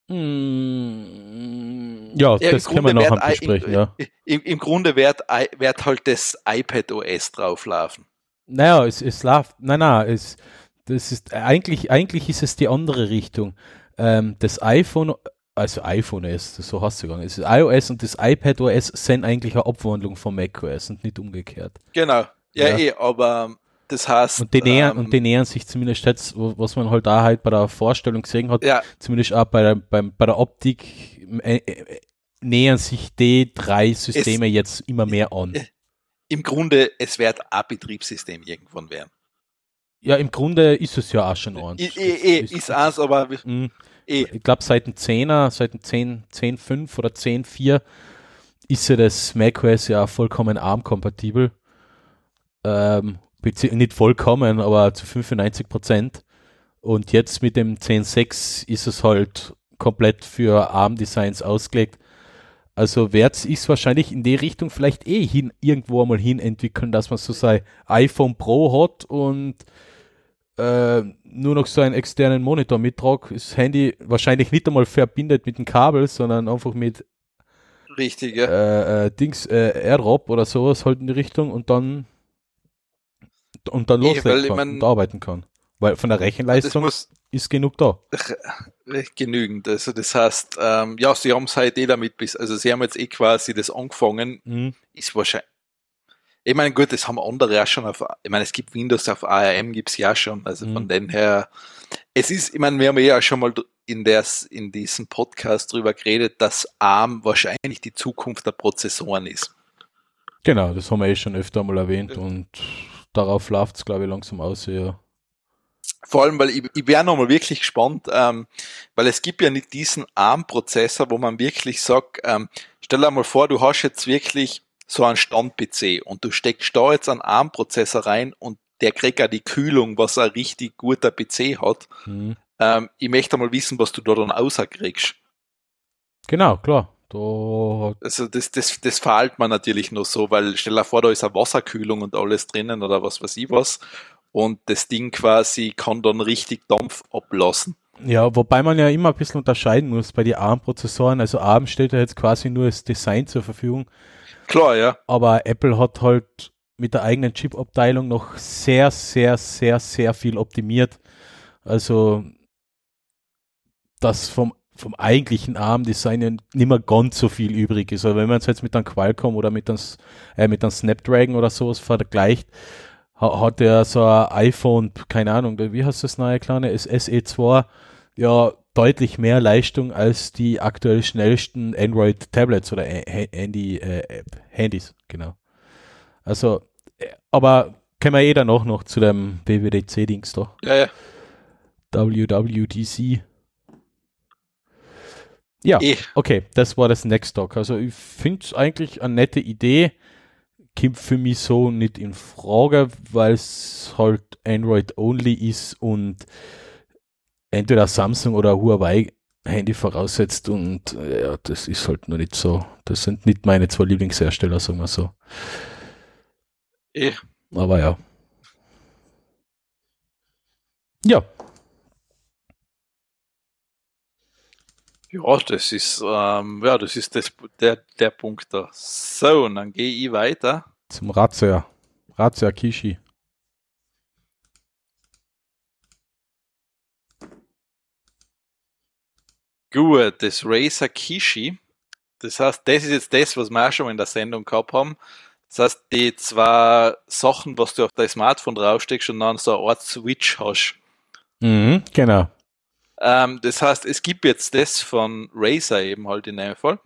Mm, ja, ja, das können wir noch besprechen. Im, ja. im, im Grunde wird, wird halt das iPadOS drauflaufen. Naja, es, es läuft, nein, nein, es, das ist, eigentlich, eigentlich ist es die andere Richtung. Ähm, das iPhone, also iPhone S, so hast du gar nicht. Das iOS und das iPadOS sind eigentlich eine Abwandlung von macOS und nicht umgekehrt. Genau, ja, ja. eh, aber das heißt... Und die, nähern, ähm, und die nähern sich zumindest jetzt, was man halt da halt bei der Vorstellung gesehen hat, ja. zumindest auch bei der, bei, bei der Optik, äh, äh, nähern sich die drei Systeme es, jetzt immer mehr an. Äh, Im Grunde, es wird ein Betriebssystem irgendwann werden. Ja, im Grunde ist es ja auch schon eins. I, I, ist, ist eins, aber... Mh, eh. Ich glaube, seit dem zehner, seit dem zehn Punkt fünf oder zehn Punkt vier ist ja das macOS ja vollkommen ARM-kompatibel. Ähm, nicht vollkommen, aber zu fünfundneunzig Prozent. Und jetzt mit dem zehn Punkt sechs ist es halt komplett für ARM-Designs ausgelegt. Also wird es wahrscheinlich in die Richtung vielleicht eh hin, irgendwo einmal hin entwickeln, dass man so sein iPhone Pro hat und äh, nur noch so einen externen Monitor mittragt, das Handy wahrscheinlich nicht einmal verbindet mit dem Kabel, sondern einfach mit Richtig, ja. äh, äh, Dings, äh, AirDrop oder sowas halt in die Richtung und dann und dann loslegen kann und arbeiten kann. Weil von der Rechenleistung ist genug da. Genügend. Also das heißt, ähm, ja, sie haben es halt eh damit bis, also sie haben jetzt eh quasi das angefangen, mhm. ist wahrscheinlich, ich meine, gut, das haben andere auch schon auf, ich meine, es gibt Windows auf A R M, gibt es ja schon, also mhm. von dem her, es ist, ich meine, wir haben ja schon mal in, des, in diesem Podcast drüber geredet, dass ARM wahrscheinlich die Zukunft der Prozessoren ist. Genau, das haben wir eh schon öfter mal erwähnt ja. und darauf läuft es, glaube ich, langsam aus, ja. Vor allem, weil ich, ich wäre nochmal wirklich gespannt, ähm, weil es gibt ja nicht diesen ARM-Prozessor, wo man wirklich sagt, ähm, stell dir mal vor, du hast jetzt wirklich so einen Stand-P C und du steckst da jetzt einen ARM-Prozessor rein und der kriegt auch die Kühlung, was ein richtig guter P C hat. Mhm. Ähm, ich möchte mal wissen, was du da dann rauskriegst. Genau, klar. Da, Also das, das, das verhält man natürlich nur so, weil stell dir vor, da ist eine Wasserkühlung und alles drinnen oder was weiß ich was. Und das Ding quasi kann dann richtig Dampf ablassen. ja, wobei man ja immer ein bisschen unterscheiden muss bei den ARM-Prozessoren. Also ARM stellt ja jetzt quasi nur das Design zur Verfügung, Klar, ja. aber Apple hat halt mit der eigenen Chip-Abteilung noch sehr, sehr, sehr, sehr viel optimiert. Also dass vom, vom eigentlichen ARM-Design ja nicht mehr ganz so viel übrig ist. Aber wenn man es jetzt mit einem Qualcomm oder mit einem, äh, mit einem Snapdragon oder sowas vergleicht, ha, hat er so ein iPhone, keine Ahnung, wie heißt das neue kleine, S E zwei, ja, deutlich mehr Leistung als die aktuell schnellsten Android-Tablets oder Handy, äh, Handys, genau. Also, äh, aber können wir eh dann auch noch zu dem W W D C-Dings da. Ja, ja. W W D C. Ja, Eh. okay, das war das Next Talk. Also ich finde es eigentlich eine nette Idee, kommt für mich so nicht in Frage, weil es halt Android-only ist und entweder Samsung oder Huawei Handy voraussetzt und äh, ja, das ist halt noch nicht so. Das sind nicht meine zwei Lieblingshersteller, sagen wir so. Eh. Aber ja. Ja. Ja, das ist, ähm, ja, das ist das, der, der Punkt da. So, und dann gehe ich weiter. Zum Razer. Razer Kishi. Gut, das Razer Kishi. Das heißt, das ist jetzt das, was wir auch schon in der Sendung gehabt haben. Das heißt, die zwei Sachen, was du auf dein Smartphone draufsteckst und dann so eine Art Switch hast. Mhm, genau. Ähm, das heißt, es gibt jetzt das von Razer eben halt in dem Fall.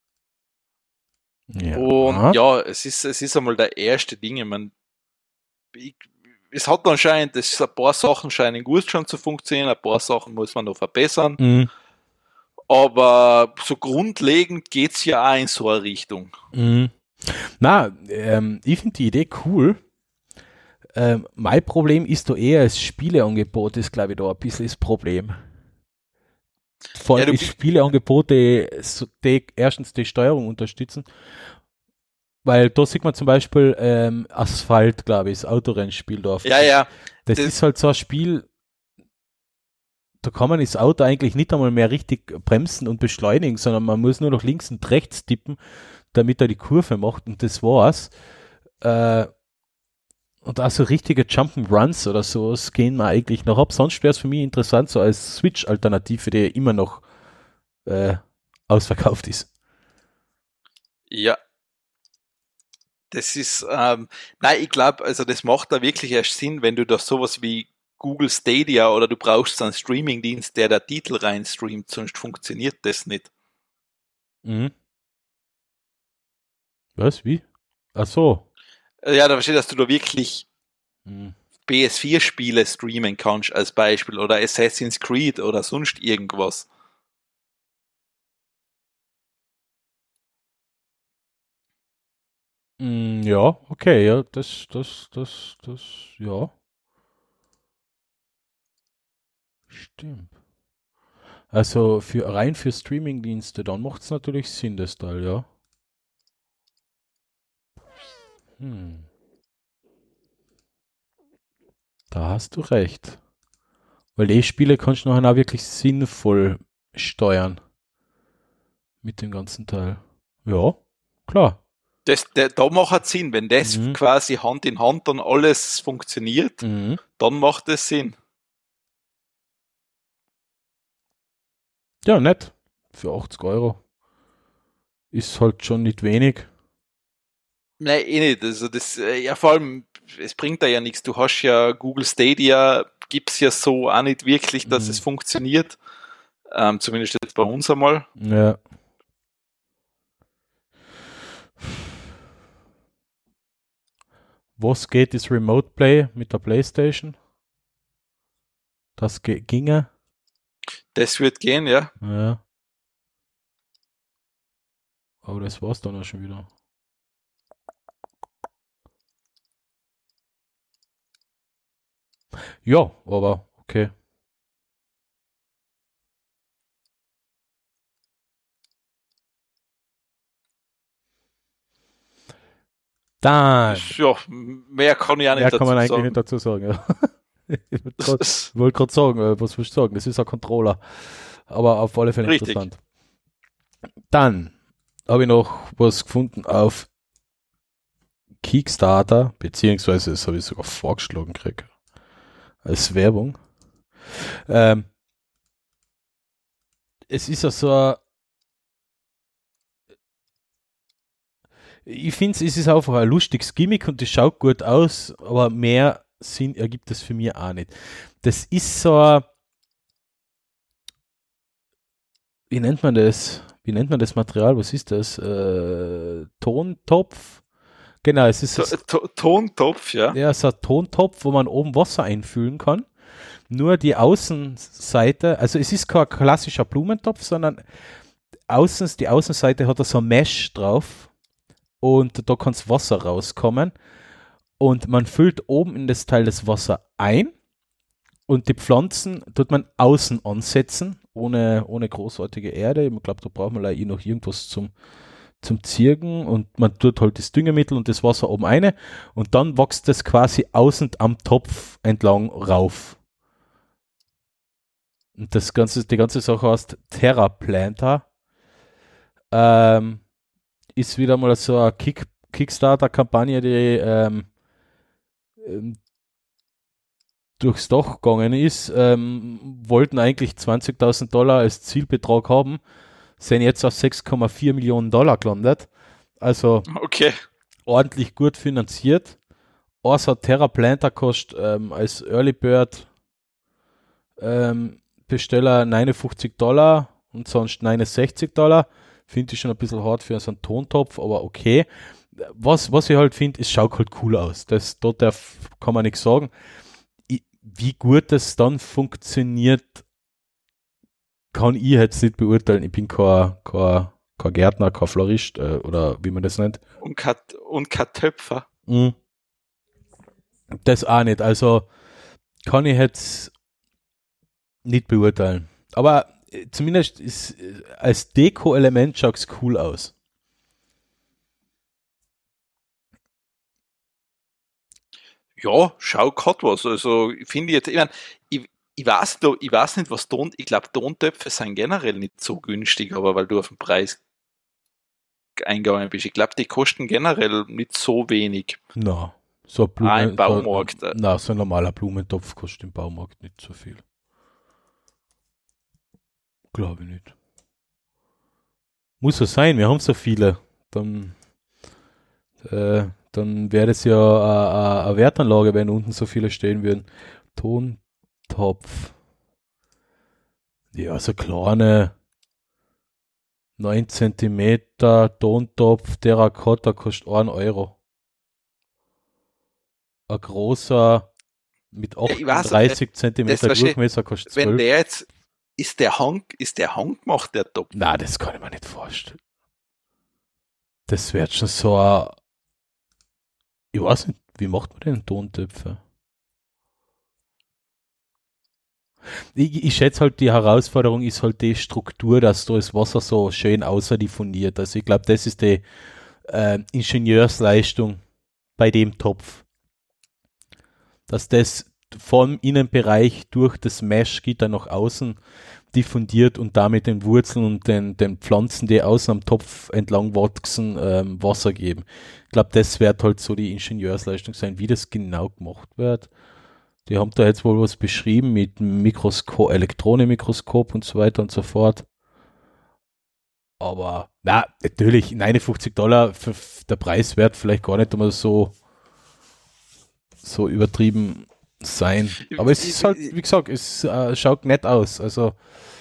Ja. Und ja, es ist, es ist einmal der erste Ding. Ich mein, ich, es hat anscheinend, das ein paar Sachen scheinen gut schon zu funktionieren, ein paar Sachen muss man noch verbessern. Mhm. Aber so grundlegend geht es ja auch in so eine Richtung. Mhm. Na, ähm, ich finde die Idee cool. Ähm, mein Problem ist da eher das Spieleangebot, ist glaube ich da ein bisschen das Problem. Vor allem Ja, die Spieleangebote, so die erstens die Steuerung unterstützen, weil da sieht man zum Beispiel ähm, Asphalt, glaube ich, das Autorennspiel da. Ja, ja. Das, das ist halt so ein Spiel, da kann man das Auto eigentlich nicht einmal mehr richtig bremsen und beschleunigen, sondern man muss nur noch links und rechts tippen, damit er die Kurve macht und das war's. Äh, und also richtige Jump'n'Runs oder sowas gehen wir eigentlich noch ab. Sonst wäre es für mich interessant, so als Switch-Alternative, die immer noch äh, ausverkauft ist. Ja. Das ist, ähm, nein, ich glaube, also das macht da wirklich erst Sinn, wenn du da sowas wie Google Stadia oder du brauchst einen Streamingdienst, der da Titel reinstreamt, sonst funktioniert das nicht. Mhm. Was? Wie? Ach so. Ja, da versteht, dass du da wirklich Mhm. P S vier Spiele streamen kannst als Beispiel oder Assassin's Creed oder sonst irgendwas. Mm, ja, okay, ja, das, das, das, das, ja. Stimmt. Also für rein für Streamingdienste, dann macht es natürlich Sinn, das Teil, ja. Hm. Da hast du recht. Weil E-Spiele kannst du nachher auch wirklich sinnvoll steuern. Mit dem ganzen Teil. Ja, klar. Das, der, da macht es Sinn, wenn das Mhm. quasi Hand in Hand dann alles funktioniert, Mhm. dann macht es Sinn. Ja, nett. Für achtzig Euro. Ist halt schon nicht wenig. Nein, eh nicht. Also das, äh, ja, vor allem, es bringt da ja nichts. Du hast ja Google Stadia, gibt's ja so auch nicht wirklich, dass Mhm. es funktioniert. Ähm, zumindest jetzt bei uns einmal. Ja. Was geht, ist Remote Play mit der PlayStation? Das ge- ginge. Das wird gehen, ja. Ja. Aber das war's dann auch schon wieder. Ja, aber okay. Dann. Das, ja, mehr kann ich auch nicht Mehr kann man dazu eigentlich sagen. nicht dazu sagen. Ja. Ich wollte gerade sagen, äh, was willst du sagen? Das ist ein Controller. Aber auf alle Fälle Richtig. interessant. Dann habe ich noch was gefunden auf Kickstarter, beziehungsweise das habe ich sogar vorgeschlagen gekriegt. Als Werbung. Ähm, es ist ja so ein, ich finde, es ist einfach ein lustiges Gimmick und es schaut gut aus, aber mehr Sinn ergibt das für mich auch nicht. Das ist so ein, wie nennt man das? Wie nennt man das Material? Was ist das? Äh, Tontopf? Genau, es ist To to Tontopf, ja. Ja, so ein Tontopf, wo man oben Wasser einfüllen kann. Nur die Außenseite, also es ist kein klassischer Blumentopf, sondern außen, die Außenseite hat da so ein Mesh drauf und da kann das Wasser rauskommen und man füllt oben in das Teil das Wasser ein und die Pflanzen tut man außen ansetzen, ohne, ohne großartige Erde. Ich glaube, da braucht man eh noch irgendwas zum, zum Zirken und man tut halt das Düngemittel und das Wasser oben eine und dann wächst das quasi außen am Topf entlang rauf. Und das ganze, die ganze Sache heißt Terra Planta. Ähm, ist wieder mal so eine Kick, Kickstarter-Kampagne, die ähm, ähm, durchs Dach gegangen ist. Ähm, wollten eigentlich zwanzigtausend Dollar als Zielbetrag haben, sind jetzt auf sechs Komma vier Millionen Dollar gelandet. Also Okay. ordentlich gut finanziert. Was hat Terra Planta kostet ähm, als Early Bird ähm, Besteller neunundfünfzig Dollar und sonst neunundsechzig Dollar. Finde ich schon ein bisschen hart für so einen Tontopf, aber okay. Was, was ich halt finde, es schaut halt cool aus. Das, dort darf, kann man nichts sagen. Ich, wie gut das dann funktioniert, kann ich jetzt nicht beurteilen. Ich bin kein, kein, kein Gärtner, kein Florist äh, oder wie man das nennt. Und kein, und kein Töpfer. Mhm. Das auch nicht. Also kann ich jetzt nicht beurteilen. Aber äh, zumindest ist, äh, als Deko-Element schaut es cool aus. Ja, schau, hat was. Also, ich finde jetzt, ich meine, ich, ich weiß nicht, ich weiß nicht, was Ton, ich glaube, Tontöpfe sind generell nicht so günstig, aber weil du auf den Preis eingegangen bist. Ich glaube, die kosten generell nicht so wenig. Na, so ein Ah, Blumen, im Baumarkt. So, na, so ein normaler Blumentopf kostet im Baumarkt nicht so viel. Glaube ich nicht. Muss so sein, wir haben so viele. Dann, äh, dann wäre das ja eine Wertanlage, wenn unten so viele stehen würden. Tontopf. Ja, so kleine neun Zentimeter Tontopf Terrakotta kostet ein Euro. Ein großer mit Ich weiß, achtunddreißig Zentimeter das Durchmesser kostet wenn zwölf. der jetzt, ist der Hang, ist der Hang gemacht, der Topf? Na, das kann ich mir nicht vorstellen. Das wird schon so ein, ich weiß nicht, wie macht man denn Tontöpfe? Ich, ich schätze halt, die Herausforderung ist halt die Struktur, dass da das Wasser so schön außerdiffuniert. Also ich glaube, das ist die äh, Ingenieursleistung bei dem Topf. Dass das vom Innenbereich durch das Mesh-Gitter nach außen diffundiert und damit den Wurzeln und den, den Pflanzen, die außen am Topf entlang wachsen, ähm, Wasser geben. Ich glaube, das wird halt so die Ingenieursleistung sein, wie das genau gemacht wird. Die haben da jetzt wohl was beschrieben mit Mikroskop, Elektronenmikroskop und so weiter und so fort. Aber, na, natürlich, neunundfünfzig Dollar, für, der Preiswert vielleicht gar nicht einmal so, so übertrieben sein. Aber es ist halt, wie gesagt, es äh, schaut nett aus. Also,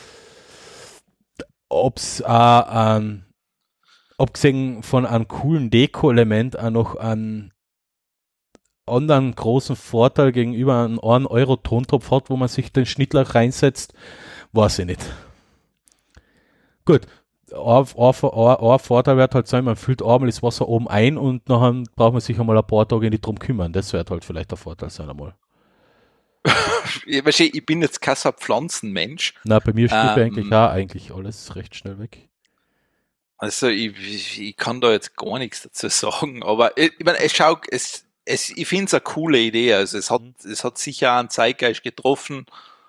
ob es äh, an, abgesehen von einem coolen Deko-Element auch noch an anderen großen Vorteil gegenüber einem einen Euro Tontopf hat, wo man sich den Schnittlauch reinsetzt, weiß ich nicht. Gut, ein, ein, ein, ein Vorteil wird halt sein, man füllt einmal das Wasser oben ein und nachher braucht man sich einmal ein paar Tage nicht drum kümmern. Das wird halt vielleicht der Vorteil sein einmal. Ich bin jetzt kein so Pflanzenmensch. Na, bei mir stirbt ähm, eigentlich auch eigentlich alles recht schnell weg. Also ich, ich, ich kann da jetzt gar nichts dazu sagen, aber ich, ich meine, es schaut, es, es, ich finde es eine coole Idee. Also es hat, es hat sicher einen Zeitgeist getroffen.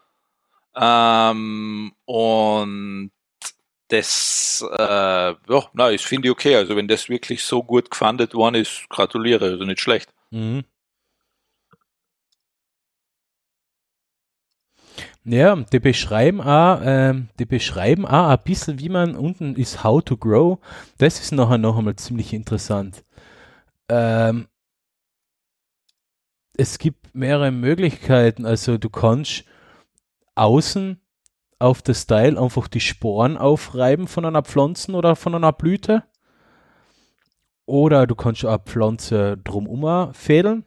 Ähm, und das, äh, ja, na, das finde ich okay. Also wenn das wirklich so gut gefundet worden ist, gratuliere, also nicht schlecht. Mhm. Ja, die beschreiben auch, ähm, die beschreiben auch ein bisschen, wie man unten ist, how to grow. Das ist nachher noch einmal ziemlich interessant. Ähm, es gibt mehrere Möglichkeiten. Also du kannst außen auf das Teil einfach die Sporen aufreiben von einer Pflanze oder von einer Blüte. Oder du kannst auch eine Pflanze drumherum fädeln.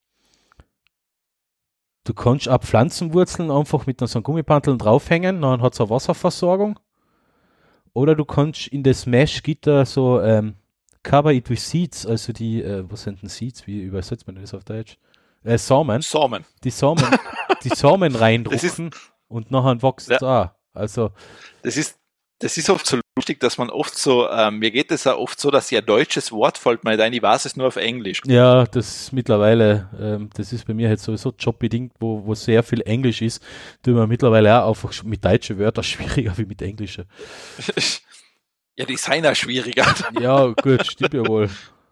Du kannst auch Pflanzenwurzeln einfach mit so einem Gummipantel draufhängen, dann hat es eine Wasserversorgung. Oder du kannst in das Mesh-Gitter so ähm, cover it with seeds, also die, äh, was sind denn Seeds, wie übersetzt man das auf Deutsch? Äh, Samen. Samen. Die Samen, die Samen reindrucken ist, und nachher wächst es ja. auch. Also, das ist, das ist oft so lustig, dass man oft so, ähm, mir geht es ja oft so, dass ja ein deutsches Wort fällt mir nicht ein, ich weiß es nur auf Englisch. ja, das mittlerweile, ähm, das ist bei mir halt sowieso jobbedingt, wo, wo sehr viel Englisch ist, tut man mittlerweile auch einfach mit deutschen Wörtern schwieriger wie mit englischen. Ja, die sind ja schwieriger. Ja, gut, stimmt ja wohl.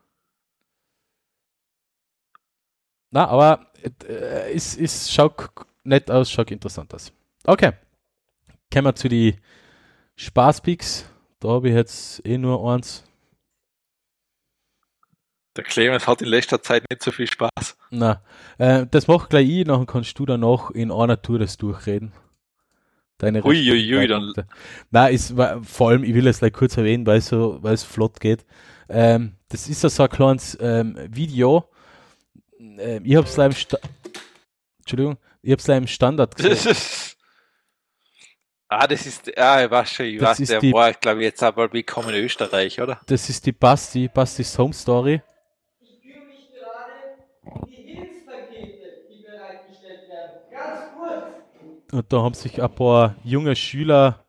Na, aber äh, es, es schaut nett aus, schaut interessant aus. Okay, kommen wir zu die Spaßpicks. Da habe ich jetzt eh nur eins. Der Clemens hat in letzter Zeit nicht so viel Spaß. Na, äh, das mach gleich ich, dann kannst du danach in einer Tour das durchreden. Deine Uiuiui, dann. Nein, ist, vor allem, ich will es gleich kurz erwähnen, weil es so, weil es flott geht. Ähm, das ist ja so ein kleines ähm, Video. Ähm, ich hab's leider im Sta Entschuldigung, ich hab's leider im Standard gesehen. Ah, das ist, ja, ich weiß schon, ich Das weiß, der die, war, glaube ich, jetzt aber willkommen in Österreich, oder? Das ist die Basti, Bastis Home Story. Ich kümmere mich gerade um die Hilfspakete, die bereitgestellt werden. Ganz kurz. Und da haben sich ein paar junge Schüler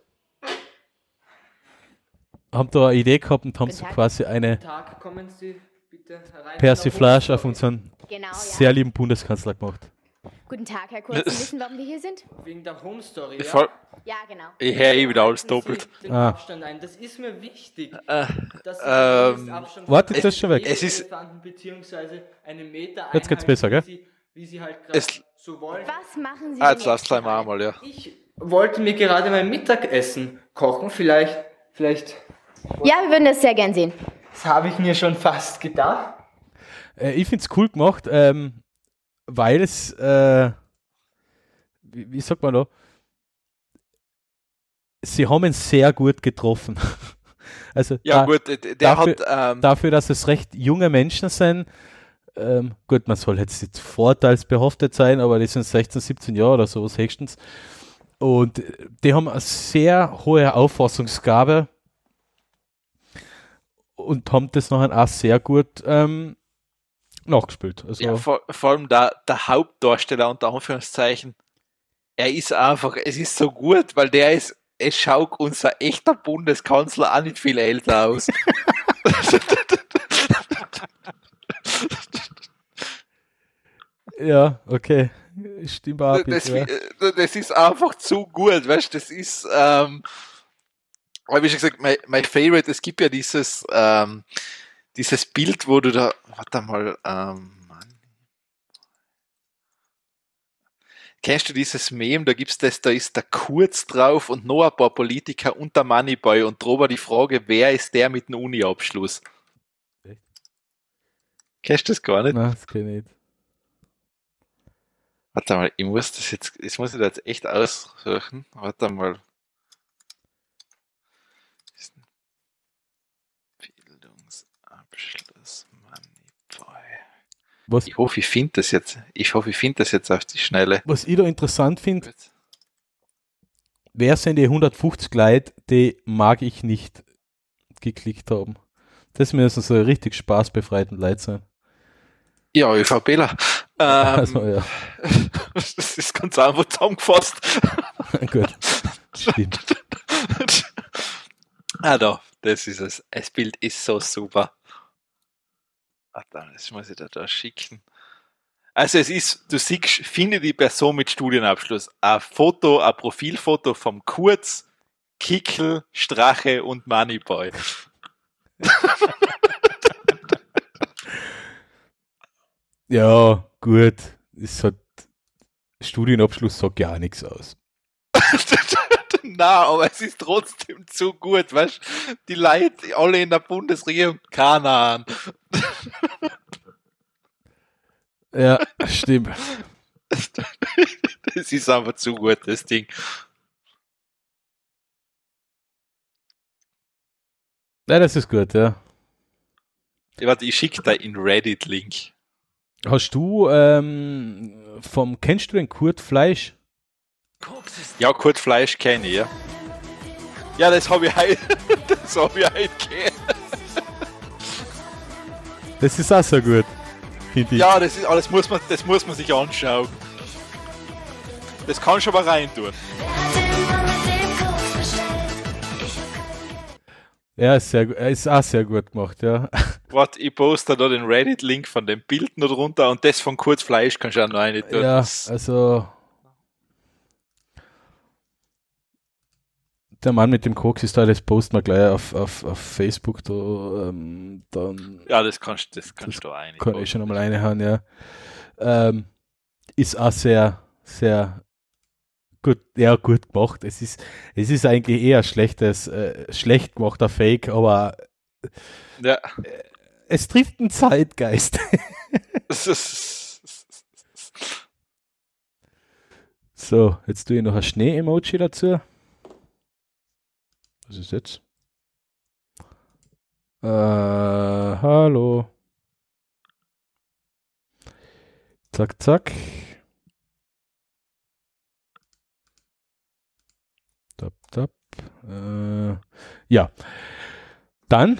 haben da eine Idee gehabt und haben so quasi eine Tag, kommen Sie bitte herein. Persiflage auf unseren genau, sehr ja. lieben Bundeskanzler gemacht. Guten Tag, Herr Kurz. Sie wissen, warum wir hier sind? Wegen der Home Story, ja? Voll, Ja, genau. ich höre eh wieder alles Halten doppelt. Sie den Ah. Abstand ein. Das ist mir wichtig. Äh, dass Sie ähm, den Abstand warte, von das ist schon weg. Es ist- Elefanten beziehungsweise eine Meter Jetzt geht's besser, gell? wie Sie, wie Sie halt gerade Es- so wollen. Was machen Sie ah, denn jetzt lass gleich gerade? mal einmal, ja. Ich wollte mir gerade mein Mittagessen kochen. Vielleicht, vielleicht, Ja, wir würden das sehr gern sehen. das habe ich mir schon fast gedacht. Äh, ich finde es cool gemacht, ähm, weil es, äh, wie, wie sagt man da, sie haben ihn sehr gut getroffen. Also Ja, da, gut, der, der dafür- hat, ähm, dafür, dass es recht junge Menschen sind, ähm, gut, man soll jetzt nicht vorteilsbehaftet sein, aber die sind sechzehn, siebzehn Jahre oder sowas höchstens. Und äh, die haben eine sehr hohe Auffassungsgabe und haben das nachher auch sehr gut ähm, nachgespielt. Also, ja, vor, vor allem der, der Hauptdarsteller unter Anführungszeichen, er ist einfach, es ist so gut, weil der ist, es schaut unser echter Bundeskanzler auch nicht viel älter aus. ja, okay. Stimmt auch ein das, bisschen, ja. das ist einfach zu gut, weißt du, das ist, ähm, aber wie schon gesagt, mein, mein Favorite, es gibt ja dieses, ähm, dieses Bild, wo du da, warte mal, ähm, Mann. Kennst du dieses Meme, da gibt's das, da ist der Kurz drauf und noch ein paar Politiker und der Moneyboy und drüber die Frage, wer ist der mit dem Uni-Abschluss? Echt? Kennst du das gar nicht? Nein, das kann ich nicht. Warte mal, ich muss das jetzt, ich muss das jetzt echt aussuchen. Warte mal. Bildungsabschluss, Moneyboy. Was, Ich hoffe, ich finde das jetzt. Ich hoffe, ich finde das jetzt auf die Schnelle. was ich da interessant finde, wer sind die hundertfünfzig Leute, die mag ich nicht geklickt haben? Das müssen so richtig spaßbefreiten Leute sein. Ja, ÖVPler. Ähm, Also ja, das ist ganz einfach zusammengefasst. gut. Stimmt. Ah, da, das ist es. Das Bild ist so super. Warte, das muss ich dir da schicken. Also es ist, du siehst, finde die Person mit Studienabschluss. Ein Foto, ein Profilfoto vom Kurz, Kickel, Strache und Moneyboy. Ja, gut. Es hat Studienabschluss sagt ja auch nichts aus. Na, aber es ist trotzdem zu gut, weißt du? Die Leute, alle in der Bundesregierung, keine Ahnung. Ja, stimmt. Das ist einfach zu gut, das Ding. Ja, das ist gut, ja. Ich, warte, ich schicke da in Reddit-Link. Hast du ähm, vom, kennst du den Kurt Fleisch? Ja, Kurt Fleisch kenne ich, ja. Ja, das habe ich heute, das habe ich heute gehört. Das ist auch so gut, finde ich. Ja, das ist, alles muss man, das muss man sich anschauen. Das kannst du aber rein tun. Ja, ist, sehr, gu- ist auch sehr gut gemacht, ja. Warte, ich poste da den Reddit-Link von dem Bild noch drunter und das von Kurt Fleisch kannst du auch noch rein tun. Ja, Das- also der Mann mit dem Koks ist da, das posten wir gleich auf, auf, auf Facebook, da, ähm, dann ja, das kannst, das kannst du rein. kann ich schon einmal reinhauen, ja. Ähm, ist auch sehr, sehr gut, ja, gut gemacht. Es ist, es ist eigentlich eher schlechtes, äh, schlecht gemachter Fake, aber Ja. es trifft einen Zeitgeist. So, jetzt tue ich noch ein Schnee-Emoji dazu. Was ist jetzt? Äh, hallo. Zack, zack. Tap, tap. Äh, ja. Dann,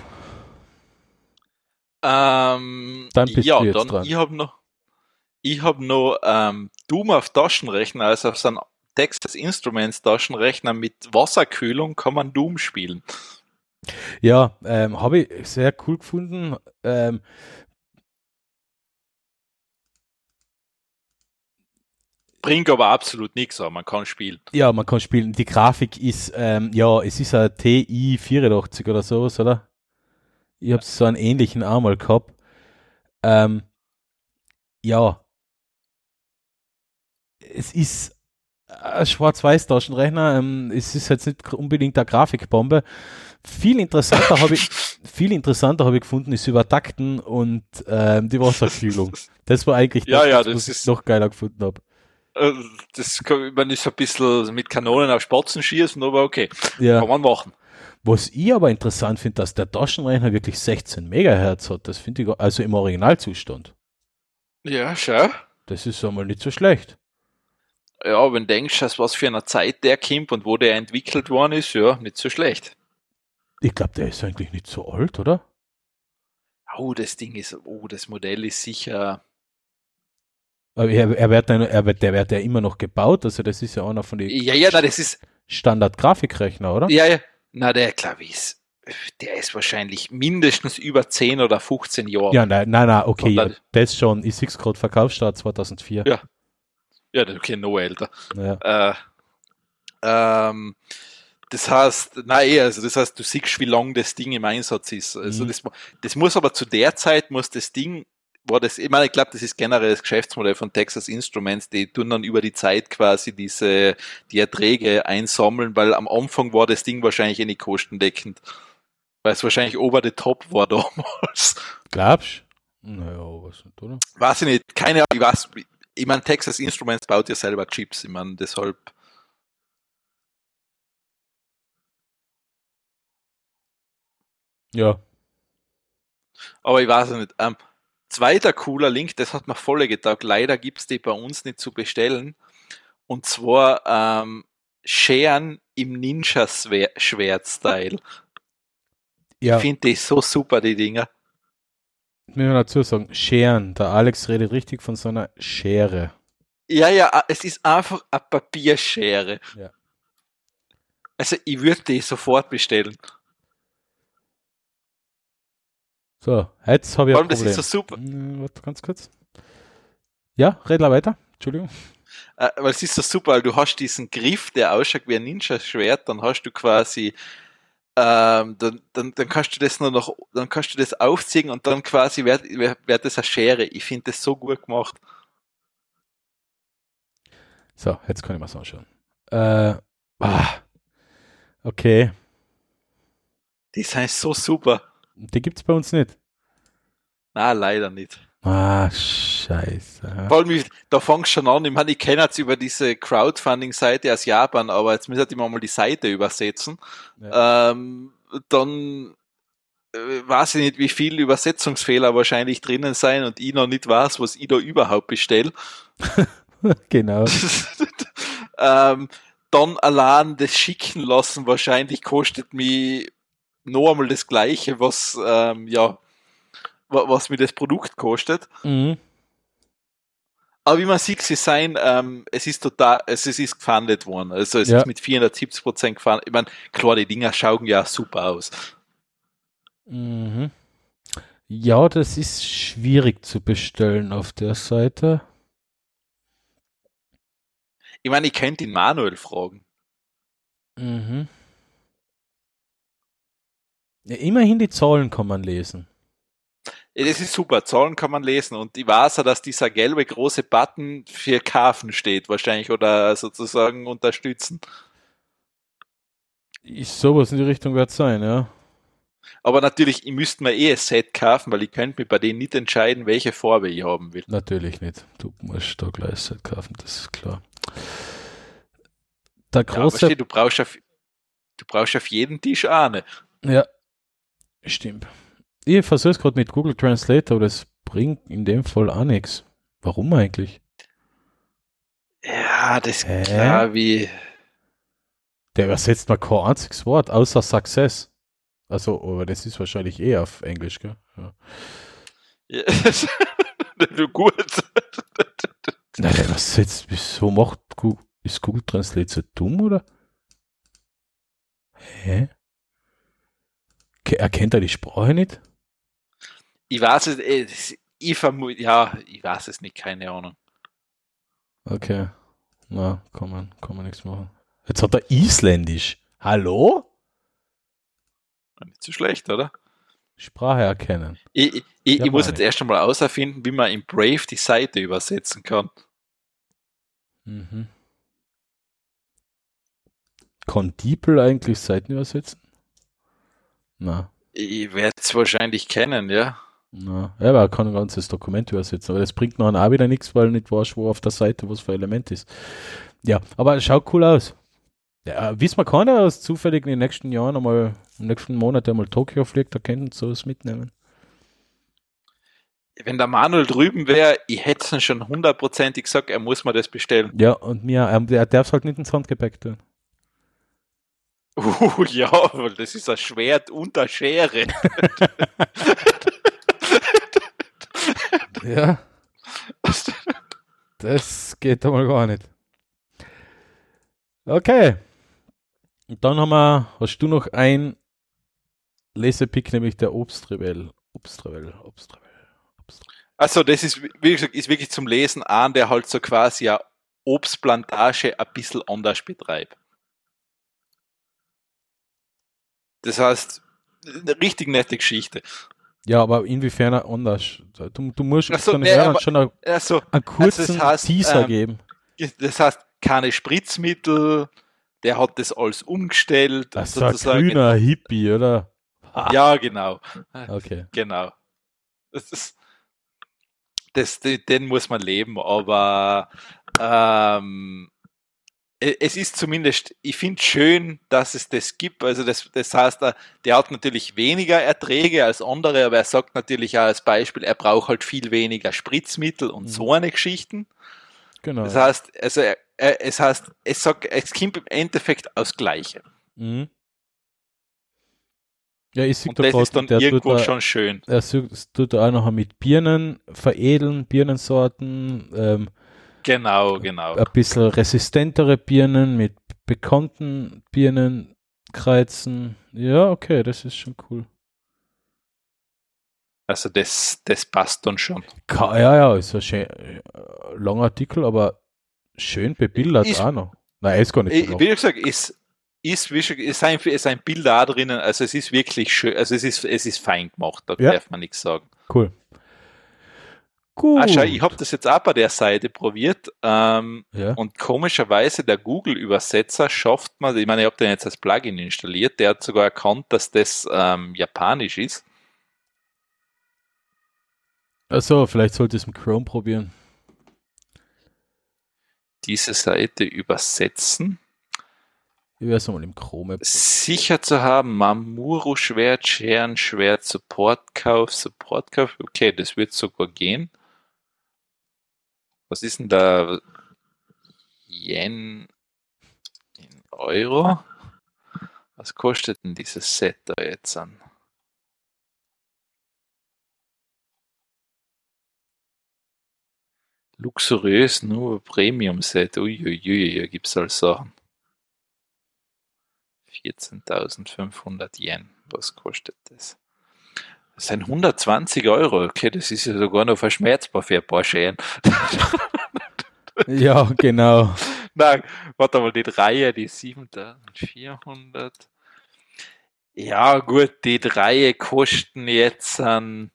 Ähm, Dann bist ja, du jetzt dann, dran. ich habe noch, ich habe noch ähm, Doom auf Taschenrechner, also auf so einem Texas Instruments Taschenrechner mit Wasserkühlung kann man Doom spielen. ja, ähm, habe ich sehr cool gefunden. Ähm, Bringt aber absolut nichts, aber man kann spielen. ja, man kann spielen. Die Grafik ist, ähm, ja, es ist ein T I vierundachtzig oder sowas, oder? Ich habe so einen ähnlichen einmal gehabt. Ähm, ja, es ist ein Schwarz-Weiß-Taschenrechner. Ähm, es ist jetzt nicht unbedingt eine Grafikbombe. Viel interessanter habe ich, viel interessanter habe ich gefunden, ist Übertakten und ähm, die Wasserkühlung. Das war eigentlich Ja, das, ja, was das ich ist- noch geiler gefunden habe. Äh, Das kann, man ist ein bisschen mit Kanonen auf Spatzen schießen, aber okay, Ja. kann man machen. Was ich aber interessant finde, dass der Taschenrechner wirklich sechzehn Megahertz hat. Das finde ich, also im Originalzustand. Ja, schau. Das ist einmal nicht so schlecht. Ja, wenn du denkst, aus was für einer Zeit der kommt und wo der entwickelt worden ist, ja, nicht so schlecht. Ich glaube, der ist eigentlich nicht so alt, oder? Oh, das Ding ist, oh, das Modell ist sicher, Aber er, er wird, dann- er wird, der wird ja immer noch gebaut. Also das ist ja einer von den ja, ja, na, das ist, Standard-Grafikrechner, oder? ja, ja, na, der, glaube ich, ist, der ist wahrscheinlich mindestens über zehn oder fünfzehn Jahre. Ja, nein, nein, nein okay, ja, Sondern- das schon. Ich sehe gerade Verkaufsstart zweitausendvier. Ja. Ja, der okay, noch älter. Ja. Äh, ähm, das heißt, nein, also das heißt, du siehst, wie lang das Ding im Einsatz ist. Also Mhm. das, das muss aber zu der Zeit, muss das Ding, war das, ich meine, ich glaube, das ist generell das Geschäftsmodell von Texas Instruments, die tun dann über die Zeit quasi diese, die Erträge einsammeln, weil am Anfang war das Ding wahrscheinlich eh nicht kostendeckend. Weil es wahrscheinlich over the top war damals. Glaubst du? Naja, was nicht, oder? Weiß ich nicht, keine Ahnung, ich weiß, ich meine, Texas Instruments baut ja selber Chips, ich meine, deshalb. Ja. Aber ich weiß es nicht. Ähm, Zweiter cooler Link, das hat mir voll getaugt. Leider gibt es die bei uns nicht zu bestellen. Und zwar ähm, Scheren im Ninja-Schwert-Style. Ja, Ich finde die so super, die Dinger. muss man dazu sagen, Scheren. Der Alex redet richtig von so einer Schere. Ja, ja, es ist einfach eine Papierschere. Ja. Also ich würde die sofort bestellen. So, jetzt habe ich Vor ein allem, das Problem. ist so super. Hm, Warte ganz kurz. Ja, redler weiter. Entschuldigung. Äh, weil es ist so super, weil du hast diesen Griff, der ausschaut wie ein Ninja-Schwert, dann hast du quasi, ähm, dann, dann, dann kannst du das nur noch, dann kannst du das aufziehen und dann quasi wird, wird das eine Schere. Ich finde das so gut gemacht. So, jetzt kann ich mir das anschauen. Äh, ah, okay. Die sind so super. Die gibt es bei uns nicht. Na, leider nicht. Ah, scheiße. Vor allem, da fangst du schon an, ich meine, ich kenne jetzt über diese Crowdfunding-Seite aus Japan, aber jetzt müsste ich mal die Seite übersetzen. Ja. Ähm, dann äh, weiß ich nicht, wie viele Übersetzungsfehler wahrscheinlich drinnen sein und ich noch nicht weiß, was ich da überhaupt bestelle. Genau. ähm, dann allein das schicken lassen wahrscheinlich kostet mich noch einmal das Gleiche, was, ähm, ja, wa- was mir das Produkt kostet. Mhm. Aber wie man sieht, sie sein, ähm, es ist total, es, es ist gefundet worden. Also es Ja. ist mit vierhundertsiebzig Prozent gefundet. Ich meine, klar, die Dinger schauen ja super aus. Mhm. Ja, das ist schwierig zu bestellen auf der Seite. Ich meine, ich könnte ihn Manuel fragen. Mhm. Ja, immerhin die Zahlen kann man lesen. Ja, das ist super, Zahlen kann man lesen und ich weiß ja, dass dieser gelbe große Button für kaufen steht wahrscheinlich oder sozusagen unterstützen. Ich, sowas in die Richtung wird sein, ja. Aber natürlich, ich müsste mir eh ein Set kaufen, weil ich könnte mir bei denen nicht entscheiden, welche Farbe ich haben will. Natürlich nicht. Du musst da gleich Set kaufen, das ist klar. Der Ja, große. versteh, du brauchst auf, du brauchst auf jeden Tisch eine. Ja, stimmt. Ich versuche es gerade mit Google Translate, aber das bringt in dem Fall auch nichts. Warum eigentlich? Ja, das Hä? klar wie. Der übersetzt mal kein einziges Wort, außer Success. Also, aber das ist wahrscheinlich eh auf Englisch, gell? Ja. Ja, du gut. Na, der übersetzt, wieso macht Google, ist Google Translate so dumm, oder? Hä? Ke- Erkennt er die Sprache nicht? Ich weiß es, äh, das- ich vermute, ja, ich weiß es nicht, keine Ahnung. Okay. Na, kann man, kann man nichts machen. Jetzt hat er Isländisch. Hallo? Nicht so schlecht, oder? Sprache erkennen. Ich, ich, ich, Ja, ich muss meine jetzt ich. erst einmal auserfinden, wie man in Brave die Seite übersetzen kann. Mhm. Kann DeepL eigentlich Seiten übersetzen? Na, Ich werde es wahrscheinlich kennen, ja. na. Ja, aber er kann ein ganzes Dokument übersetzen, aber das bringt noch auch wieder nichts, weil nicht weißt, wo auf der Seite was für ein Element ist. Ja, aber es schaut cool aus. Ja, wissen wir keiner, dass zufällig in den nächsten Jahren einmal, im nächsten Monat einmal Tokio fliegt, da könnten sie sowas mitnehmen. Wenn der Manuel drüben wäre, ich hätte es schon hundertprozentig gesagt, er muss mir das bestellen. Ja, und mir, ähm, er darf es halt nicht ins Handgepäck tun. Uh, ja, weil das ist ein Schwert unter Schere. Ja. Das geht einmal gar nicht. Okay. Und dann haben wir, hast du noch ein Lesepick, nämlich der Obstrebell. Obstrebell, Obstrebell, Obstrebell. Also das ist, wie gesagt, ist wirklich zum Lesen an, der halt so quasi eine Obstplantage ein bisschen anders betreibt. Das heißt, eine richtig nette Geschichte. Ja, aber inwiefern anders? Du, du musst Ach so, deinen nee, Hörern aber- schon einen, Also, einen kurzen das heißt, Teaser ähm, geben. das heißt, keine Spritzmittel, der hat das alles umgestellt. Das ist und ein sozusagen, grüner Hippie, oder? ja, genau. Okay. Genau. Das ist, das, den muss man leben, aber ähm, es ist zumindest, ich finde schön, dass es das gibt. Also das, das heißt, der hat natürlich weniger Erträge als andere, aber er sagt natürlich auch als Beispiel, er braucht halt viel weniger Spritzmittel und mhm. so eine Geschichten. Genau. Das heißt, also er, er, es heißt, es sagt, es kommt im Endeffekt aus Gleiche. Mhm. Ja, ich sehe und das ist dann irgendwo da, schon schön. Er tut da auch noch mit Birnen veredeln, Birnensorten. Ähm, genau, genau. Ein bisschen resistentere Birnen mit bekannten Birnenkreizen. Ja, okay, das ist schon cool. Also das, das passt dann schon. Ja, ja, ist ein schön, äh, langer Artikel, aber schön bebildert ist, auch noch. Nein, ist gar nicht so. Wie gesagt, ist Ist, ist, ein, ist ein Bild da drinnen, also es ist wirklich schön, also es ist, es ist fein gemacht, da ja. darf man nichts sagen. Cool. Gut. Ah, schau, ich habe das jetzt auch bei der Seite probiert ähm, ja. und komischerweise der Google-Übersetzer schafft man, ich meine, ich habe den jetzt als Plugin installiert, der hat sogar erkannt, dass das ähm, japanisch ist. Achso, vielleicht sollte ich es mit Chrome probieren. Diese Seite übersetzen. Ich werde es mal im Chrome. Sicher zu haben, Mamuro-Schwert, Scherenschwert, Supportkauf, Supportkauf. Okay, das wird sogar gehen. Was ist denn da? Yen in Euro? Was kostet denn dieses Set da jetzt an? Luxuriös, nur Premium-Set. Uiuiui, gibt es alles Sachen. vierzehntausendfünfhundert Yen. Was kostet das? Das sind hundertzwanzig Euro. Okay, das ist ja sogar noch verschmerzbar für ein paar Scheren. Ja, genau. Nein, warte mal, die Reihe, die siebentausendvierhundert. Ja, gut, die Reihe kosten jetzt an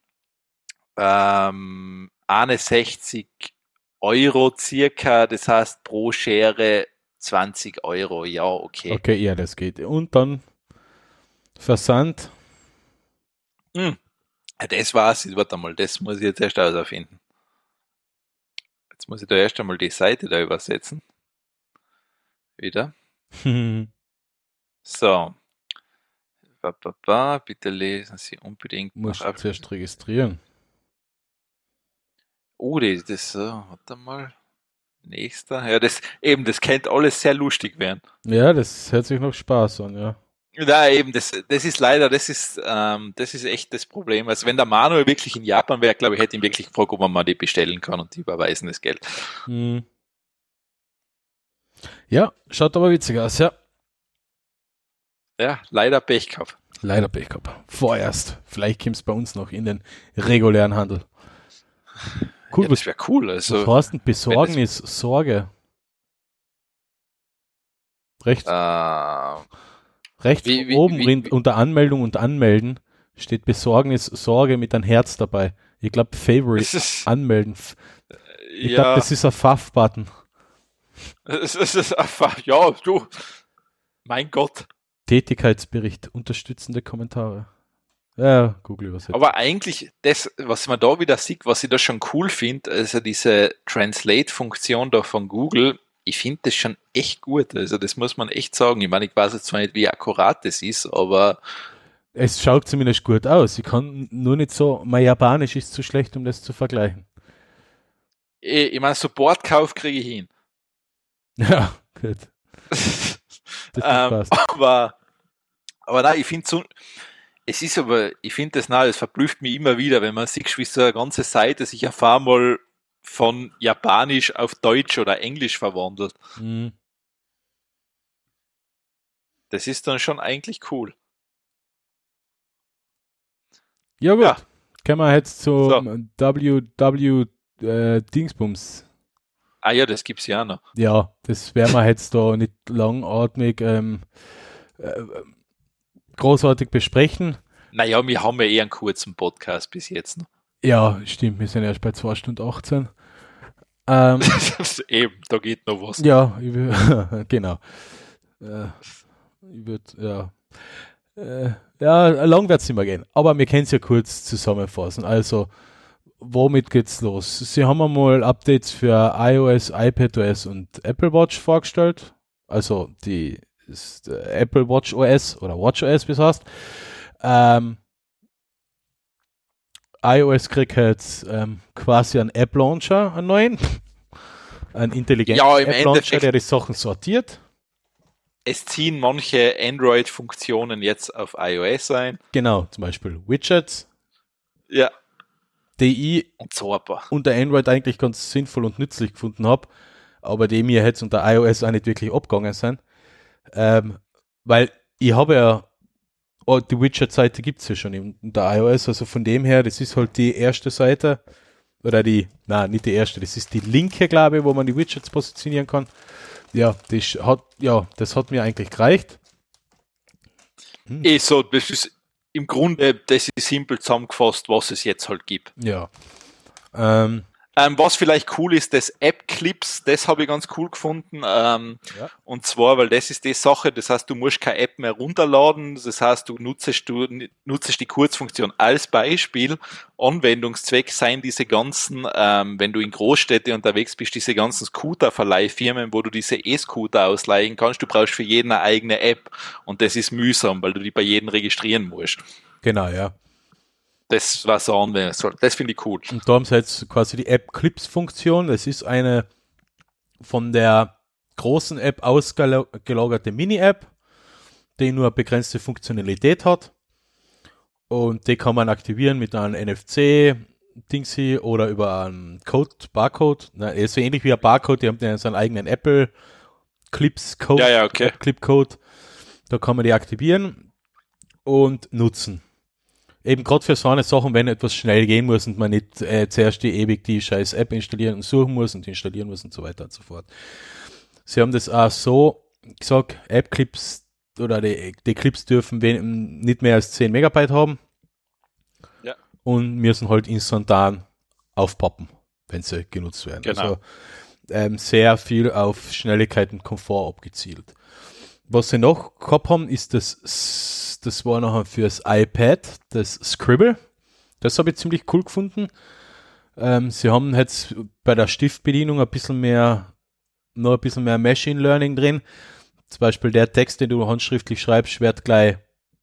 ähm, einundsechzig Euro circa. Das heißt pro Schere zwanzig Euro, ja, okay. Okay, ja, das geht. Und dann Versand. Hm. Das war's. Warte mal, das muss ich jetzt erst ausfinden. Jetzt muss ich da erst einmal die Seite da übersetzen. Wieder. So. Ba, ba, ba. Bitte lesen Sie unbedingt. Muss ich zuerst registrieren. Oh, das ist so. Warte mal. Nächster. Ja, das eben, das könnte alles sehr lustig werden. Ja, das hört sich noch Spaß an, ja. Ja, eben, das, das ist leider, das ist, ähm, das ist echt das Problem. Also wenn der Manuel wirklich in Japan wäre, glaube ich, hätte ihn wirklich gefragt, ob man mal die bestellen kann und die überweisen das Geld. Hm. Ja, schaut aber witzig aus, ja. Ja, leider Pech gehabt. Leider Pech gehabt. Vorerst. Vielleicht kommt es bei uns noch in den regulären Handel. Cool, ja, das wäre cool. Also, was heißt denn Besorgnis, Sorge? Rechts, äh, rechts wie, wie, oben wie, unter Anmeldung und Anmelden steht Besorgnis, Sorge mit einem Herz dabei. Ich glaube, Favorite, ist, anmelden. Ich ja, glaube, das ist ein F A F-Button. Es ist einfach, ja, du, mein Gott. Tätigkeitsbericht, unterstützende Kommentare. Ja, Google übersetzt. Aber eigentlich, das, was man da wieder sieht, was ich da schon cool finde, also diese Translate-Funktion da von Google, ich finde das schon echt gut. Also das muss man echt sagen. Ich meine, ich weiß jetzt zwar nicht, wie akkurat das ist, aber es schaut zumindest gut aus. Ich kann nur nicht so, mein Japanisch ist zu schlecht, um das zu vergleichen. Ich, ich meine, Supportkauf kriege ich hin. Ja, gut. ähm, aber, aber nein, ich finde so, es ist aber, ich finde das, nein, es verblüfft mich immer wieder, wenn man sieht, wie so eine ganze Seite sich auf einmal von Japanisch auf Deutsch oder Englisch verwandelt. Mhm. Das ist dann schon eigentlich cool. Ja gut, ja. Kommen wir jetzt zu so. W W äh, Dingsbums. Ah ja, das gibt's ja auch noch. Ja, das werden wir jetzt da nicht langatmig ähm, äh, großartig besprechen. Naja, wir haben ja eh einen kurzen Podcast bis jetzt noch. Ja, stimmt, wir sind erst bei zwei Stunden achtzehn. Ähm, Eben, da geht noch was. Ja, ich will, genau. Äh, ich würde, ja. Äh, ja, lang wird es nicht mehr gehen. Aber wir können es ja kurz zusammenfassen. Also, womit geht's los? Sie haben einmal Updates für iOS, iPadOS und Apple Watch vorgestellt. also die ist, äh, Apple Watch O S oder Watch O S, wie es heißt. Ähm, iOS kriegt jetzt ähm, quasi einen App-Launcher, einen neuen. Einen intelligenten Ja, im App-Launcher, Endeffekt- der die Sachen sortiert. Es ziehen manche Android-Funktionen jetzt auf iOS ein. Genau, zum Beispiel Widgets, Ja, die ich und so ein paar. unter Android eigentlich ganz sinnvoll und nützlich gefunden habe, aber die mir jetzt unter iOS auch nicht wirklich abgegangen sind. Ähm, weil ich habe ja, oh, die Widget-Seite gibt es ja schon in- unter iOS, also von dem her, das ist halt die erste Seite, oder die, nein, nicht die erste, das ist die linke, glaube ich, wo man die Widgets positionieren kann. Ja, das hat, ja, das hat mir eigentlich gereicht. Eh so, das ist im Grunde, das ist simpel zusammengefasst, was es jetzt halt gibt. Ja. Ähm, Ähm, was vielleicht cool ist, das App-Clips, das habe ich ganz cool gefunden. Ähm, Ja. Und zwar, weil das ist die Sache, das heißt, du musst keine App mehr runterladen, das heißt, du nutzt, du nutzt die Kurzfunktion als Beispiel. Anwendungszweck seien diese ganzen, ähm, wenn du in Großstädte unterwegs bist, diese ganzen Scooter-Verleihfirmen, wo du diese E-Scooter ausleihen kannst. Du brauchst für jeden eine eigene App und das ist mühsam, weil du die bei jedem registrieren musst. genau, ja. Das war so Anwendung. Das finde ich cool. Und da haben sie jetzt quasi die App-Clips-Funktion. Das ist eine von der großen App ausgelagerte Mini-App, die nur eine begrenzte Funktionalität hat. Und die kann man aktivieren mit einem N F C-Dingsy oder über einen Code, Barcode. Na, ist so ähnlich wie ein Barcode, die haben ja seinen eigenen Apple-Clips-Code, Ja, ja, okay. App-Clip-Code. Da kann man die aktivieren und nutzen. Eben gerade für so eine Sachen, wenn etwas schnell gehen muss und man nicht äh, zuerst die ewig die scheiß App installieren und suchen muss und installieren muss und so weiter und so fort. Sie haben das auch so gesagt, App-Clips oder die, die Clips dürfen wen, nicht mehr als zehn Megabyte haben Ja. und müssen halt instantan aufpoppen, wenn sie genutzt werden. Genau. Also ähm, sehr viel auf Schnelligkeit und Komfort abgezielt. Was sie noch gehabt haben, ist das, das war noch fürs iPad, das Scribble. Das habe ich ziemlich cool gefunden. Ähm, sie haben jetzt bei der Stiftbedienung ein bisschen mehr, noch ein bisschen mehr Machine Learning drin. Zum Beispiel der Text, den du handschriftlich schreibst, wird gleich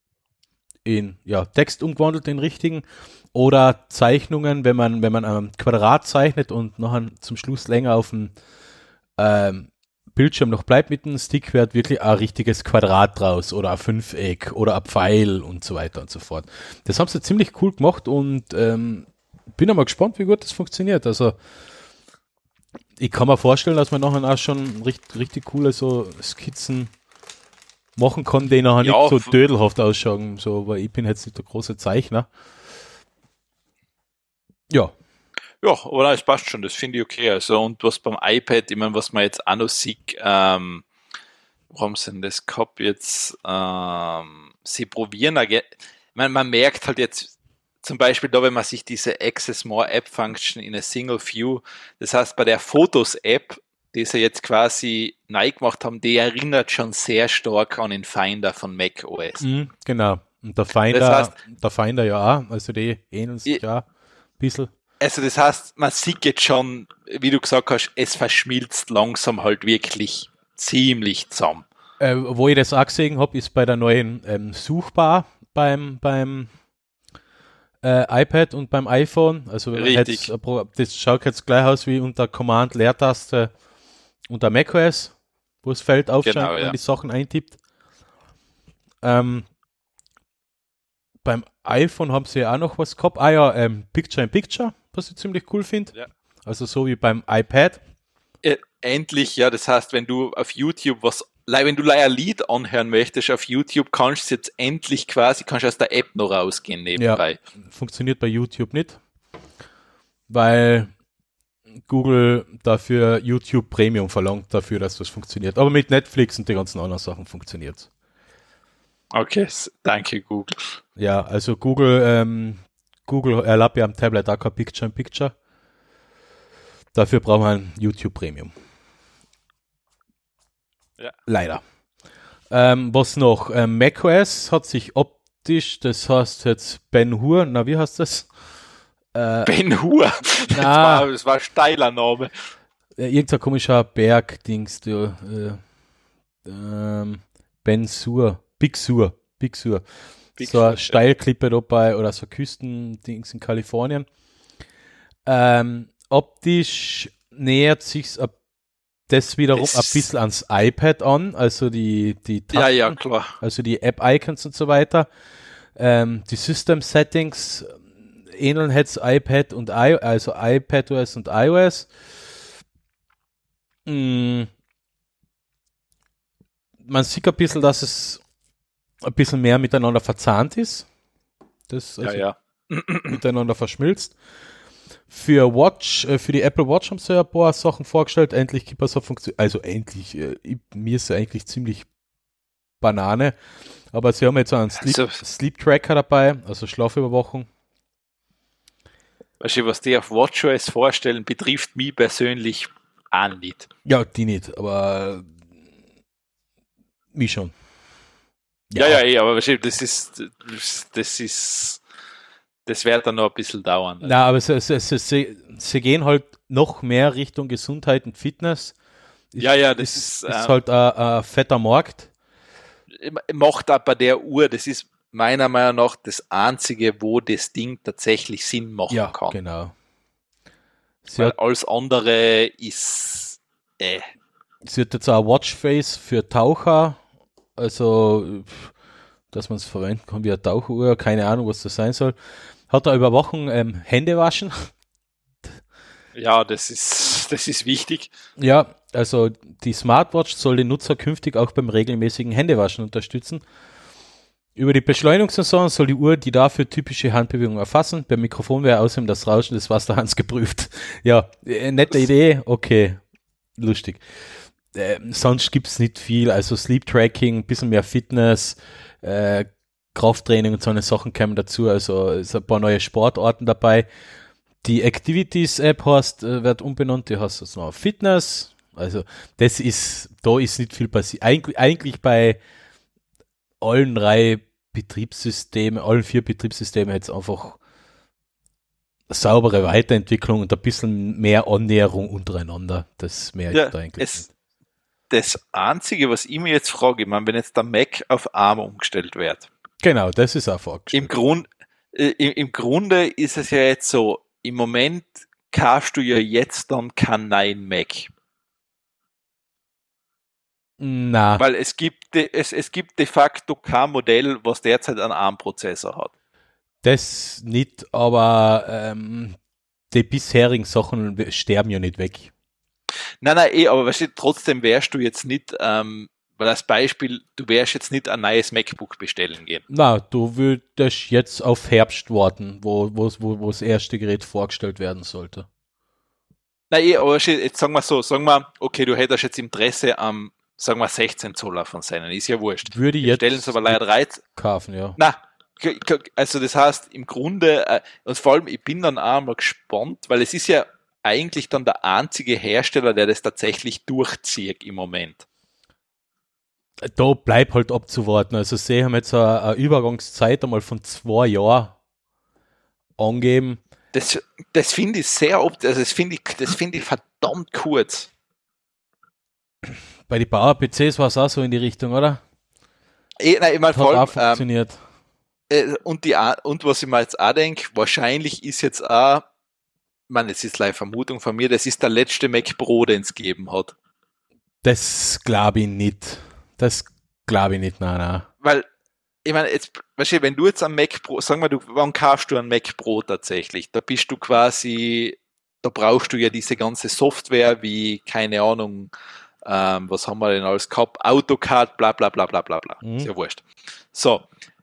in ja, Text umgewandelt, den richtigen. Oder Zeichnungen, wenn man, wenn man ein Quadrat zeichnet und nachher zum Schluss länger auf dem ähm, Bildschirm noch bleibt mit dem Stick, wird wirklich ein richtiges Quadrat draus oder ein Fünfeck oder ein Pfeil und so weiter und so fort. Das haben sie ziemlich cool gemacht und ähm, bin einmal gespannt, wie gut das funktioniert. Also ich kann mir vorstellen, dass man nachher auch schon richtig, richtig coole so Skizzen machen kann, die nachher Ja, nicht so f- dödelhaft ausschauen, so, weil ich bin jetzt nicht der große Zeichner. Ja, Ja, aber es passt schon, das finde ich okay. Also, und was beim iPad, ich meine, was man jetzt auch noch sieht, ähm, wo haben sie denn das gehabt jetzt? Ähm, sie probieren, ich meine, man merkt halt jetzt zum Beispiel da, wenn man sich diese Access More App Function in a Single View, das heißt bei der Fotos App, die sie jetzt quasi neu gemacht haben, die erinnert schon sehr stark an den Finder von macOS. mhm, genau. Und der Finder, Das heißt- der Finder ja auch, also die ähneln sich Ich- ja ein bisschen. Also das heißt, man sieht jetzt schon, wie du gesagt hast, es verschmilzt langsam halt wirklich ziemlich zusammen. Äh, wo ich das auch gesehen habe, ist bei der neuen ähm, Suchbar beim, beim äh, iPad und beim iPhone. Also wenn man Richtig. jetzt, äh, pro- das schaut jetzt gleich aus wie unter Command-Leertaste unter macOS, wo das Feld aufscheint, Genau, wenn ja. man die Sachen eintippt. Ähm, beim iPhone haben sie ja auch noch was gehabt. Ah ja, ähm, Picture-in-Picture, was ich ziemlich cool finde. Ja. Also so wie beim iPad. Äh, endlich, ja, das heißt, wenn du auf YouTube was, lei- wenn du leider ein Lied anhören möchtest auf YouTube, kannst du jetzt endlich quasi, kannst du aus der App noch rausgehen nebenbei. Funktioniert bei YouTube nicht, weil Google dafür YouTube Premium verlangt, dafür, dass das funktioniert. Aber mit Netflix und den ganzen anderen Sachen funktioniert es. Okay, s- danke Google. Ja, also Google, ähm, Google erlaubt ja am Tablet auch kein Picture-in-Picture. Dafür braucht man YouTube Premium. Ja. Leider. Ähm, was noch? Ähm, macOS hat sich optisch, das heißt jetzt Ben Hur, na wie heißt das? Äh, Ben Hur. Das Na. war, das war ein steiler Name. äh, irgendein komischer Berg-Dings, der, äh, ähm, Ben Sur, Big Sur, Big Sur. Big so eine Sur, Steilklippe dabei oder so Küstendings in Kalifornien. Ähm, optisch nähert sich das wiederum Es- ein bisschen ans iPad an, also die, die Ja, Tasten, ja, klar. also die App-Icons und so weiter. Ähm, die System-Settings ähneln jetzt iPad und I, also iPadOS und iOS. Mm. Man sieht ein bisschen, dass es ein bisschen mehr miteinander verzahnt ist. Das also Ja, ja. miteinander verschmilzt. Für Watch, äh, für die Apple Watch haben sie ja ein paar Sachen vorgestellt. Endlich gibt es so Funktion, also endlich, äh, ich, mir ist ja eigentlich ziemlich Banane, aber sie haben jetzt auch einen Sleep, Also- Sleep Tracker dabei, also Schlafüberwachung. Weißt du, was die auf WatchOS vorstellen, betrifft mich persönlich auch nicht. Ja, die nicht, aber mich schon. Ja, ja, eh, aber weißt du, das ist, das ist, das wird dann noch ein bisschen dauern. Na, aber sie, sie, sie, sie, sie gehen halt noch mehr Richtung Gesundheit und Fitness. Ist, Ja, ja, das ist, ist, ist äh, halt ein, ein fetter Markt. Macht auch bei der Uhr, das ist meiner Meinung nach das Einzige, wo das Ding tatsächlich Sinn machen Ja, kann. genau. Sie Weil hat, alles andere ist, äh, sie hat jetzt auch ein Watchface für Taucher, also dass man es verwenden kann wie eine Taucheruhr, keine Ahnung, was das sein soll. Hat eine Überwachung, ähm, Hände waschen. ja, das ist, das ist wichtig. Ja, also die Smartwatch soll den Nutzer künftig auch beim regelmäßigen Händewaschen unterstützen. Über die Beschleunigungssensor soll die Uhr die dafür typische Handbewegung erfassen. Beim Mikrofon wäre außerdem das Rauschen des Wasserhahns geprüft. Ja, äh, nette Idee, okay, lustig. Äh, sonst gibt es nicht viel, also Sleep Tracking, ein bisschen mehr Fitness, äh, Krafttraining und so eine Sachen kommen dazu, also es sind ein paar neue Sportarten dabei. Die Activities-App heißt, äh, wird umbenannt, die heißt jetzt noch Fitness, also das ist, da ist nicht viel passiert. Eig eigentlich bei allen drei Betriebssystemen, allen vier Betriebssystemen jetzt einfach saubere Weiterentwicklung und ein bisschen mehr Annäherung untereinander. Das mehr Ja, da eigentlich es, das Einzige, was ich mir jetzt frage, ich meine, wenn jetzt der Mac auf ARM umgestellt wird, Genau, das ist auch vorgestellt. im, Grund, äh, im, im Grunde ist es ja jetzt so, im Moment kaufst du ja jetzt dann keinen neuen Mac. Na, Weil es gibt, de, es, es gibt de facto kein Modell, was derzeit einen ARM-Prozessor hat. das nicht, aber ähm, die bisherigen Sachen sterben ja nicht weg. Nein, nein, eh, aber weißt du, trotzdem wärst du jetzt nicht, ähm, weil als Beispiel, du wärst jetzt nicht ein neues MacBook bestellen gehen. Na, du würdest jetzt auf Herbst warten, wo, wo, wo, wo das erste Gerät vorgestellt werden sollte. Nein, eh, aber weißt du, jetzt sagen wir so, sagen wir, okay, du hättest jetzt Interesse am, sagen wir, sechzehn Zoller von seinen, ist ja wurscht. Würde Wir jetzt stellen es aber leider reiz. kaufen, ja. Na, k- k- also das heißt, im Grunde, äh, und vor allem, ich bin dann auch mal gespannt, weil es ist ja eigentlich dann der einzige Hersteller, der das tatsächlich durchzieht im Moment. Da bleibt halt abzuwarten. Also sie haben jetzt eine, eine Übergangszeit einmal von zwei Jahren angeben. Das, das finde ich sehr, opt- also das finde ich, das finde ich verdammt kurz. Bei den Bauer-P Cs war es auch so in die Richtung, oder? Eh, nein, ich meine, Hat vor allem, auch funktioniert. ähm, äh, und, die, A- und was ich mir jetzt auch denke, wahrscheinlich ist jetzt auch, ich meine, es ist leider Vermutung von mir, das ist der letzte Mac Pro, den es gegeben hat. Das glaube ich nicht. Das glaube ich nicht, nein, nein. Weil, ich meine, jetzt, weißt du, wenn du jetzt am Mac Pro, sagen wir, du, wann kaufst du einen Mac Pro tatsächlich? Da bist du quasi, da brauchst du ja diese ganze Software wie, keine Ahnung, ähm, was haben wir denn alles gehabt? AutoCAD, bla bla bla bla bla bla. Mhm. Ist ja wurscht. So.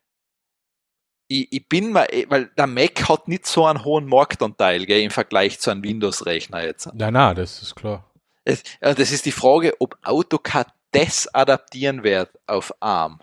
Ich, ich bin mal, weil der Mac hat nicht so einen hohen Marktanteil, gell, im Vergleich zu einem Windows-Rechner jetzt. Nein, nein, das ist klar. Es, also das ist die Frage, ob AutoCAD das adaptieren wird auf ARM.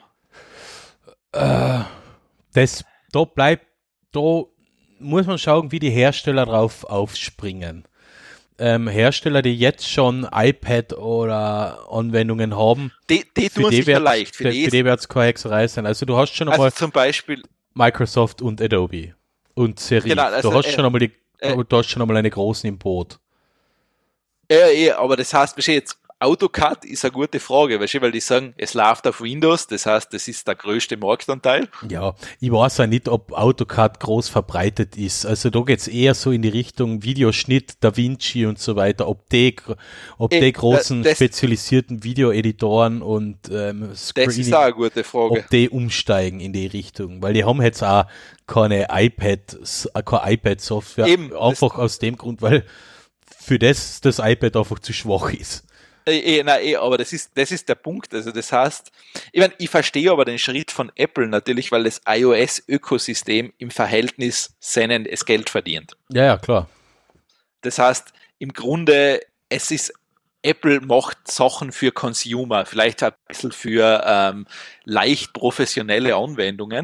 Äh, das, da bleibt, da muss man schauen, wie die Hersteller drauf aufspringen. Ähm, Hersteller, die jetzt schon iPad oder Anwendungen haben, Die, die für tun die sich ja wird leicht. Für die, es keine Hexerei sein. Also du hast schon also einmal zum Beispiel, Microsoft und Adobe und Serif. Genau, also, du hast äh, schon einmal die, äh, du hast schon einmal eine großen im Boot. ja, ja, aber das heißt, weißt du, jetzt AutoCAD ist eine gute Frage, weißt du, weil die sagen, es läuft auf Windows, das heißt, das ist der größte Marktanteil. Ja, ich weiß auch nicht, ob AutoCAD groß verbreitet ist. Also da geht's eher so in die Richtung Videoschnitt, DaVinci und so weiter, ob die, ob Ey, die großen das, spezialisierten Videoeditoren und ähm, das ist auch eine gute Frage. ob die umsteigen in die Richtung, weil die haben jetzt auch keine iPad, keine iPad-Software, Eben, einfach aus dem Grund, weil für das das iPad einfach zu schwach ist. Eh, eh, nein, eh, aber das ist, das ist der Punkt. Also das heißt, ich meine, ich verstehe aber den Schritt von Apple natürlich, weil das iOS-Ökosystem im Verhältnis seinen es Geld verdient. Ja, ja, klar. Das heißt, im Grunde, es ist, Apple macht Sachen für Consumer, vielleicht ein bisschen für ähm, leicht professionelle Anwendungen.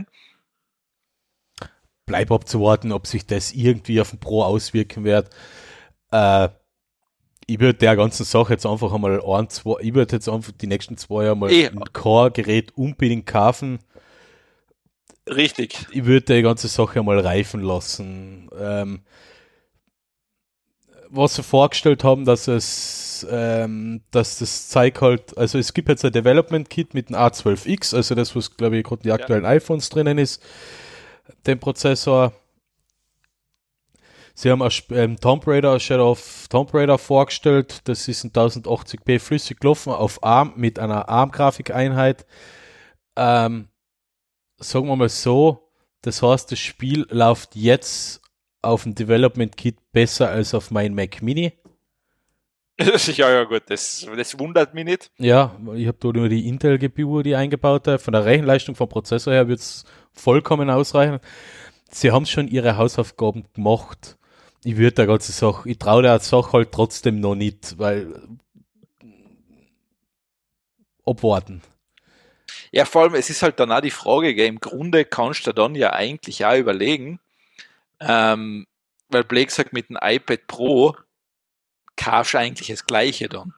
Bleib abzuwarten, ob sich das irgendwie auf den Pro auswirken wird. Äh, Ich würde der ganzen Sache jetzt einfach einmal ein, zwei, ich würde jetzt einfach die nächsten zwei Jahre mal Eh. ein Core-Gerät unbedingt kaufen. Richtig. Ich würde die ganze Sache einmal reifen lassen. Ähm, was sie vorgestellt haben, dass es, ähm, dass das Zeug halt, also es gibt jetzt ein Development Kit mit dem A zwölf X, also das, was glaube ich gerade die aktuellen ja. iPhones drinnen ist, den Prozessor. Sie haben ähm, Tomb Raider, Shadow of Tomb Raider vorgestellt. Das ist in tausend achtzig p flüssig gelaufen auf ARM mit einer ARM-Grafikeinheit. Ähm, sagen wir mal so, das heißt, das Spiel läuft jetzt auf dem Development Kit besser als auf meinem Mac Mini. Ja, ja, gut, das, das wundert mich nicht. Ja, ich habe da nur die Intel-G P U, die eingebaute. Von der Rechenleistung vom Prozessor her wird es vollkommen ausreichen. Sie haben schon ihre Hausaufgaben gemacht. Ich würde der ganze Sache, ich traue der Sache halt trotzdem noch nicht, weil abwarten. Ja, vor allem, es ist halt dann auch die Frage, gell, im Grunde kannst du dann ja eigentlich auch überlegen, ähm, weil Blake sagt, mit dem iPad Pro kaufst du eigentlich das Gleiche dann.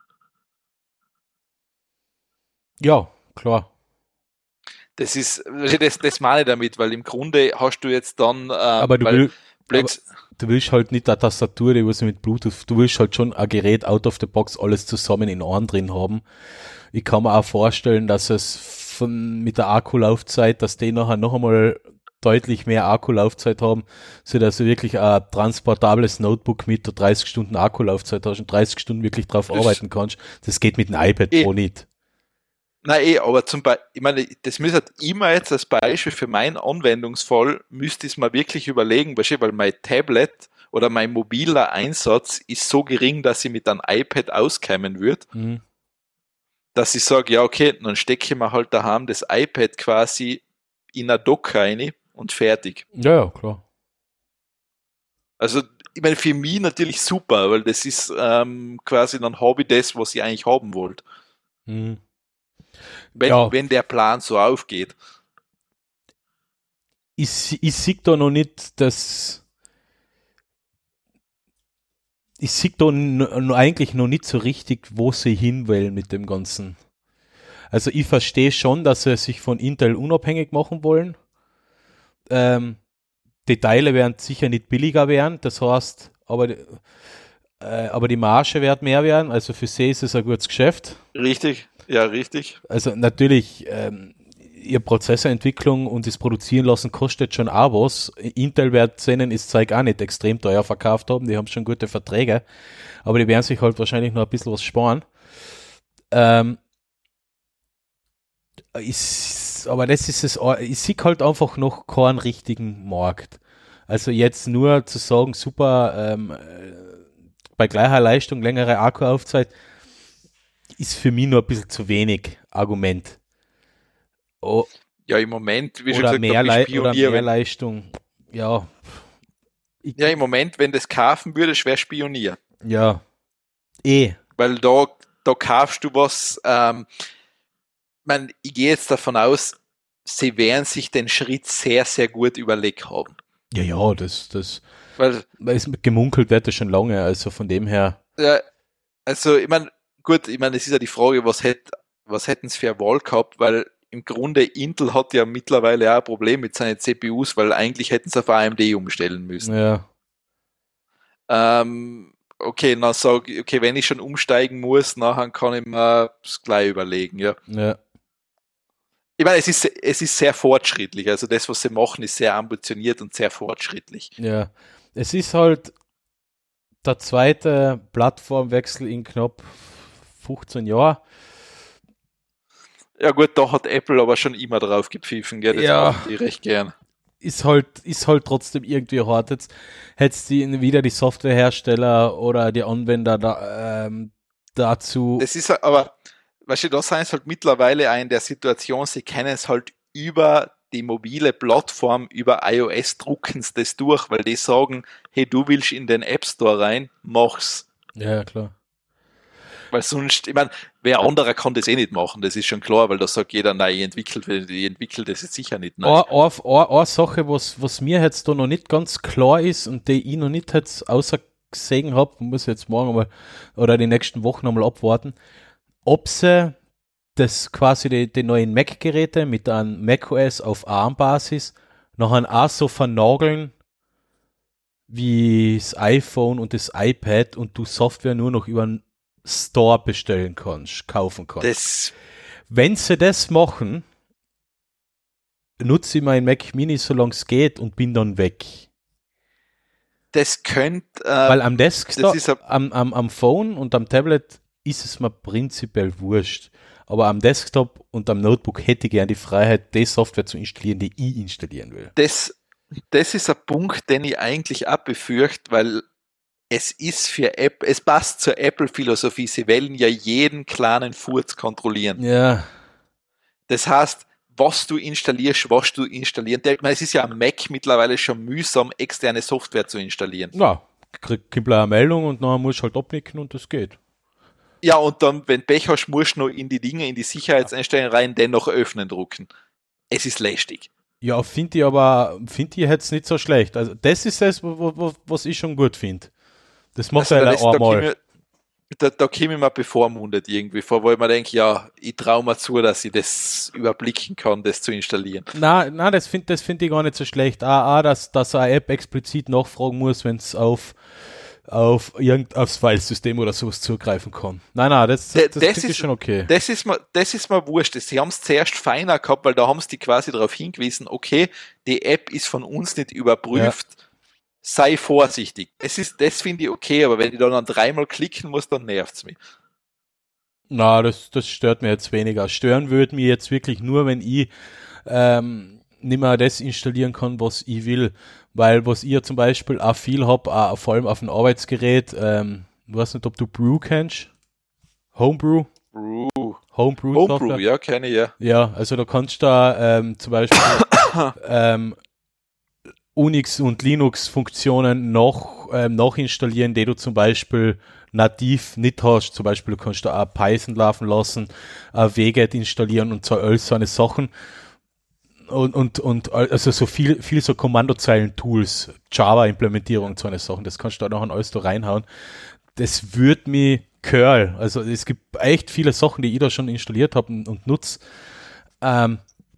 Ja, klar. Das ist, das, das meine ich damit, weil im Grunde hast du jetzt dann, ähm, aber du, weil will, aber du willst halt nicht eine Tastatur, die was mit Bluetooth, du willst halt schon ein Gerät out of the box alles zusammen in einem drin haben. Ich kann mir auch vorstellen, dass es von, mit der Akkulaufzeit, dass die nachher noch einmal deutlich mehr Akkulaufzeit haben, so dass du wirklich ein transportables Notebook mit der dreißig Stunden Akkulaufzeit hast und dreißig Stunden wirklich drauf arbeiten kannst. Das geht mit dem iPad Pro nicht. Nein, eh, aber zum Beispiel, ich meine, das müsste immer jetzt als Beispiel für meinen Anwendungsfall, müsste ich es mal wirklich überlegen, weil mein Tablet oder mein mobiler Einsatz ist so gering, dass ich mit einem iPad auskämen würde, mhm. dass ich sage, ja okay, dann stecke ich mir halt daheim das iPad quasi in eine Dock rein und fertig. Ja, ja, klar. Also, ich meine, für mich natürlich super, weil das ist ähm, quasi, dann habe ich das, was ich eigentlich haben wollte. Mhm. Wenn, ja. wenn der Plan so aufgeht. Ich, ich sehe da noch nicht, dass ich sehe da n- eigentlich noch nicht so richtig, wo sie hinwollen mit dem Ganzen. Also ich verstehe schon, dass sie sich von Intel unabhängig machen wollen. Ähm, die Teile werden sicher nicht billiger werden, das heißt, aber, äh, aber die Marge wird mehr werden, also für sie ist es ein gutes Geschäft. Richtig. Ja, richtig. Also natürlich, ähm, ihre Prozessorentwicklung und das Produzieren lassen kostet schon auch was. Intel wird sehen, ist Zeug auch nicht extrem teuer verkauft haben, die haben schon gute Verträge, aber die werden sich halt wahrscheinlich noch ein bisschen was sparen. Ähm, ist, aber das ist es, ich sehe halt einfach noch keinen richtigen Markt. Also jetzt nur zu sagen, super, ähm, bei gleicher Leistung, längere Akkulaufzeit, ist für mich nur ein bisschen zu wenig Argument. Oh, ja, im Moment, wie schon oder, gesagt, mehr Le- oder mehr Leistung. Ja. Ich, ja, im Moment, wenn das kaufen würde, schwer Spionier. Ja. Eh. Weil da, da kaufst du was, ähm, man, ich gehe jetzt davon aus, sie werden sich den Schritt sehr, sehr gut überlegt haben. Ja, ja, das, das, weil, weil es gemunkelt wird das schon lange, also von dem her. Ja, also, ich meine, gut, ich meine, es ist ja die Frage, was, hätt, was hätten sie für eine Wahl gehabt, weil im Grunde Intel hat ja mittlerweile auch ein Problem mit seinen C P Us, weil eigentlich hätten sie auf A M D umstellen müssen. Ja. Ähm, okay, dann sag ich, okay, wenn ich schon umsteigen muss, nachher kann ich mir das gleich überlegen, ja. Ja. Ich meine, es ist, es ist sehr fortschrittlich, also das, was sie machen, ist sehr ambitioniert und sehr fortschrittlich. Ja, es ist halt der zweite Plattformwechsel in knapp fünfzehn Jahren. Ja gut, da hat Apple aber schon immer drauf gepfiffen, gell? Das Ja. machen die recht gern. Ist halt, ist halt trotzdem irgendwie hart. Jetzt hättest du wieder die Softwarehersteller oder die Anwender da, ähm, dazu. Das ist aber, weißt du, da sind es halt mittlerweile auch in der Situation, sie kennen es halt über die mobile Plattform, über iOS drucken sie das durch, weil die sagen, hey, du willst in den App Store rein, mach's. Ja, klar. Weil sonst, ich meine, wer anderer kann das eh nicht machen, das ist schon klar, weil da sagt jeder, nein, ich entwickelt, ich entwickelt das jetzt sicher nicht. Nein. Eine, eine, eine Sache, was, was mir jetzt da noch nicht ganz klar ist und die ich noch nicht jetzt außer gesehen habe, muss ich jetzt morgen mal oder die nächsten Wochen nochmal abwarten, ob sie das quasi die, die neuen Mac-Geräte mit einem macOS auf ARM-Basis nachher auch so vernageln wie das iPhone und das iPad und du Software nur noch über einen Store bestellen kannst, kaufen kannst. Das, Wenn sie das machen, nutze ich mein Mac Mini, solange es geht und bin dann weg. das könnte, äh, Weil am Desktop, das ist ein- am, am, am Phone und am Tablet ist es mir prinzipiell wurscht. Aber am Desktop und am Notebook hätte ich gerne die Freiheit, die Software zu installieren, die ich installieren will. das, das ist ein Punkt, den ich eigentlich auch befürchte, weil es ist für App, es passt zur Apple-Philosophie, sie wollen ja jeden kleinen Furz kontrollieren. Ja, Das heißt, was du installierst, was du installieren. Ich meine, es ist ja am Mac mittlerweile schon mühsam, externe Software zu installieren. ja, krieg krieg eine Meldung und dann musst du halt abnicken und das geht. Ja, und dann, wenn du Pech hast, musst du noch in die Dinge, in die Sicherheitseinstellungen rein, dennoch öffnen drucken. Es ist lästig. Ja, finde ich aber, finde ich jetzt nicht so schlecht. Also das ist das, wo, wo, was ich schon gut finde. Das macht Also, er da, ja ist- da, einmal. käme, da, da käme ich mir bevormundet irgendwie vor, wo ich mir denke, ja, ich traue mir zu, dass ich das überblicken kann, das zu installieren. Na, na, das finde das find ich gar nicht so schlecht. Ah, ah dass, dass eine App explizit nachfragen muss, wenn es auf, auf irgend, aufs Filesystem oder sowas zugreifen kann. Nein, nein, das, das, D- das das finde ich ist- schon okay. Das ist mir, das ist mir wurscht. Sie haben es zuerst feiner gehabt, weil da haben sie die quasi darauf hingewiesen, okay, die App ist von uns nicht überprüft, sei vorsichtig. Es ist, das finde ich okay, aber wenn ich dann dreimal klicken muss, dann nervt es mich. Na, das, das stört mir jetzt weniger. Stören würde mich jetzt wirklich nur, wenn ich ähm, nicht mehr das installieren kann, was ich will. Weil was ich ja zum Beispiel auch viel habe, vor allem auf dem Arbeitsgerät, ähm, ich weiß nicht, ob du Brew kennst. Homebrew? Brew. Homebrew, Homebrew, Software. ja, kenne ich ja. Ja, also da kannst du da ähm, zum Beispiel ähm, Unix- und Linux-Funktionen noch ähm, nachinstallieren, die du zum Beispiel nativ nicht hast. Zum Beispiel du kannst da auch Python laufen lassen, äh, Wget installieren und so all so eine Sachen. Und, und, und also so viel, viel so Kommandozeilen-Tools, Java-Implementierung, so eine Sachen, das kannst du da noch alles da reinhauen. Das würde mich Curl, also es gibt echt viele Sachen, die ich da schon installiert habe und, und nutze. Ähm,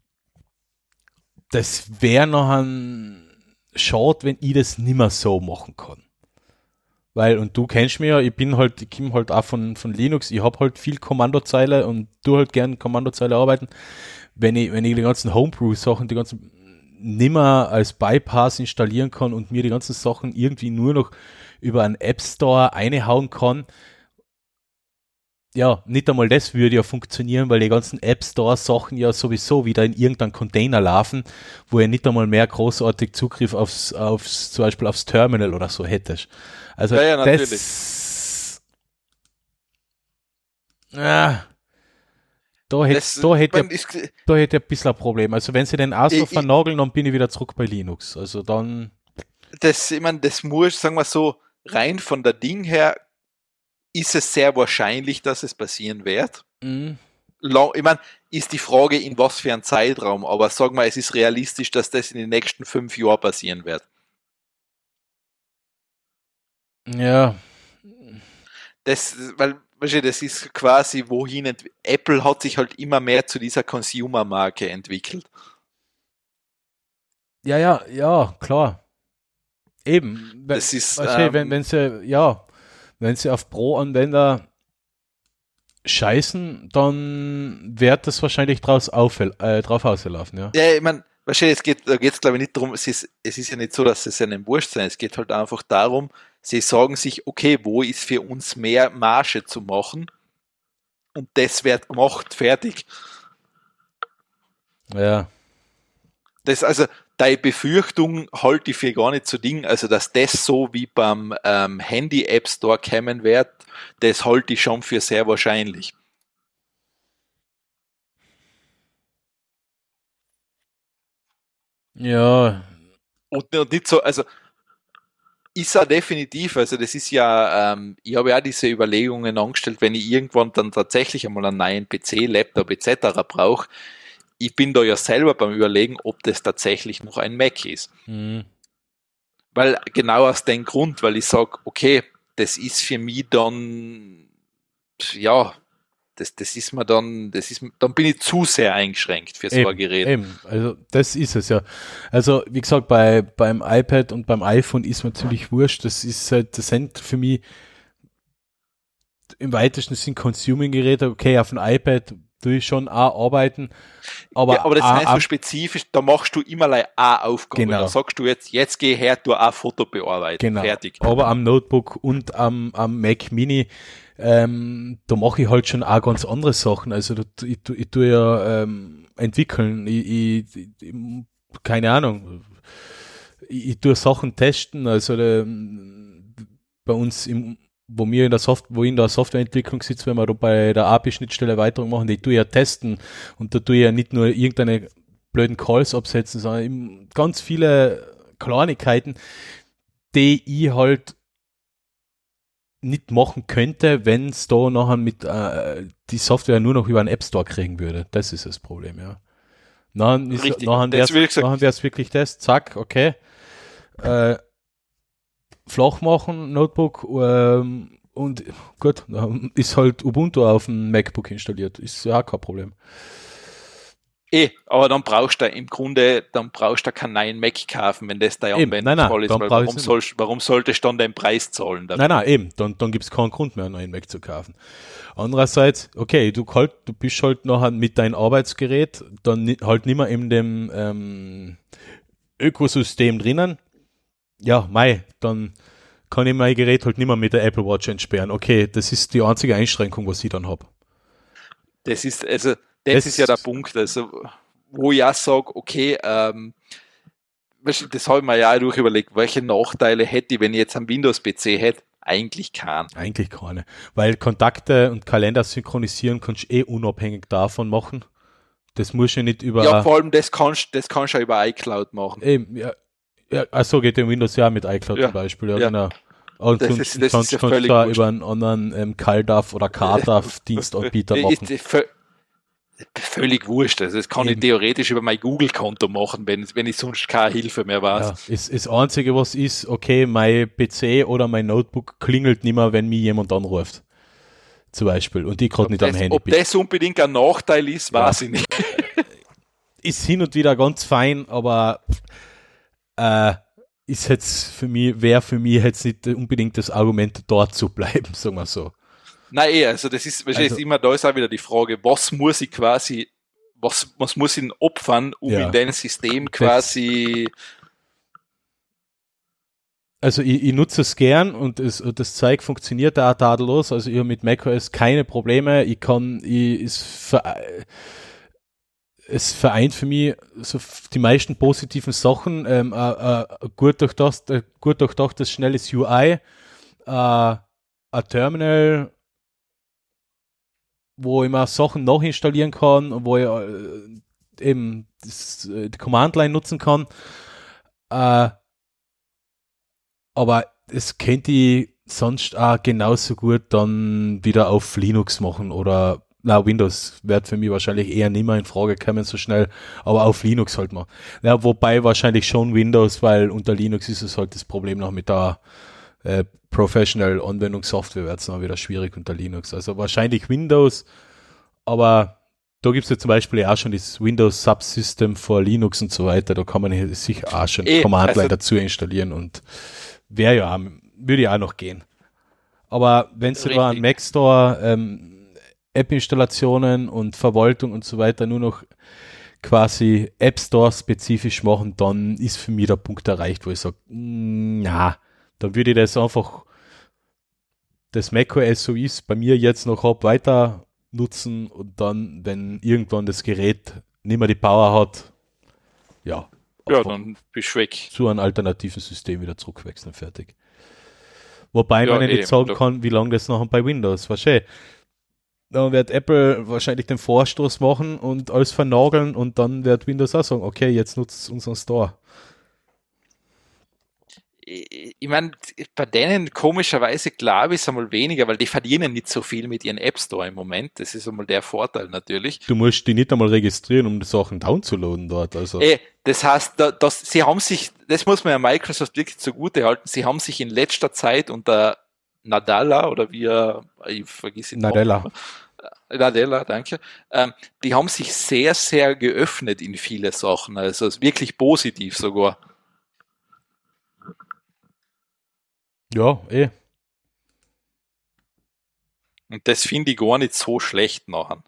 das wäre noch ein Schade, wenn ich das nimmer so machen kann. Weil, und du kennst mich ja, ich bin halt, ich komme halt auch von, von Linux, ich habe halt viel Kommandozeile und du halt gern Kommandozeile arbeiten. Wenn ich, wenn ich die ganzen Homebrew-Sachen, die ganzen nimmer als Bypass installieren kann und mir die ganzen Sachen irgendwie nur noch über einen App Store einhauen kann, ja, nicht einmal das würde ja funktionieren, weil die ganzen App Store Sachen ja sowieso wieder in irgendeinem Container laufen, wo ihr nicht einmal mehr großartig Zugriff aufs, aufs, zum Beispiel aufs Terminal oder so hättest. Also Ja, ja, natürlich. das, ja, da hätte Das, da hätte man, ich, ist, da hätte ich ein bisschen ein Problem. Also wenn sie den auch so Ich- ich- vernageln, dann bin ich wieder zurück bei Linux. Also dann, das, ich meine, das muss, sagen wir so, rein von der Ding her, ist es sehr wahrscheinlich, dass es passieren wird. mh, Lang, ich meine, ist die Frage, in was für einem Zeitraum, aber sagen wir, es ist realistisch, dass das in den nächsten fünf Jahren passieren wird. ja, Das, weil, weißt du, das ist quasi, wohin, ent- Apple hat sich halt immer mehr zu dieser Consumer-Marke entwickelt. ja, ja, ja, klar. Eben. Wenn- Das ist, weißt du, ähm, wenn, wenn sie, ja, wenn sie auf Pro-Anwender scheißen, dann wird das wahrscheinlich draus auf, äh, drauf auslaufen, ja. Ja, ich meine, wahrscheinlich, es geht, da geht es glaube ich nicht darum, es ist, es ist ja nicht so, dass es einem wurscht sein, es geht halt einfach darum, sie sagen sich, okay, wo ist für uns mehr Marge zu machen und das wird gemacht, fertig. Ja. Das, also, deine Befürchtung halte ich für gar nicht so Ding, also dass das so wie beim ähm, Handy-App Store kommen wird, das halte ich schon für sehr wahrscheinlich. Ja. Und, und nicht so, also ist ja definitiv, also das ist ja, ähm, ich habe ja auch diese Überlegungen angestellt, wenn ich irgendwann dann tatsächlich einmal einen neuen P C, Laptop et cetera brauche, ich bin da ja selber beim Überlegen, ob das tatsächlich noch ein Mac ist. Mhm. Weil genau aus dem Grund, weil ich sage, okay, das ist für mich dann, ja, das, das ist mir dann, das ist, dann bin ich zu sehr eingeschränkt für so eben, ein Gerät. Eben, also das ist es ja. Also wie gesagt, bei, beim iPad und beim iPhone ist mir ziemlich wurscht, das ist halt, das sind für mich im weitesten Sinn Consuming-Geräte, okay, auf dem iPad tue ich schon auch arbeiten, aber, ja, aber das auch, heißt so spezifisch, da machst du immer eine Aufgabe. Genau. Da sagst du jetzt, jetzt geh her, du ein Foto bearbeiten. Genau. Fertig. Aber am Notebook und am, am Mac Mini, ähm, da mache ich halt schon auch ganz andere Sachen. Also da, ich, ich, ich tue ja ähm, entwickeln, ich, ich, ich, keine Ahnung, ich, ich tue Sachen testen, also ähm, bei uns im wo wir in der Soft wo ich in der Softwareentwicklung sitze, wenn wir da bei der A P I-Schnittstelle Erweiterung machen, die tue ich ja testen und da tue ich ja nicht nur irgendeine blöden Calls absetzen, sondern eben ganz viele Kleinigkeiten, die ich halt nicht machen könnte, wenn es da nachher mit äh, die Software nur noch über einen App Store kriegen würde. Das ist das Problem, ja. Dann ist Richtig. nachher Das will ich sagen. wäre es wirklich das, zack, okay. Äh, flach machen, Notebook, ähm, und gut, dann ist halt Ubuntu auf dem MacBook installiert. Ist ja auch kein Problem. Eh, aber dann brauchst du im Grunde, dann brauchst du keinen neuen Mac kaufen, wenn das dein Eben, nein, nein, Anwendungsfall ist, dann weil brauch warum, ich's soll, warum solltest du dann den Preis zahlen? Dafür? Nein, nein, eben, dann, dann gibt es keinen Grund mehr, einen neuen Mac zu kaufen. Andererseits, okay, du, halt, du bist halt nachher mit deinem Arbeitsgerät dann ni- halt nicht mehr in dem ähm, Ökosystem drinnen. Ja, mei, dann kann ich mein Gerät halt nicht mehr mit der Apple Watch entsperren. Okay, das ist die einzige Einschränkung, was ich dann habe. Das ist, also, das, Das- ist ja der Punkt, also, wo ich auch sage, okay, ähm, weißt du, das habe ich mir ja auch durch überlegt, welche Nachteile hätte ich, wenn ich jetzt einen Windows-P C hätte? Eigentlich keinen. Eigentlich keine. Weil Kontakte und Kalender synchronisieren kannst du eh unabhängig davon machen. Das muss ja nicht über... Ja, vor allem das kannst das kannst du auch über iCloud machen. Eben, ja, ja, achso, geht ja Windows ja mit iCloud Ja, zum Beispiel, ja, ja. genau. Und Das sonst ist- das sonst ist ja kannst völlig du auch wurscht. über einen anderen ähm, CalDAV oder CarDAV-Dienstanbieter Ist- machen. ist vö- Völlig wurscht. Also das kann Eben. ich theoretisch über mein Google-Konto machen, wenn, wenn ich sonst keine Hilfe mehr weiß. Ja, ist, ist das Einzige, was ist, okay, mein P C oder mein Notebook klingelt nicht mehr, wenn mich jemand anruft. Zum Beispiel. Und ich gerade nicht am das, Handy ob bin. das unbedingt ein Nachteil ist, Ja. weiß ich nicht. Ist hin und wieder ganz fein, aber äh, ist jetzt für mich, wäre für mich jetzt nicht unbedingt das Argument, dort zu bleiben, sagen wir so. Nein, eh, also das ist wahrscheinlich Also- immer, da ist auch wieder die Frage, was muss ich quasi, was, was muss ich denn opfern, um Ja. in dem System quasi, Also ich, ich nutze es gern und, es, und das Zeug funktioniert da tadellos. Also ich habe mit macOS keine Probleme. Ich kann, ich, es, vere- es vereint für mich so f- die meisten positiven Sachen. Ähm, äh, äh, gut durchdacht, äh, gut durchdachtes, schnelles U I, äh, ein Terminal, wo ich mir Sachen nachinstallieren kann und wo ich äh, eben das, äh, die Command-Line nutzen kann. Äh, aber es könnte ich sonst auch genauso gut dann wieder auf Linux machen oder na, Windows wird für mich wahrscheinlich eher nicht mehr in Frage kommen so schnell, aber auf Linux halt mal. Ja, wobei wahrscheinlich schon Windows, weil unter Linux ist es halt das Problem noch mit der äh, Professional Anwendungssoftware wird es noch wieder schwierig unter Linux. Also wahrscheinlich Windows, aber da gibt es ja zum Beispiel auch schon das Windows Subsystem für Linux und so weiter, da kann man hier sicher auch schon Eh, Command-Line also- dazu installieren und wäre ja, auch- würde ja auch noch gehen. Aber wenn du da einen Mac Store, ähm, App-Installationen und Verwaltung und so weiter nur noch quasi App Store spezifisch machen, dann ist für mich der Punkt erreicht, wo ich sage, na, dann würde ich das einfach, das macOS so ist, bei mir jetzt noch habe, weiter nutzen und dann, wenn irgendwann das Gerät nicht mehr die Power hat, ja, ja, dann bist du weg. Zu einem alternativen System wieder zurückwechseln, fertig. Wobei ja, man eben, nicht sagen kann, wie lange das noch bei Windows war. Schön. Dann wird Apple wahrscheinlich den Vorstoß machen und alles vernageln und dann wird Windows auch sagen, okay, jetzt nutzt unseren Store. Ich meine, bei denen komischerweise glaube ich es einmal weniger, weil die verdienen nicht so viel mit ihren App Store im Moment. Das ist einmal der Vorteil natürlich. Du musst die nicht einmal registrieren, um die Sachen downzuladen dort. Also. Ey, das heißt, da, das, sie haben sich, das muss man ja Microsoft wirklich zugute halten, sie haben sich in letzter Zeit unter Nadella oder wie er, ich vergesse ihn Nadella. Nadella, danke. Ähm, die haben sich sehr, sehr geöffnet in viele Sachen. Also wirklich positiv sogar. Ja, eh. Und das finde ich gar nicht so schlecht nachher.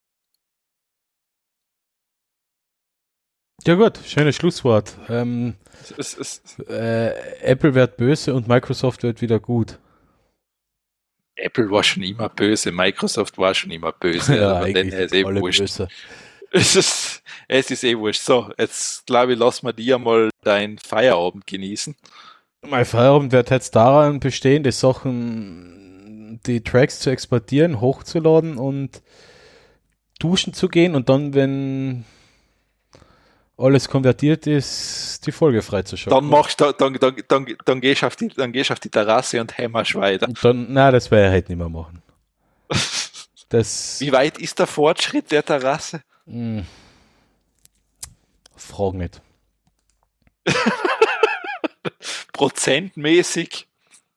Ja gut, schönes Schlusswort. Ähm, es, es, äh, Apple wird böse und Microsoft wird wieder gut. Apple war schon immer böse, Microsoft war schon immer böse. Ja, also eigentlich ist eh alle wurscht. böse. Es ist, es ist eh wurscht. So, jetzt glaube ich, lass mal dir mal deinen Feierabend genießen. Mein Feierabend wird jetzt daran bestehen, die Sachen, die Tracks zu exportieren, hochzuladen und duschen zu gehen und dann, wenn alles konvertiert ist, die Folge freizuschalten. Dann machst du, dann, dann, dann, dann gehst du auf die, dann gehst auf die Terrasse und hämmerst weiter. Und dann, nein, das werde ich halt nicht mehr machen. Das, Wie weit ist der Fortschritt der Terrasse? Mh, frag nicht. Prozentmäßig?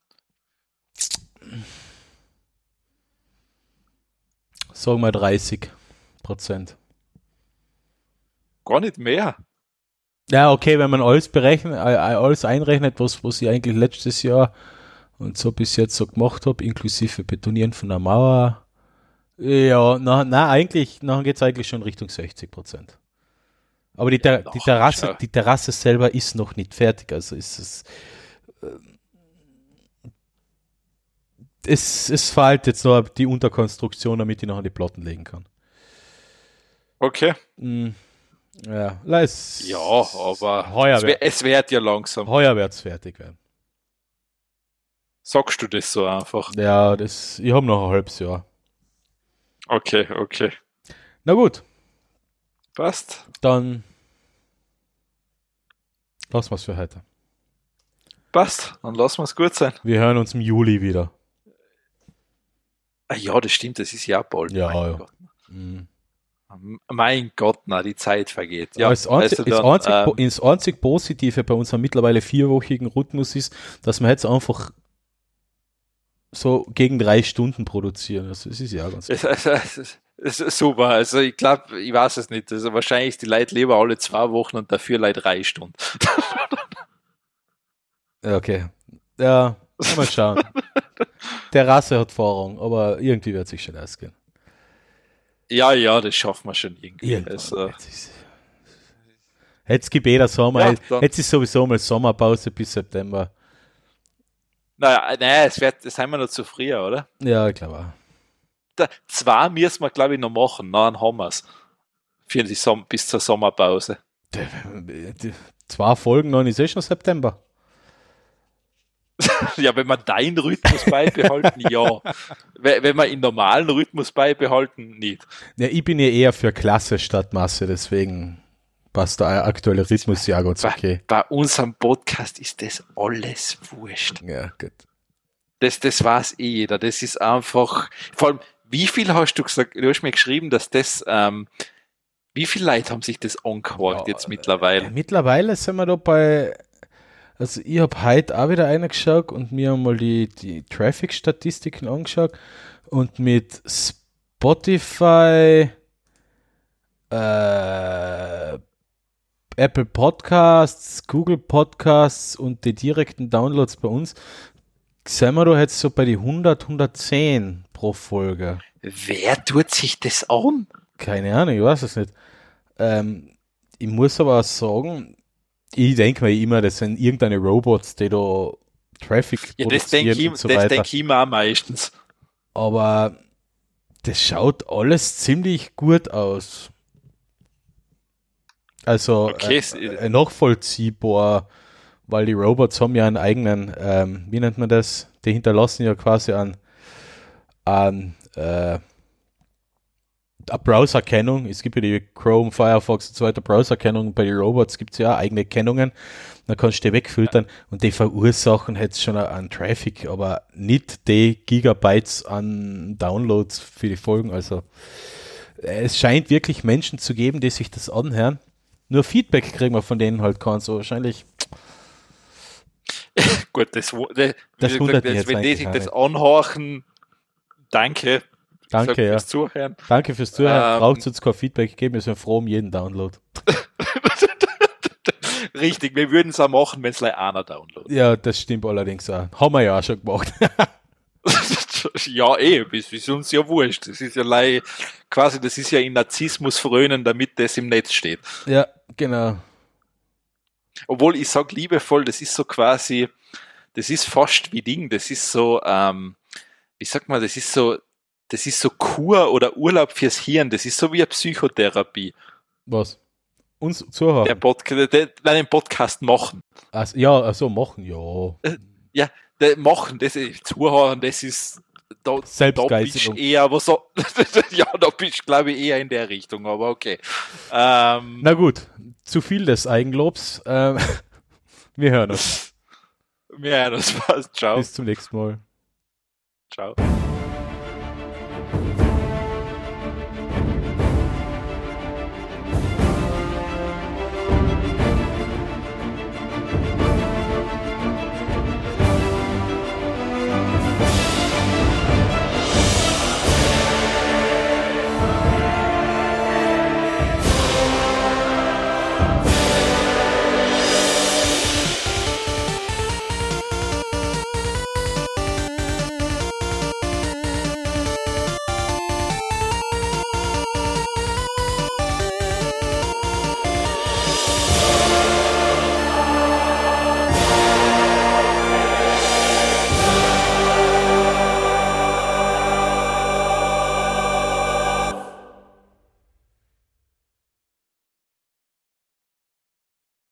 Sagen wir dreißig Prozent. Gar nicht mehr. Ja, okay, wenn man alles berechnet, alles einrechnet, was, was ich eigentlich letztes Jahr und so bis jetzt so gemacht habe, inklusive Betonieren von der Mauer. Ja, na, na eigentlich, nachher geht es eigentlich schon Richtung sechzig Prozent. Aber die, Ter- Ja, die, Terrasse, schau. die Terrasse selber ist noch nicht fertig, also ist es. Äh, es, es fehlt jetzt noch die Unterkonstruktion, damit ich nachher die Platten legen kann. Okay. Mm, ja, es, Ja, aber heuer, es, wär, es wird ja langsam. heuer wird es fertig werden. Sagst du das so einfach? Ja, das, ich habe noch ein halbes Jahr. Okay, okay. Na gut, Passt. dann lassen wir es für heute. Passt. Dann lassen wir es gut sein. Wir hören uns im Juli wieder. Ah, ja, das stimmt, das ist ja bald. Ja, mein ja. Gott. Mhm. Mein Gott, na, die Zeit vergeht. Ja, Aber das, einzig, weißt du das, dann, einzig, ähm, das einzig Positive bei unserem mittlerweile vierwöchigen Rhythmus ist, dass wir jetzt einfach so gegen drei Stunden produzieren. Also es ist ja ganz es, es, es, es ist super. Also ich glaube, ich weiß es nicht. Also wahrscheinlich ist die Leute lieber alle zwei Wochen und dafür Leute drei Stunden. Ja, okay. Ja, mal schauen. Der Rasse hat Vorrang, aber irgendwie wird es sich schon ausgehen. Ja, ja, das schaffen wir schon irgendwie. Irgendwann. Also, Jetzt, ist, jetzt gibt jeder Sommer. Ja, jetzt, dann- jetzt ist sowieso mal Sommerpause bis September. naja, nein, es wird, das haben wir noch zu früh, oder? Ja, ich glaube auch. Da, zwei müssen wir, glaube ich, noch machen. Dann haben wir es. Für die Som- bis zur Sommerpause. Die- die- Zwei Folgen, dann ist eh schon September. Ja, wenn wir deinen Rhythmus beibehalten, ja. Wenn wenn wir in normalen Rhythmus beibehalten, nicht. Ja, ich bin ja eher für Klasse statt Masse, deswegen passt der aktuelle Rhythmus ja ganz Bei, okay. bei unserem Podcast ist das alles wurscht. Ja, gut. Das, das weiß eh jeder. Das ist einfach, vor allem, wie viel hast du gesagt, du hast mir geschrieben, dass das, ähm, wie viele Leute haben sich das angehört Ja, jetzt mittlerweile? Ja, mittlerweile sind wir da bei, also ich habe heute auch wieder reingeschaut und mir haben mal die, die Traffic-Statistiken angeschaut und mit Spotify, äh, Apple Podcasts, Google Podcasts und die direkten Downloads bei uns, sind wir da jetzt so bei die hundert, hundertzehn pro Folge. Wer tut sich das an? Keine Ahnung, ich weiß es nicht. Ähm, ich muss aber auch sagen, ich denke mir immer, das sind irgendeine Robots, die da Traffic Ja, das denke ich, und so das weiter. denk ich mir auch meistens. Aber das schaut alles ziemlich gut aus. Also Okay, äh, äh, nachvollziehbar, weil die Robots haben ja einen eigenen, ähm, wie nennt man das? Die hinterlassen ja quasi an, an äh, eine Browser-Kennung. Es gibt ja die Chrome, Firefox und so weiter Browser-Kennung. Bei den Robots gibt es ja auch eigene Kennungen. Dann kannst du die wegfiltern und die verursachen jetzt schon an Traffic, aber nicht die Gigabytes an Downloads für die Folgen. Also es scheint wirklich Menschen zu geben, die sich das anhören. Nur Feedback kriegen wir von denen halt keins. So wahrscheinlich. Gut, das, das, Das wundert mich das, jetzt wenn die eigentlich sich auch das nicht. anhorchen, danke. Danke, Sag ja. fürs Zuhören. Danke fürs Zuhören. Ähm, Braucht uns kein Feedback geben. Wir sind froh um jeden Download. Richtig, wir würden es auch machen, wenn es gleich einer downloadet. Ja, das stimmt allerdings auch. Haben wir ja auch schon gemacht. Ja, eh, das ist uns ja wurscht. Das ist ja lei, quasi, das ist ja in Narzissmus frönen, damit das im Netz steht. Ja, genau. Obwohl ich sag liebevoll, das ist so quasi, das ist fast wie Ding, das ist so, ähm, wie sagt man, das ist so, das ist so Kur oder Urlaub fürs Hirn, das ist so wie eine Psychotherapie. Was? Uns zuhören? Der Podcast, der, nein, den Podcast machen. Also, ja, also machen, ja. Ja, der machen, das ist Zuhören, das ist, da, da bist Selbstgeißelung. du eher, was so, ja, da bist du, glaube ich, eher in der Richtung, aber okay. Ähm, Na gut, zu viel des Eigenlobs. Ähm, wir hören uns. ja, das war's. Ciao. Bis zum nächsten Mal. Ciao.